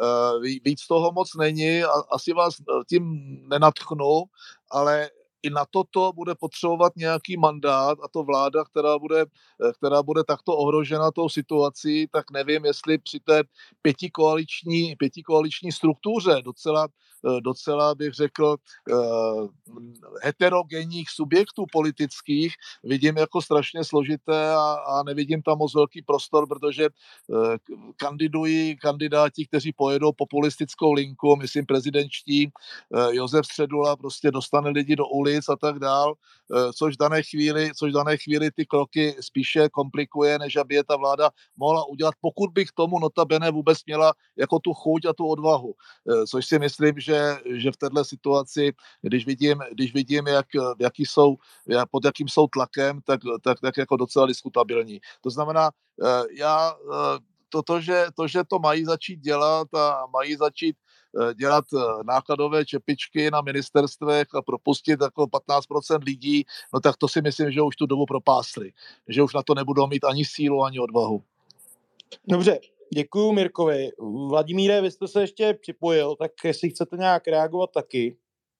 Víc toho moc není, asi vás tím nenadchnu, ale i na toto bude potřebovat nějaký mandát a to vláda, která bude, která bude takto ohrožena tou situací, tak nevím, jestli při té pětikoaliční, pětikoaliční struktuře docela, docela bych řekl heterogenních subjektů politických vidím jako strašně složité a, a nevidím tam moc velký prostor, protože kandidují kandidáti, kteří pojedou populistickou linku, myslím prezidentští, Josef Středula prostě dostane lidi do ulic a tak dál, což v dané chvíli, což v dané chvíli ty kroky spíše komplikuje, než aby je ta vláda mohla udělat, pokud bych tomu notabene vůbec měla jako tu chuť a tu odvahu. Což si myslím, že, že v této situaci, když vidím, když vidím jak, jaký jsou, jak, pod jakým jsou tlakem, tak, tak, tak jako docela diskutabilní. To znamená, já to, to, že, to, že to mají začít dělat a mají začít dělat nákladové čepičky na ministerstvech a propustit jako patnáct procent lidí, no tak to si myslím, že už tu dobu propásli. Že už na to nebudou mít ani sílu, ani odvahu. Dobře, Děkuju Mirkovi. Vladimíre, vy jste se ještě připojil, tak jestli chcete nějak reagovat taky.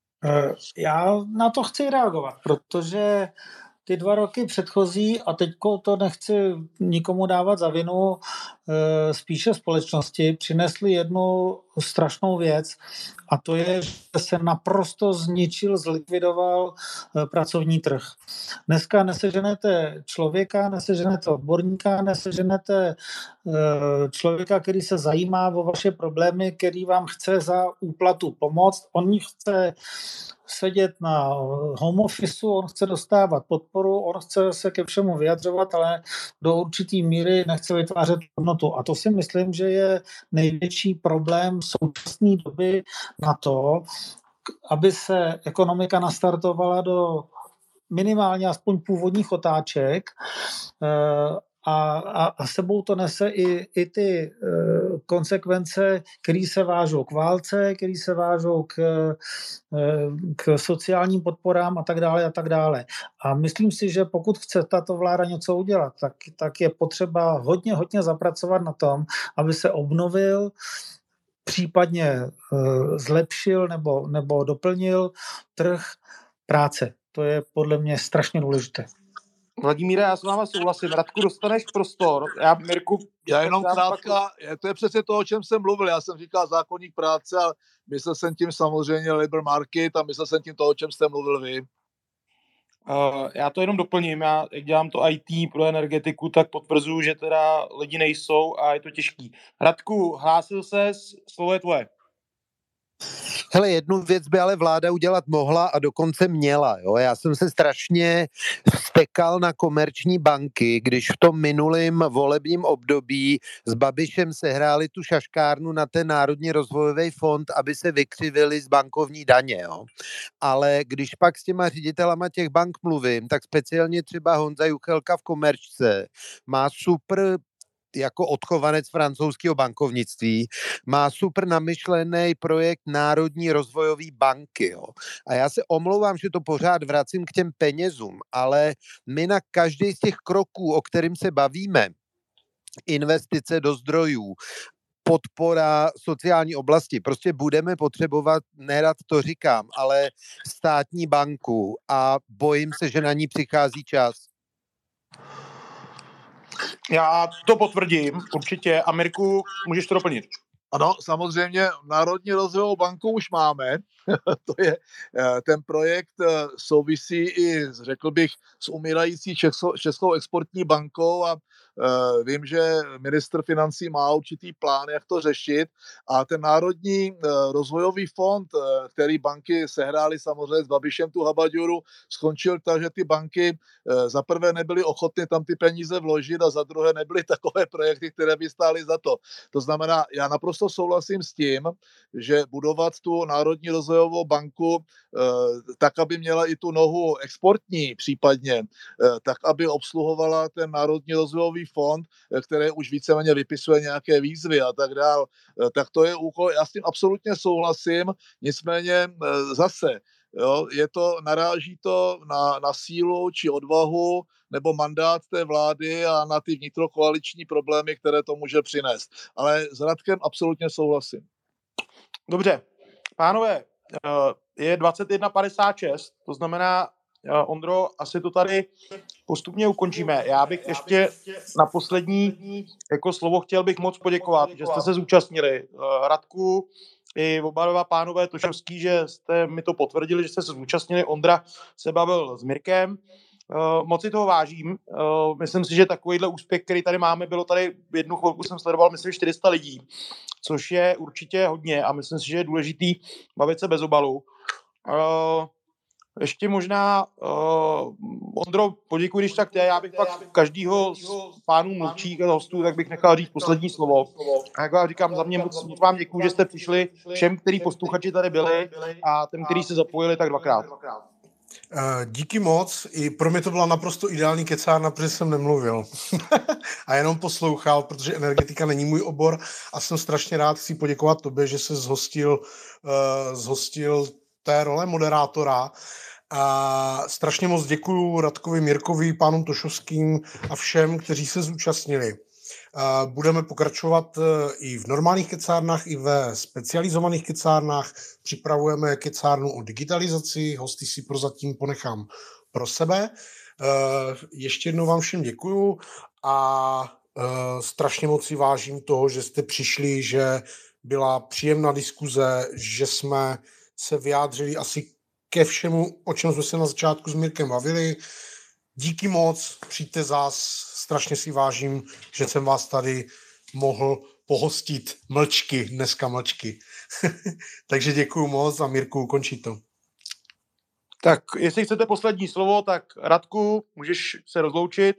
Já na to chci reagovat, protože ty dva roky předchozí, a teďko to nechci nikomu dávat za vinu, spíše společnosti, přinesly jednu strašnou věc, a to je, že se naprosto zničil, zlikvidoval pracovní trh. Dneska neseženete člověka, neseženete odborníka, neseženete člověka, který se zajímá o vaše problémy, který vám chce za úplatu pomoct. On chce sedět na home officeu, on chce dostávat podporu, on chce se ke všemu vyjadřovat, ale do určitý míry nechce vytvářet hodnotu. A to si myslím, že je největší problém současné doby na to, aby se ekonomika nastartovala do minimálně aspoň původních otáček, a, a, a sebou to nese i, i ty e, konsekvence, které se vážou k válce, které se vážou k, e, k sociálním podporám a tak dále a tak dále. A myslím si, že pokud chce tato vláda něco udělat, tak, tak je potřeba hodně, hodně zapracovat na tom, aby se obnovil, případně e, zlepšil nebo, nebo doplnil trh práce. To je podle mě strašně důležité. Vladimíre, já s váma souhlasím. Radku, dostaneš prostor. Já, Mirku, já jenom krátka, to je přesně to, o čem jsem mluvil. Já jsem říkal zákonník práce a myslel jsem tím samozřejmě labor market a myslel jsem tím to, o čem jste mluvil vy. Uh, já to jenom doplním. Já, jak dělám to í té pro energetiku, tak potvrzuju, že teda lidi nejsou a je to těžký. Radku, hlásil ses, slovo je tvoje. Hele, jednu věc by ale vláda udělat mohla a dokonce měla. Jo? Já jsem se strašně vztekal na komerční banky, když v tom minulém volebním období s Babišem sehráli tu šaškárnu na ten Národní rozvojový fond, aby se vykřivili z bankovní daně. Jo? Ale když pak s těma ředitelama těch bank mluvím, tak speciálně třeba Honza Juchelka v Komerčce má super jako odchovanec francouzského bankovnictví, má super namyšlený projekt Národní rozvojové banky. Jo. A já se omlouvám, že to pořád vracím k těm penězům, ale my na každý z těch kroků, o kterým se bavíme, investice do zdrojů, podpora sociální oblasti, prostě budeme potřebovat, nerad to říkám, ale státní banku a bojím se, že na ní přichází čas. Já to potvrdím, určitě. A Mirku, můžeš to doplnit? Ano, samozřejmě Národní rozvojovou banku už máme. To je ten projekt souvisí i, řekl bych, s umírající Českou, Českou exportní bankou a uh, vím, že ministr financí má určitý plán, jak to řešit a ten Národní uh, rozvojový fond, uh, který banky sehrály samozřejmě s Babišem tu habaďuru, skončil tak, že ty banky uh, za prvé nebyly ochotny tam ty peníze vložit a za druhé nebyly takové projekty, které by stály za to. To znamená, já naprosto souhlasím s tím, že budovat tu Národní rozvojovou banku tak, aby měla i tu nohu exportní případně, tak, aby obsluhovala ten Národní rozvojový fond, který už víceméně vypisuje nějaké výzvy a tak dál, tak to je úkol, já s tím absolutně souhlasím, nicméně zase, jo, je to, naráží to na, na sílu či odvahu nebo mandát té vlády a na ty vnitrokoaliční problémy, které to může přinést. Ale s Radkem absolutně souhlasím. Dobře, pánové, je dvacet jedna padesát šest, to znamená, Ondro, asi to tady postupně ukončíme. Já bych ještě na poslední jako slovo chtěl bych moc poděkovat, že jste se zúčastnili. Radku i oba dva pánové Tošovský, že jste mi to potvrdili, že jste se zúčastnili. Ondra se bavil s Mirkem. Uh, moc si toho vážím. Uh, myslím si, že takovýhle úspěch, který tady máme, bylo tady jednu chvilku jsem sledoval, myslím, čtyři sta lidí, což je určitě hodně a myslím si, že je důležitý bavit se bez obalu. Uh, ještě možná, uh, Ondro, poděkuji, když tak tě, já bych pak každýho z pánů mluvčích a hostů, tak bych nechal říct poslední slovo. A jak vám říkám, za mě moc, moc vám děkuji, že jste přišli, všem, který posluchači tady byli a těm, který se zapojili, tak dvakrát. Díky moc, i pro mě to byla naprosto ideální kecárna, protože jsem nemluvil a jenom poslouchal, protože energetika není můj obor a jsem strašně rád, chci poděkovat tobě, že se zhostil, uh, zhostil té role moderátora a strašně moc děkuju Radkovi, Mirkovi, pánům Tošovským a všem, kteří se zúčastnili. Budeme pokračovat i v normálních kecárnách, i ve specializovaných kecárnách. Připravujeme kecárnu o digitalizaci, hosty si prozatím ponechám pro sebe. Ještě jednou vám všem děkuju a strašně moc si vážím toho, že jste přišli, že byla příjemná diskuze, že jsme se vyjádřili asi ke všemu, o čem jsme se na začátku s Mirkem bavili. Díky moc, přijďte zás, strašně si vážím, že jsem vás tady mohl pohostit mlčky, dneska mlčky. Takže děkuju moc a Mirku, končí to. Tak, jestli chcete poslední slovo, tak Radku, můžeš se rozloučit.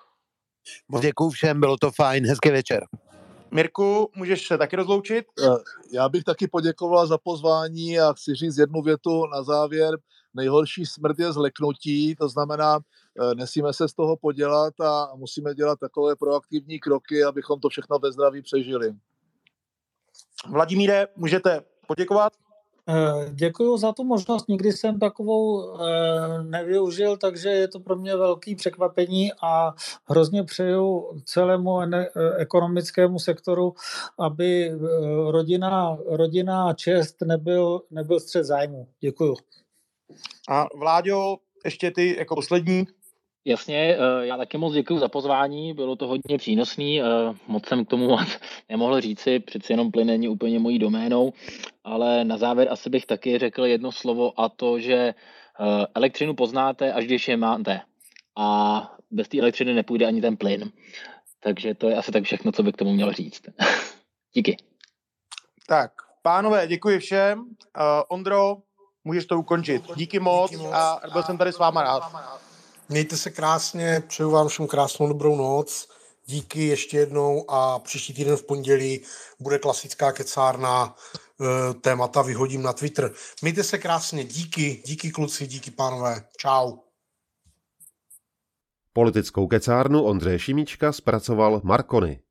Děkuju všem, bylo to fajn, hezký večer. Mirku, můžeš se taky rozloučit? Já bych taky poděkoval za pozvání a chci říct jednu větu na závěr. Nejhorší smrt je zleknutí, to znamená, nesmíme se z toho podělat a musíme dělat takové proaktivní kroky, abychom to všechno ve zdraví přežili. Vladimíre, můžete poděkovat? Děkuji za tu možnost, nikdy jsem takovou nevyužil, takže je to pro mě velký překvapení a hrozně přeju celému ekonomickému sektoru, aby rodina, rodina a čest nebyl, nebyl střet zájmu. Děkuji. A Vláďo, ještě ty jako poslední. Jasně, já taky moc děkuji za pozvání, bylo to hodně přínosný, moc jsem k tomu moc nemohl říci, přeci jenom plyn není úplně mojí doménou, ale na závěr asi bych taky řekl jedno slovo a to, že elektřinu poznáte, až když je máte a bez té elektřiny nepůjde ani ten plyn. Takže to je asi tak všechno, co bych k tomu měl říct. Díky. Tak, pánové, děkuji všem. Uh, Ondro, můžeš to ukončit. Díky moc, Díky moc a byl jsem tady s váma rád. Mějte se krásně, přeju vám všem krásnou dobrou noc. Díky ještě jednou a příští týden v pondělí bude klasická kecárna, témata vyhodím na Twitter. Mějte se krásně, díky, díky kluci, díky pánové. Čau. Politickou kecárnu Ondřeje Šimíčka zpracoval Marconi.